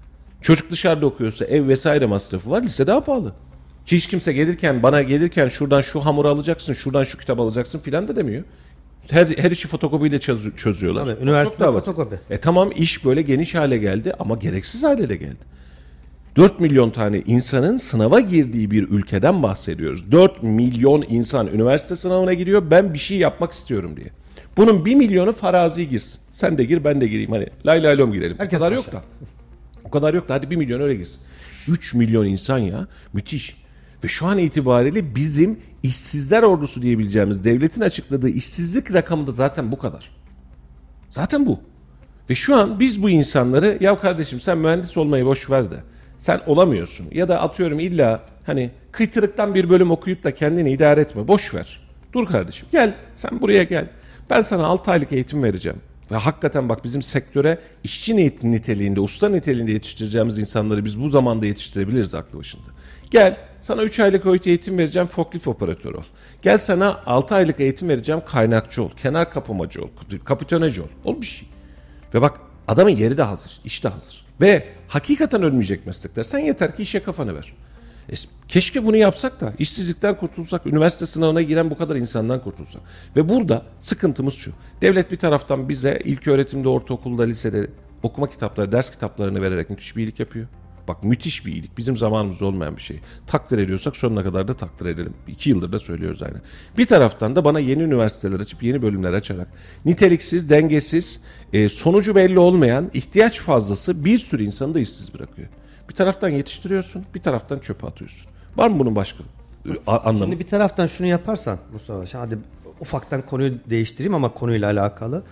Çocuk dışarıda okuyorsa ev vesaire masrafı var. Lise daha pahalı. Ki hiç kimse gelirken, bana gelirken şuradan şu hamuru alacaksın, şuradan şu kitap alacaksın filan da demiyor. Her, her işi fotokopiyle çöz, çözüyorlar. Tabii, üniversite Çok daha basit. fotokopi. E tamam, iş böyle geniş hale geldi ama gereksiz hale de geldi. dört milyon tane insanın sınava girdiği bir ülkeden bahsediyoruz. dört milyon insan üniversite sınavına giriyor, ben bir şey yapmak istiyorum diye. Bunun bir milyonu farazi girsin. Sen de gir, ben de gireyim. Hani lay lay lom girelim. Herkes o kadar başa. yok da. O kadar yok da hadi bir milyon öyle girsin. üç milyon insan ya. Müthiş. Ve şu an itibariyle bizim işsizler ordusu diyebileceğimiz devletin açıkladığı işsizlik rakamı da zaten bu kadar. Zaten bu. Ve şu an biz bu insanları, ya kardeşim sen mühendis olmayı boş ver de sen olamıyorsun ya da atıyorum illa hani kıytırıktan bir bölüm okuyup da kendini idare etme, boş ver. Dur kardeşim, gel sen buraya gel. Ben sana altı aylık eğitim vereceğim. Ve hakikaten bak, bizim sektöre işçi niteliğinde, usta niteliğinde yetiştireceğimiz insanları biz bu zamanda yetiştirebiliriz aklı başında. Gel sana üç aylık eğitim vereceğim, forklift operatörü ol. Gel sana altı aylık eğitim vereceğim, kaynakçı ol, kenar kapamacı ol, kapitöneci ol. Ol bir şey. Ve bak, adamın yeri de hazır, iş de hazır. Ve hakikaten ölmeyecek meslekler. Sen yeter ki işe kafanı ver. E, keşke bunu yapsak da işsizlikten kurtulsak, üniversite sınavına giren bu kadar insandan kurtulsak. Ve burada sıkıntımız şu. Devlet bir taraftan bize ilk öğretimde, ortaokulda, lisede okuma kitapları, ders kitaplarını vererek müthiş bir iyilik yapıyor. Bak, müthiş bir iyilik. Bizim zamanımızda olmayan bir şey. Takdir ediyorsak sonuna kadar da takdir edelim. İki yıldır da söylüyoruz aynen. Bir taraftan da bana yeni üniversiteler açıp yeni bölümler açarak niteliksiz, dengesiz, e, sonucu belli olmayan, ihtiyaç fazlası bir sürü insanı da işsiz bırakıyor. Bir taraftan yetiştiriyorsun, bir taraftan çöpe atıyorsun. Var mı bunun başka a- anlamı? Şimdi bir taraftan şunu yaparsan Mustafa, şimdi hadi ufaktan konuyu değiştireyim ama konuyla alakalı.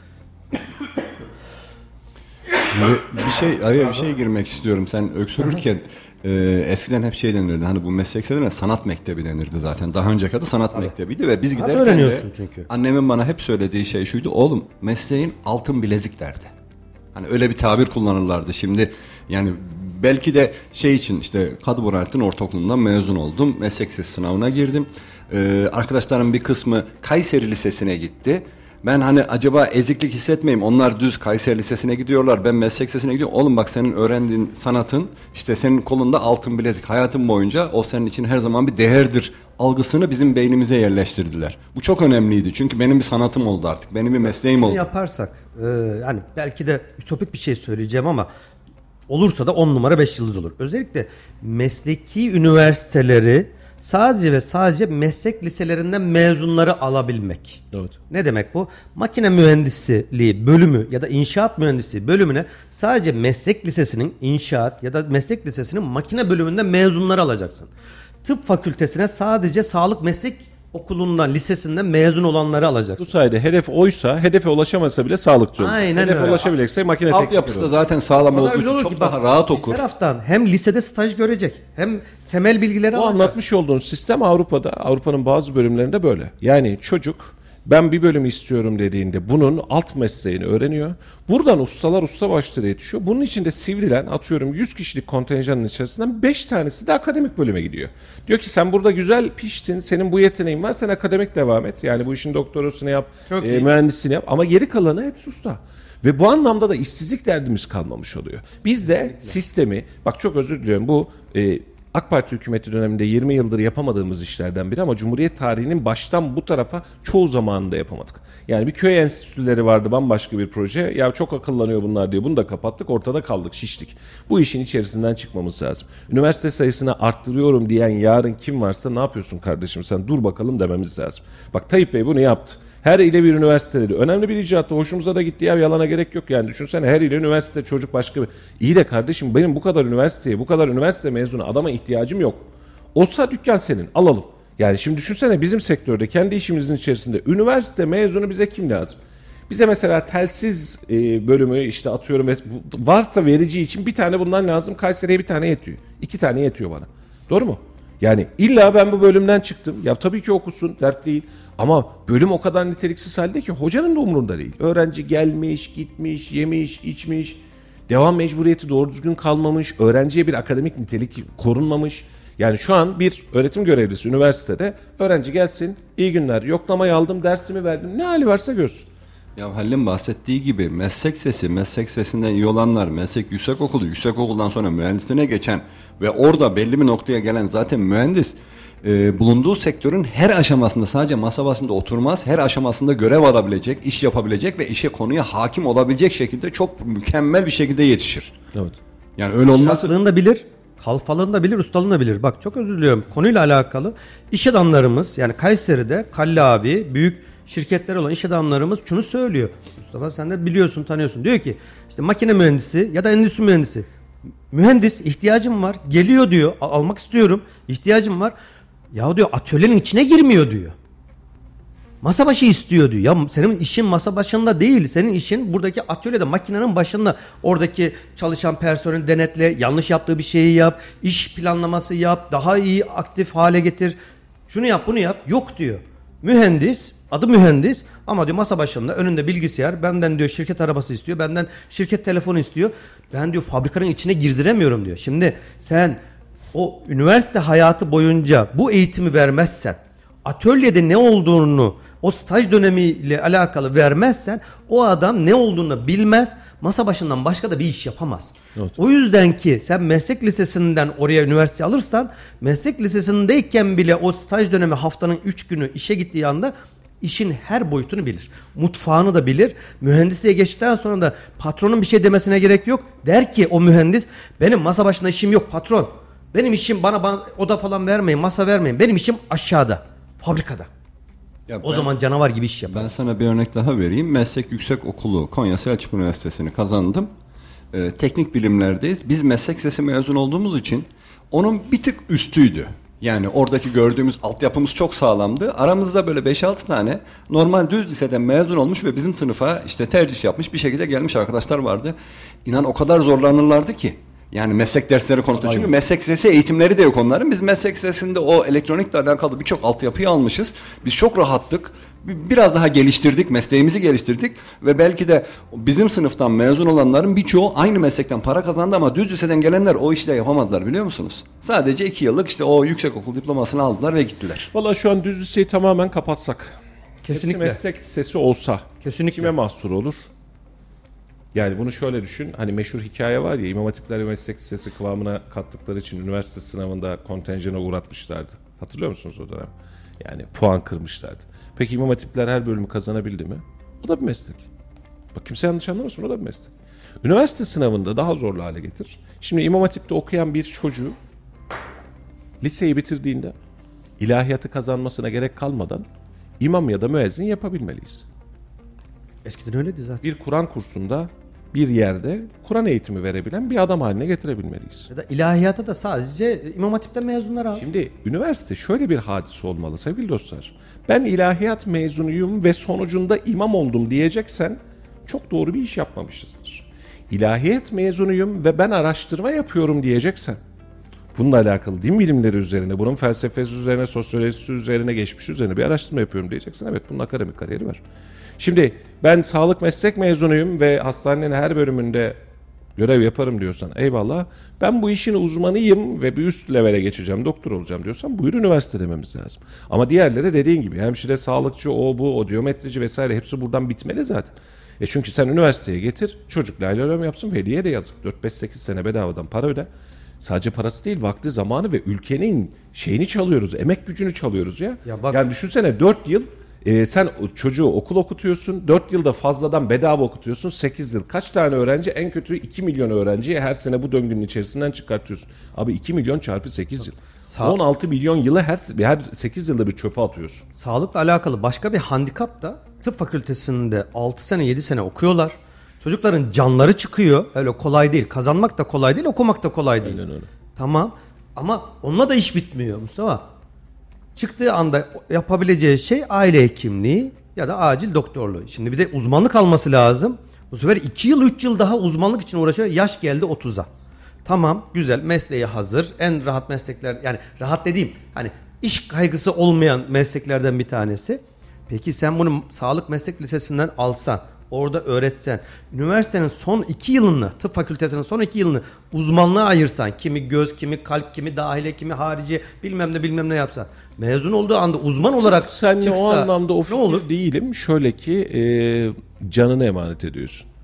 Bir şey, araya bir şey girmek istiyorum. Sen öksürürken e, eskiden hep şey denirdi. Hani bu meslek sebebiyle sanat mektebi denirdi zaten. Daha önce adı sanat Tabii. mektebiydi ve biz Sanat giderken öğreniyorsun de çünkü. Annemin bana hep söylediği şey şuydu. Oğlum, mesleğin altın bilezik derdi. Hani öyle bir tabir kullanırlardı. Şimdi yani belki de şey için işte Kadı Burhanettin Ortaokulu'ndan mezun oldum. Meslek lisesi sınavına girdim. Ee, arkadaşlarım bir kısmı Kayseri Lisesi'ne gitti. Ben hani acaba eziklik hissetmeyeyim, onlar düz Kayseri Lisesi'ne gidiyorlar, ben meslek lisesine gidiyorum. Oğlum bak, senin öğrendiğin sanatın işte senin kolunda altın bilezik, hayatın boyunca o senin için her zaman bir değerdir algısını bizim beynimize yerleştirdiler. Bu çok önemliydi çünkü benim bir sanatım oldu artık, benim bir mesleğim oldu. Bunu yaparsak e, yani belki de ütopik bir şey söyleyeceğim ama olursa da on numara beş yıldız olur. Özellikle mesleki üniversiteleri sadece ve sadece meslek liselerinden mezunları alabilmek. Evet. Ne demek bu? Makine mühendisliği bölümü ya da inşaat mühendisliği bölümüne sadece meslek lisesinin inşaat ya da meslek lisesinin makine bölümünden mezunları alacaksın. Tıp fakültesine sadece sağlık meslek okulundan, lisesinden mezun olanları alacaksın. Bu sayede hedef oysa, hedefe ulaşamasa bile sağlıkçı olur. Aynen Hedefe öyle. ulaşabilecekse makine teknikeri Altyapısı da olur. zaten sağlam O kadar olduğu güzel için olur çok ki daha bak, rahat bir okur. taraftan hem lisede staj görecek hem temel bilgileri Bu alacak. anlatmış olduğun sistem Avrupa'da, Avrupa'nın bazı bölümlerinde böyle. Yani çocuk ben bir bölüm istiyorum dediğinde bunun alt mesleğini öğreniyor. Buradan ustalar usta başları yetişiyor. Bunun içinde sivrilen atıyorum yüz kişilik kontenjanın içerisinden beş tanesi de akademik bölüme gidiyor. Diyor ki sen burada güzel piştin, senin bu yeteneğin var, sen akademik devam et. Yani bu işin doktorasını yap, Çok e, iyi. mühendisliğini yap ama geri kalanı hepsi usta. Ve bu anlamda da işsizlik derdimiz kalmamış oluyor. Biz de sistemi, bak çok özür diliyorum, bu e, AK Parti hükümeti döneminde yirmi yıldır yapamadığımız işlerden biri ama Cumhuriyet tarihinin baştan bu tarafa çoğu zamanında yapamadık. Yani bir köy enstitüleri vardı, bambaşka bir proje. Ya çok akıllanıyor bunlar diye bunu da kapattık, ortada kaldık, şiştik. Bu işin içerisinden çıkmamız lazım. Üniversite sayısını arttırıyorum diyen yarın kim varsa ne yapıyorsun kardeşim sen, dur bakalım dememiz lazım. Bak Tayyip Bey bunu yaptı. Her ile bir üniversite dedi. Önemli bir icraatı. Hoşumuza da gitti ya, yalana gerek yok yani. Düşünsene, her ile üniversite, çocuk başka bir... İyi de kardeşim, benim bu kadar üniversiteye, bu kadar üniversite mezunu adama ihtiyacım yok. Olsa dükkan senin, alalım. Yani şimdi düşünsene, bizim sektörde kendi işimizin içerisinde üniversite mezunu bize kim lazım? Bize mesela telsiz e, bölümü işte atıyorum ve varsa verici için bir tane bundan lazım. Kayseri'ye bir tane yetiyor. İki tane yetiyor bana. Doğru mu? Yani illa ben bu bölümden çıktım. Ya tabii ki okusun, dert değil. Ama bölüm o kadar niteliksiz halde ki hocanın da umurunda değil. Öğrenci gelmiş, gitmiş, yemiş, içmiş. Devam mecburiyeti doğru düzgün kalmamış. Öğrenciye bir akademik nitelik korunmamış. Yani şu an bir öğretim görevlisi üniversitede öğrenci gelsin, iyi günler, yoklamayı aldım, dersimi verdim. Ne hali varsa görsün. Ya Halil'in bahsettiği gibi meslek sesi, meslek sesinden iyi olanlar, meslek yüksekokulu, yüksekokuldan sonra mühendisliğine geçen ve orada belli bir noktaya gelen zaten mühendis e, bulunduğu sektörün her aşamasında sadece masa başında oturmaz, her aşamasında görev alabilecek, iş yapabilecek ve işe konuya hakim olabilecek şekilde çok mükemmel bir şekilde yetişir. Evet. Yani öyle olmaz. Şartlığını da bilir, kalfalığını da bilir, ustalığını da bilir. Bak çok özür diliyorum. Konuyla alakalı iş adamlarımız, yani Kayseri'de Kalli abi, büyük şirketler olan iş adamlarımız şunu söylüyor. Mustafa sen de biliyorsun, tanıyorsun. Diyor ki işte makine mühendisi ya da endüstri mühendisi. Mühendis ihtiyacım var. Geliyor diyor. Al- almak istiyorum. İhtiyacım var. Ya diyor atölyenin içine girmiyor diyor. Masa başı istiyor diyor. Ya senin işin masa başında değil. Senin işin buradaki atölyede makinenin başında. Oradaki çalışan personeli denetle. Yanlış yaptığı bir şeyi yap. İş planlaması yap. Daha iyi aktif hale getir. Şunu yap bunu yap. Yok diyor. Mühendis, adı mühendis ama diyor masa başında önünde bilgisayar, benden diyor şirket arabası istiyor, benden şirket telefonu istiyor. Ben diyor fabrikanın içine girdiremiyorum diyor. Şimdi sen o üniversite hayatı boyunca bu eğitimi vermezsen, atölyede ne olduğunu o staj dönemiyle alakalı vermezsen o adam ne olduğunu bilmez, masa başından başka da bir iş yapamaz. Evet. O yüzden ki sen meslek lisesinden oraya üniversite alırsan meslek lisesindeyken bile o staj dönemi haftanın üç günü işe gittiği anda işin her boyutunu bilir. Mutfağını da bilir. Mühendisliğe geçtikten sonra da patronun bir şey demesine gerek yok. Der ki o mühendis benim masa başında işim yok patron. Benim işim bana, bana oda falan vermeyin, masa vermeyin. Benim işim aşağıda, fabrikada. Ya O ben- zaman canavar gibi iş yapar. Ben sana bir örnek daha vereyim. Meslek Yüksekokulu Konya Selçuk Üniversitesi'ni kazandım. Ee, teknik bilimlerdeyiz. Biz meslek lisesi mezun olduğumuz için onun bir tık üstüydü. Yani oradaki gördüğümüz altyapımız çok sağlamdı. Aramızda böyle beş altı tane normal düz liseden mezun olmuş ve bizim sınıfa işte tercih yapmış bir şekilde gelmiş arkadaşlar vardı. İnan o kadar zorlanırlardı ki. Yani meslek dersleri konusunda. Çünkü meslek lisesi eğitimleri de yok onların. Biz meslek lisesinde o elektronikle alakalı birçok altyapıyı almışız. Biz çok rahattık. Biraz daha geliştirdik, mesleğimizi geliştirdik ve belki de bizim sınıftan mezun olanların birçoğu aynı meslekten para kazandı ama düz liseden gelenler o işi de yapamadılar biliyor musunuz? Sadece iki yıllık işte o yüksekokul diplomasını aldılar ve gittiler. Valla şu an düz liseyi tamamen kapatsak. Kesinlikle. Hepsi meslek lisesi olsa. Kesinlikle. Kime mahsur olur? Yani bunu şöyle düşün. Hani meşhur hikaye var ya, İmam Hatipler ve Meslek Lisesi kıvamına kattıkları için üniversite sınavında kontenjana uğratmışlardı. Hatırlıyor musunuz o dönem? Yani puan kırmışlardı. Peki İmam Hatipler her bölümü kazanabildi mi? O da bir meslek. Bak kimse yanlış anlamasın, o da bir meslek. Üniversite sınavında daha zorlu hale getir. Şimdi İmam Hatip'te okuyan bir çocuğu liseyi bitirdiğinde ilahiyatı kazanmasına gerek kalmadan imam ya da müezzin yapabilmeliyiz. Eskiden öyleydi zaten. Bir Kur'an kursunda bir yerde Kur'an eğitimi verebilen bir adam haline getirebilmeliyiz. Ya da ilahiyata da sadece İmam Hatip'ten mezunlar abi. Şimdi üniversite şöyle bir hadise olmalı sevgili dostlar. Ben ilahiyat mezunuyum ve sonucunda imam oldum diyeceksen çok doğru bir iş yapmamışızdır. İlahiyat mezunuyum ve ben araştırma yapıyorum diyeceksen, bununla alakalı din bilimleri üzerine, bunun felsefesi üzerine, sosyolojisi üzerine, geçmiş üzerine bir araştırma yapıyorum diyeceksin. Evet, bunun akademik kariyeri var. Şimdi ben sağlık meslek mezunuyum ve hastanenin her bölümünde görev yaparım diyorsan eyvallah. Ben bu işin uzmanıyım ve bir üst levele geçeceğim, doktor olacağım diyorsan buyur üniversite dememiz lazım. Ama diğerleri dediğin gibi hemşire, sağlıkçı, o bu, odyometrici vesaire hepsi buradan bitmeli zaten. E çünkü sen üniversiteye getir, çocuk laylolom yapsın, veliye de yazık. dört beş sekiz sene bedavadan para öde. Sadece parası değil, vakti, zamanı ve ülkenin şeyini çalıyoruz, emek gücünü çalıyoruz ya. Ya bak- Yani düşünsene dört yıl e, sen çocuğu okul okutuyorsun, dört yılda fazladan bedava okutuyorsun, sekiz yıl. Kaç tane öğrenci? En kötü iki milyon öğrenciyi her sene bu döngünün içerisinden çıkartıyorsun. Abi iki milyon çarpı sekiz yıl. Sağ- on altı milyon yılı her, her sekiz yılda bir çöpe atıyorsun. Sağlıkla alakalı başka bir handikap da tıp fakültesinde altı sene yedi sene okuyorlar. Çocukların canları çıkıyor. Öyle kolay değil. Kazanmak da kolay değil, okumak da kolay değil. Aynen öyle. Tamam. Ama onunla da iş bitmiyor Mustafa. Çıktığı anda yapabileceği şey aile hekimliği ya da acil doktorluğu. Şimdi bir de uzmanlık alması lazım. Bu sefer iki yıl üç yıl daha uzmanlık için uğraşıyor. Yaş geldi otuza. Tamam, güzel, mesleği hazır. En rahat meslekler, yani rahat dediğim hani iş kaygısı olmayan mesleklerden bir tanesi. Peki sen bunu sağlık meslek lisesinden alsan, orada öğretsen, üniversitenin son iki yılını, tıp fakültesinin son iki yılını uzmanlığa ayırsan, kimi göz, kimi kalp, kimi dahile, kimi harici, bilmem ne bilmem ne yapsan, mezun olduğu anda uzman olarak Sen çıksa o anlamda o ne fikir olur? değilim. Şöyle ki e, canını emanet ediyorsun.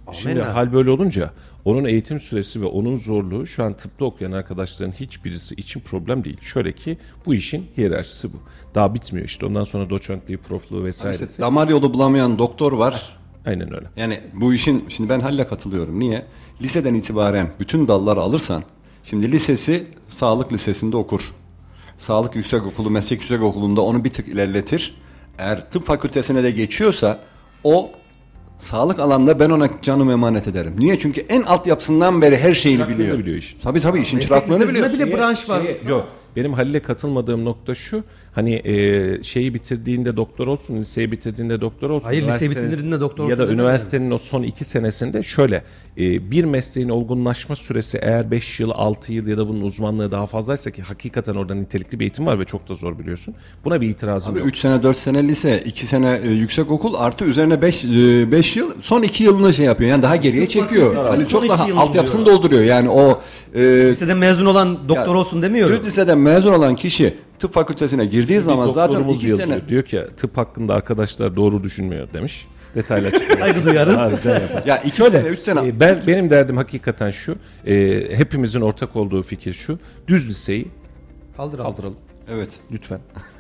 Şimdi Amenna. hal böyle olunca onun eğitim süresi ve onun zorluğu şu an tıpta okuyan arkadaşların hiçbirisi için problem değil. Şöyle ki bu işin hiyerarşisi bu. Daha bitmiyor işte. Ondan sonra doçentliği, profluğu vesairesi. İşte damar yolu bulamayan doktor var. Aynen öyle. Yani bu işin, şimdi ben Halil'e katılıyorum. Niye? Liseden itibaren bütün dalları alırsan, şimdi lisesi sağlık lisesinde okur. Sağlık yüksekokulu, meslek yüksekokulu'nda onu bir tık ilerletir. Eğer tıp fakültesine de geçiyorsa o sağlık alanında ben ona canımı emanet ederim. Niye? Çünkü en altyapısından beri her şeyini Çıraklığını biliyor. biliyor işin. Tabii tabii işin Meslek çıraklığını lisesinde biliyor. bile branş var. Şeye- yok. Benim Halil'e katılmadığım nokta şu. Hani e, şeyi bitirdiğinde doktor olsun, liseyi bitirdiğinde doktor olsun. Hayır, liseyi üniversitenin- bitirdiğinde doktor Ya olsun da demiyorum. üniversitenin o son iki senesinde şöyle e, bir mesleğin olgunlaşma süresi eğer beş yıl, altı yıl ya da bunun uzmanlığı daha fazlaysa ki hakikaten orada nitelikli bir eğitim var ve çok da zor biliyorsun. Buna bir itirazım yok. üç sene dört sene lise, iki sene e, yüksekokul artı üzerine beş yıl, son iki yılını şey yapıyor. Yani daha geriye Tıp çekiyor. fakültesi Hani son çok iki daha yılını altyapısını buluyor. dolduruyor. Yani o e, Liseden mezun olan doktor Ya, olsun demiyorum. düz liseden mezun olan kişi tıp fakültesine girdiği zaman Bir zaten doktorumuz iki yazıyor. sene Diyor ki tıp hakkında arkadaşlar doğru düşünmüyor demiş. Detaylı açıklama. Saygı duyarız. Harika yapar. ya iki sene, üç sene E, ben benim derdim hakikaten şu. e, hepimizin ortak olduğu fikir şu. Düz liseyi Kaldıralım. kaldıralım evet. lütfen.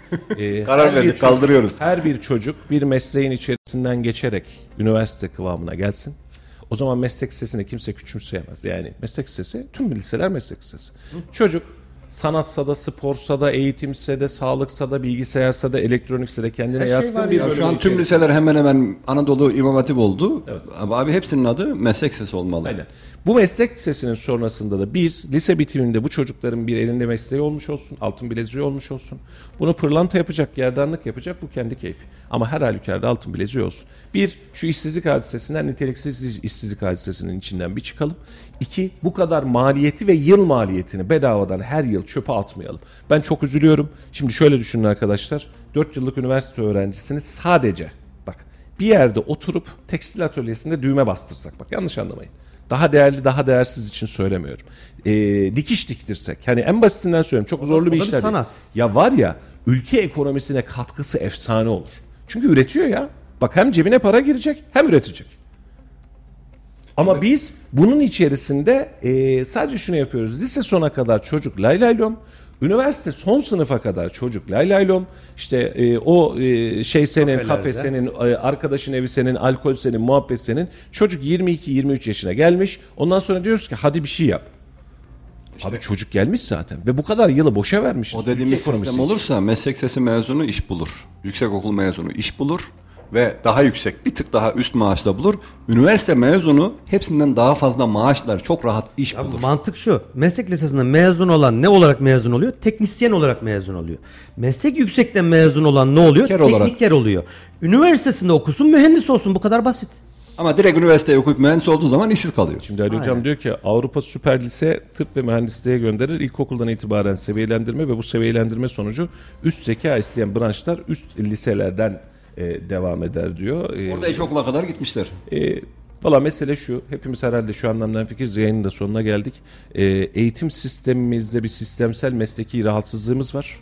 E, Karar her bir verdik, çocuk- kaldırıyoruz. Her bir çocuk bir mesleğin içerisinden geçerek üniversite kıvamına gelsin. O zaman meslek lisesini kimse küçümseyemez. Yani meslek lisesi, tüm liseler meslek lisesi. Çocuk sanatsa da, sporsa da, eğitimse de, sağlıksa da, bilgisayarsa da, elektronikse de kendine Her şey yatkın var bir ya. bölümün Şu an tüm içerisinde. liseler hemen hemen Anadolu İmam Hatip oldu. Abi, abi hepsinin adı meslek lisesi olmalı. Aynen. Bu meslek lisesinin sonrasında da biz lise bitiminde bu çocukların bir elinde mesleği olmuş olsun, altın bileziği olmuş olsun. Bunu pırlanta yapacak, gerdanlık yapacak, bu kendi keyfi. Ama her halükarda altın bileziği olsun. Bir, şu işsizlik hadisesinden, niteliksiz işsizlik hadisesinin içinden bir çıkalım. İki, bu kadar maliyeti ve yıl maliyetini bedavadan her yıl çöpe atmayalım. Ben çok üzülüyorum. Şimdi şöyle düşünün arkadaşlar. dört yıllık üniversite öğrencisini sadece, bak, bir yerde oturup tekstil atölyesinde düğme bastırsak, bak yanlış anlamayın. Daha değerli, daha değersiz için söylemiyorum. Ee, dikiş diktirsek. Hani en basitinden söylüyorum. Çok zorlu o bir da bir işler değil. sanat. Ya var ya, ülke ekonomisine katkısı efsane olur. Çünkü üretiyor ya. Bak hem cebine para girecek hem üretecek. Ama biz bunun içerisinde e, sadece şunu yapıyoruz. Lise sona kadar çocuk lay lay lom. Üniversite son sınıfa kadar çocuk lay lay lom. İşte e, o e, şey senin, Kafelerde. kafe senin, e, arkadaşın evi senin, alkol senin, muhabbet senin. Çocuk yirmi iki yirmi üç yaşına gelmiş. Ondan sonra diyoruz ki hadi bir şey yap. Abi çocuk gelmiş zaten ve bu kadar yılı boşa vermişiz. O dediğimiz Ülke ekonomisi sistem için. olursa meslek lisesi mezunu iş bulur. Yüksekokul mezunu iş bulur ve daha yüksek, bir tık daha üst maaşla bulur. Üniversite mezunu hepsinden daha fazla maaşlar, çok rahat iş Ya bulur. mantık şu. Meslek lisesinden mezun olan ne olarak mezun oluyor? Teknisyen olarak mezun oluyor. Meslek yüksekten mezun olan ne oluyor? Tekniker olarak. Tekniker oluyor. Üniversitesinde okusun, mühendis olsun. Bu kadar basit. Ama direkt üniversiteye okuyup mühendis olduğu zaman işsiz kalıyor. Şimdi Ali Hocam diyor ki Avrupa Süper Lise tıp ve mühendisliğe gönderir. İlkokuldan itibaren seviyelendirme ve bu seviyelendirme sonucu üst zeka isteyen branşlar üst liselerden e, devam eder diyor. E, Orada ilkokula kadar gitmişler. E, Valla mesele şu, hepimiz herhalde şu anlamdan fikiriz, yayının da sonuna geldik. E, eğitim sistemimizde bir sistemsel mesleki rahatsızlığımız var.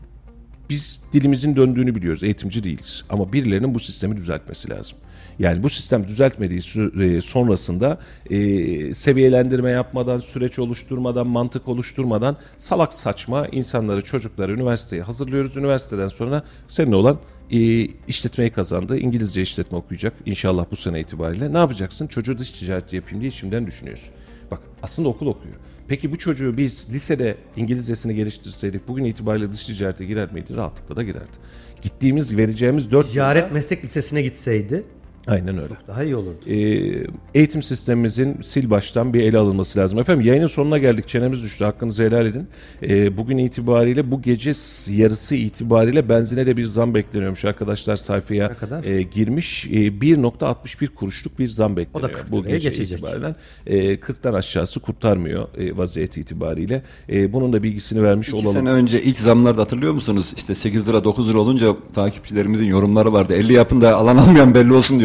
Biz dilimizin döndüğünü biliyoruz, eğitimci değiliz. Ama birilerinin bu sistemi düzeltmesi lazım. Yani bu sistem düzeltmediği sü- e, sonrasında e, seviyelendirme yapmadan, süreç oluşturmadan, mantık oluşturmadan salak saçma insanları, çocukları üniversiteye hazırlıyoruz. Üniversiteden sonra senin olan e, işletmeyi kazandı. İngilizce işletme okuyacak inşallah bu sene itibariyle. Ne yapacaksın? Çocuğu dış ticareti yapayım diye şimdiden düşünüyorsun. Bak aslında okul okuyor. Peki bu çocuğu biz lisede İngilizcesini geliştirseydik bugün itibariyle dış ticarete girer miydi? Rahatlıkla da girerdi. Gittiğimiz, vereceğimiz dört Ticaret yılda- meslek lisesine gitseydi Aynen öyle. daha iyi olurdu. Ee, eğitim sistemimizin sil baştan bir ele alınması lazım. Efendim yayının sonuna geldik. Çenemiz düştü. Hakkınızı helal edin. Ee, bugün itibariyle bu gece yarısı itibariyle benzine de bir zam bekleniyormuş. Arkadaşlar sayfaya Ne kadar? e, girmiş. E, bir virgül altmış bir kuruşluk bir zam bekleniyor. O da kırk bu liraya gece geçecek. itibariyle. E, kırktan aşağısı kurtarmıyor e, vaziyeti itibariyle. E, bunun da bilgisini vermiş İki olalım. sene önce ilk zamlarda hatırlıyor musunuz? İşte sekiz lira dokuz lira olunca takipçilerimizin yorumları vardı. elli yapın da alan almayan belli olsun diyor.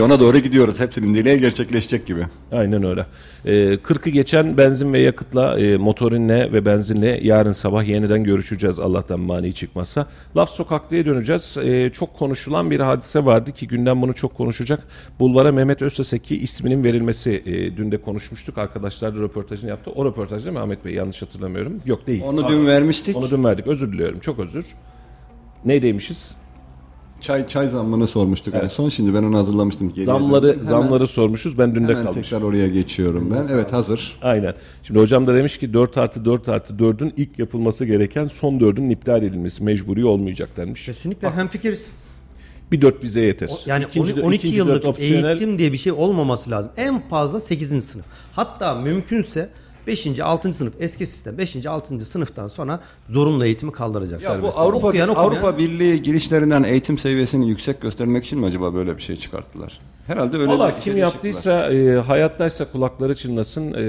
ona doğru gidiyoruz. Hepsinin dileği gerçekleşecek gibi. Aynen öyle. Ee, kırkı geçen benzin ve yakıtla, e, motorinle ve benzinle yarın sabah yeniden görüşeceğiz Allah'tan mani çıkmazsa. Laf Sokaklı'ya döneceğiz. Ee, çok konuşulan bir hadise vardı ki gündem bunu çok konuşacak. Bulvara Mehmet Özteseki isminin verilmesi. E, dün de konuşmuştuk. Arkadaşlar da röportajını yaptı. O röportaj değil mi Ahmet Bey? Yanlış hatırlamıyorum. Yok değil. Onu dün vermiştik. Onu dün verdik. Özür diliyorum. Çok özür. Neydeymişiz? Çay çay zammını sormuştuk en son. Şimdi ben onu hazırlamıştım. Geriye Zamları döndüm. Hemen- zamları sormuşuz. Ben dün de Hemen kalmışım. tekrar oraya geçiyorum ben. Evet, hazır. Aynen. Şimdi hocam da demiş ki dört artı dört artı dördün ilk yapılması gereken son dördün iptal edilmesi mecburi olmayacak denmiş. Kesinlikle hemfikiriz. Bir dört vize yeter. O- Yani İkinci on- dö- on iki ikinci yıllık dört opsiyonel- eğitim diye bir şey olmaması lazım. En fazla sekizinci sınıf. Hatta mümkünse beşinci altıncı sınıf eski sistem beşinci altıncı sınıftan sonra zorunlu eğitimi kaldıracağız. Ya bu Serbest. Avrupa Okuyan okumayan- Avrupa Birliği girişlerinden eğitim seviyesini yüksek göstermek için mi acaba böyle bir şey çıkarttılar? Herhalde öyle Valla bir kim şey yaptıysa e, hayattaysa kulakları çınlasın, e,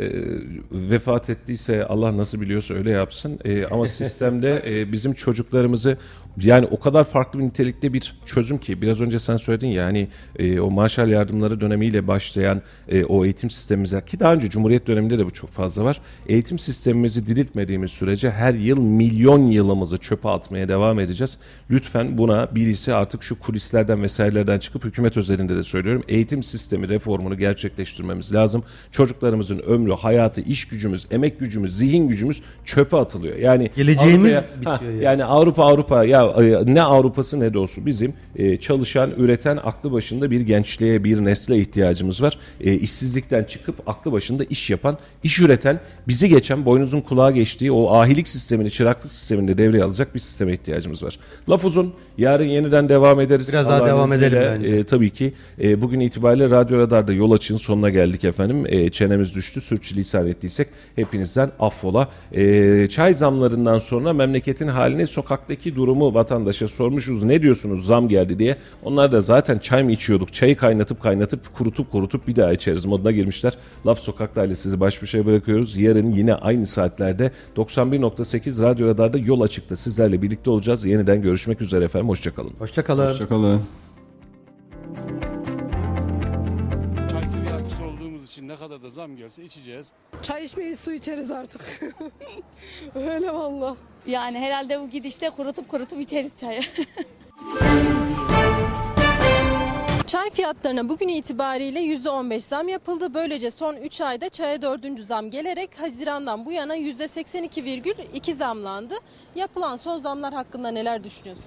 vefat ettiyse Allah nasıl biliyorsa öyle yapsın. E, ama sistemde e, bizim çocuklarımızı yani o kadar farklı bir nitelikte bir çözüm ki biraz önce sen söyledin ya hani e, o Marshall yardımları dönemiyle başlayan e, o eğitim sistemimize ki daha önce Cumhuriyet döneminde de bu çok fazla var. Eğitim sistemimizi diriltmediğimiz sürece her yıl milyon yılımızı çöpe atmaya devam edeceğiz. Lütfen buna birisi artık şu kulislerden vesairelerden çıkıp hükümet özelinde de söylüyorum. Eğitim sistemi reformunu gerçekleştirmemiz lazım. Çocuklarımızın ömrü, hayatı, iş gücümüz, emek gücümüz, zihin gücümüz çöpe atılıyor. Yani Geleceğimiz Avrupa'ya- bitiyor Ha, yani. yani Avrupa Avrupa ya e, ne Avrupa'sı ne de olsun bizim e, çalışan, üreten, aklı başında bir gençliğe, bir nesle ihtiyacımız var. E, işsizlikten çıkıp aklı başında iş yapan, iş üreten, bizi geçen, boynuzun kulağa geçtiği o ahilik sistemini, çıraklık sistemini devreye alacak bir sisteme ihtiyacımız var. Laf uzun. Yarın yeniden devam ederiz. Biraz daha Allah'ın devam izniyle. edelim bence. E, tabii ki e, bugün itibariyle Radyo Radar'da yol açın sonuna geldik efendim. E, çenemiz düştü. Sürçülisan ettiysek hepinizden affola. E, çay zamlarından sonra memleketin halini, sokaktaki durumu vatandaşa sormuşuz. Ne diyorsunuz zam geldi diye. Onlar da zaten çay mı içiyorduk? Çayı kaynatıp kaynatıp kurutup kurutup bir daha içeriz moduna girmişler. Laf Sokak'ta ile sizi baş başa bırakıyoruz. Yarın yine aynı saatlerde doksan bir nokta sekiz Radyo Radar'da yol açıkta sizlerle birlikte olacağız. Yeniden görüşmek üzere efendim. Hoşçakalın. Hoşçakalın. Hoşçakalın. Çay tiryakisi olduğumuz için ne kadar da zam gelse içeceğiz. Çay içmeyiz, su içeriz artık. Öyle valla. Yani herhalde bu gidişte kurutup kurutup içeriz çayı. Çay fiyatlarına bugün itibariyle yüzde on beş zam yapıldı. Böylece son üç ayda çaya dördüncü zam gelerek Haziran'dan bu yana yüzde seksen iki virgül iki zamlandı. Yapılan son zamlar hakkında neler düşünüyorsunuz?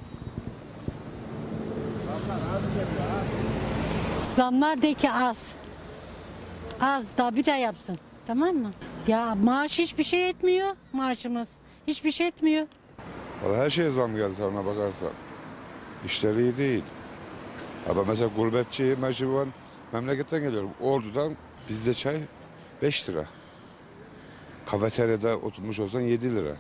Zamlar de ki az. Az daha bir daha yapsın. Tamam mı? Ya maaş hiçbir şey etmiyor maaşımız. Hiçbir şey etmiyor. Vallahi her şeye zam geldi sana bakarsan. İşleri iyi değil. Ya ben mesela gurbetçiyim, ben şimdi ben memleketten geliyorum. Ordu'dan bizde çay beş lira. Kafeteryada oturmuş olsan yedi lira.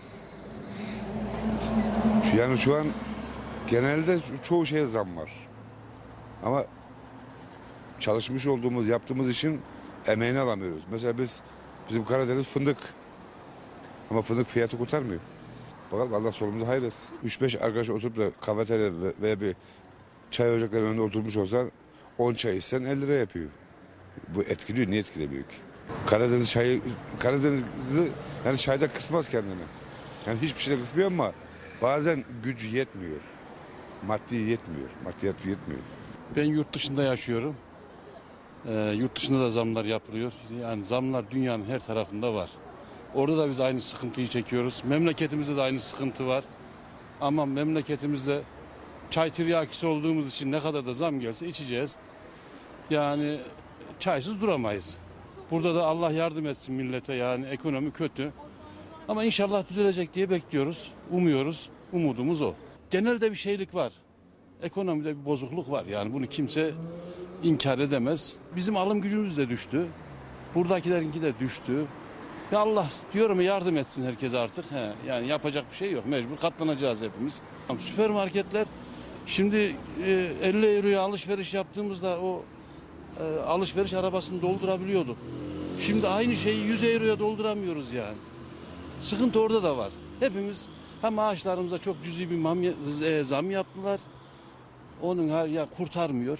Yani şu an genelde çoğu şeye zam var. Ama çalışmış olduğumuz, yaptığımız işin emeğini alamıyoruz. Mesela biz, bizim Karadeniz fındık. Ama fındık fiyatı kurtarmıyor. Bakalım Allah solumuzu hayretsin. üç beş arkadaş oturup da kafeteryada veya bir çay ocaklarının önünde oturmuş olsan on çay içsen elli lira yapıyor. Bu etkiliyor, niye etkilemiyor ki? Karadeniz çayı, Karadenizli yani çayda kısmaz kendini. Yani hiçbir şeyde kısmıyor ama bazen gücü yetmiyor. Maddi yetmiyor, maddiyat yetmiyor. Ben yurt dışında yaşıyorum. Ee, yurt dışında da zamlar yapılıyor. Yani zamlar dünyanın her tarafında var. Orada da biz aynı sıkıntıyı çekiyoruz. Memleketimizde de aynı sıkıntı var. Ama memleketimizde çay tiryakisi olduğumuz için ne kadar da zam gelse içeceğiz. Yani çaysız duramayız. Burada da Allah yardım etsin millete, yani ekonomi kötü. Ama inşallah düzelecek diye bekliyoruz, umuyoruz. Umudumuz o. Genelde bir şeylik var. Ekonomide bir bozukluk var. Yani bunu kimse inkar edemez. Bizim alım gücümüz de düştü. Buradakilerinki de düştü. Ya Allah diyorum yardım etsin herkes artık. He, yani yapacak bir şey yok. Mecbur katlanacağız hepimiz. Süpermarketler şimdi e, elli euroya alışveriş yaptığımızda o e, alışveriş arabasını doldurabiliyorduk. Şimdi aynı şeyi yüz euroya dolduramıyoruz yani. Sıkıntı orada da var. Hepimiz hem maaşlarımıza çok cüzi bir mam, e, zam yaptılar. Onun her ya kurtarmıyor.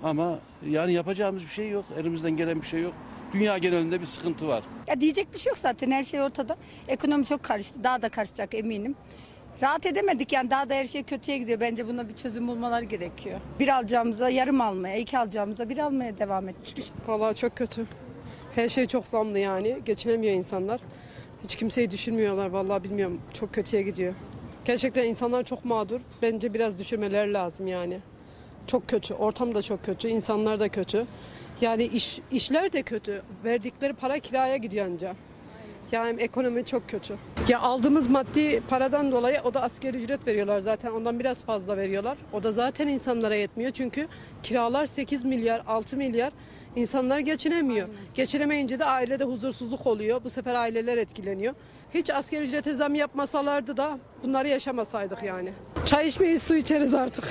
Ama yani yapacağımız bir şey yok. Elimizden gelen bir şey yok. Dünya genelinde bir sıkıntı var. Ya diyecek bir şey yok zaten, her şey ortada. Ekonomi çok karıştı, daha da karışacak eminim. Rahat edemedik yani, daha da her şey kötüye gidiyor. Bence buna bir çözüm bulmaları gerekiyor. Bir alacağımıza yarım almaya, iki alacağımıza bir almaya devam ettik. Vallahi çok kötü. Her şey çok zamlı yani. Geçinemiyor insanlar. Hiç kimseyi düşünmüyorlar vallahi, bilmiyorum. Çok kötüye gidiyor. Gerçekten insanlar çok mağdur. Bence biraz düşürmeleri lazım yani. Çok kötü. Ortam da çok kötü. İnsanlar da kötü. Yani iş, işler de kötü. Verdikleri para kiraya gidiyor anca. Yani ekonomi çok kötü. Ya aldığımız maddi paradan dolayı, o da asgari ücret veriyorlar zaten, ondan biraz fazla veriyorlar. O da zaten insanlara yetmiyor çünkü kiralar sekiz milyar, altı milyar. İnsanlar geçinemiyor. Aynen. Geçinemeyince de ailede huzursuzluk oluyor. Bu sefer aileler etkileniyor. Hiç asgari ücrete zam yapmasalardı da bunları yaşamasaydık yani. Çay içmeyiz, su içeriz artık.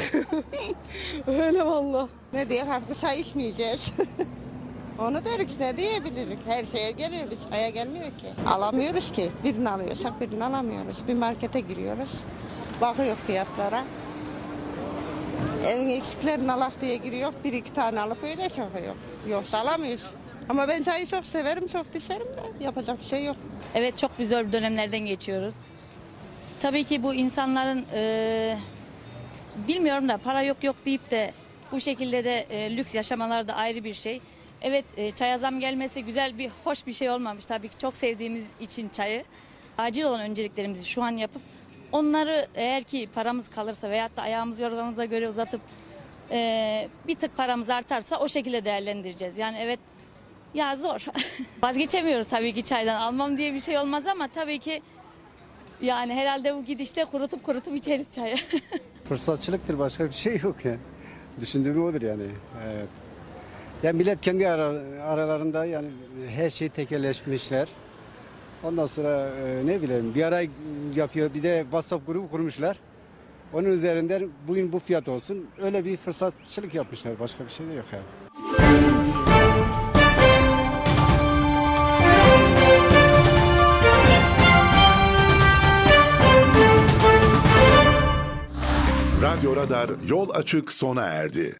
Öyle valla. Ne diye farklı çay içmeyeceğiz. Onu deriz, ne diyebiliriz? Her şeye geliyoruz, çaya gelmiyor ki. Alamıyoruz ki. Birini alıyorsak birini alamıyoruz. Bir markete giriyoruz. Bakıyor fiyatlara. Evin eksiklerini alak diye giriyor. Bir iki tane alıp öyle sokuyor. Yoksa alamıyoruz. Ama ben çayı çok severim, çok düşerim de yapacak bir şey yok. Evet, çok bir zor dönemlerden geçiyoruz. Tabii ki bu insanların e, bilmiyorum da para yok yok deyip de bu şekilde de e, lüks yaşamaları da ayrı bir şey. Evet, e, çaya zam gelmesi güzel, bir hoş bir şey olmamış. Tabii ki çok sevdiğimiz için çayı. Acil olan önceliklerimizi şu an yapıp onları, eğer ki paramız kalırsa veyahut da ayağımız yorganımıza göre uzatıp e, bir tık paramız artarsa o şekilde değerlendireceğiz. Yani evet, ya zor. Vazgeçemiyoruz tabii ki çaydan. Almam diye bir şey olmaz ama tabii ki yani herhalde bu gidişte kurutup kurutup içeriz çayı. Fırsatçılıktır, başka bir şey yok ya. Düşündüğüm odur yani. Evet. Ya millet kendi ara, aralarında yani her şey tekelleşmişler. Ondan sonra e, ne bileyim bir ara yapıyor, bir de WhatsApp grubu kurmuşlar. Onun üzerinden bugün bu fiyat olsun. Öyle bir fırsatçılık yapmışlar. Başka bir şey de yok yani. Radyo Radar yol açık sona erdi.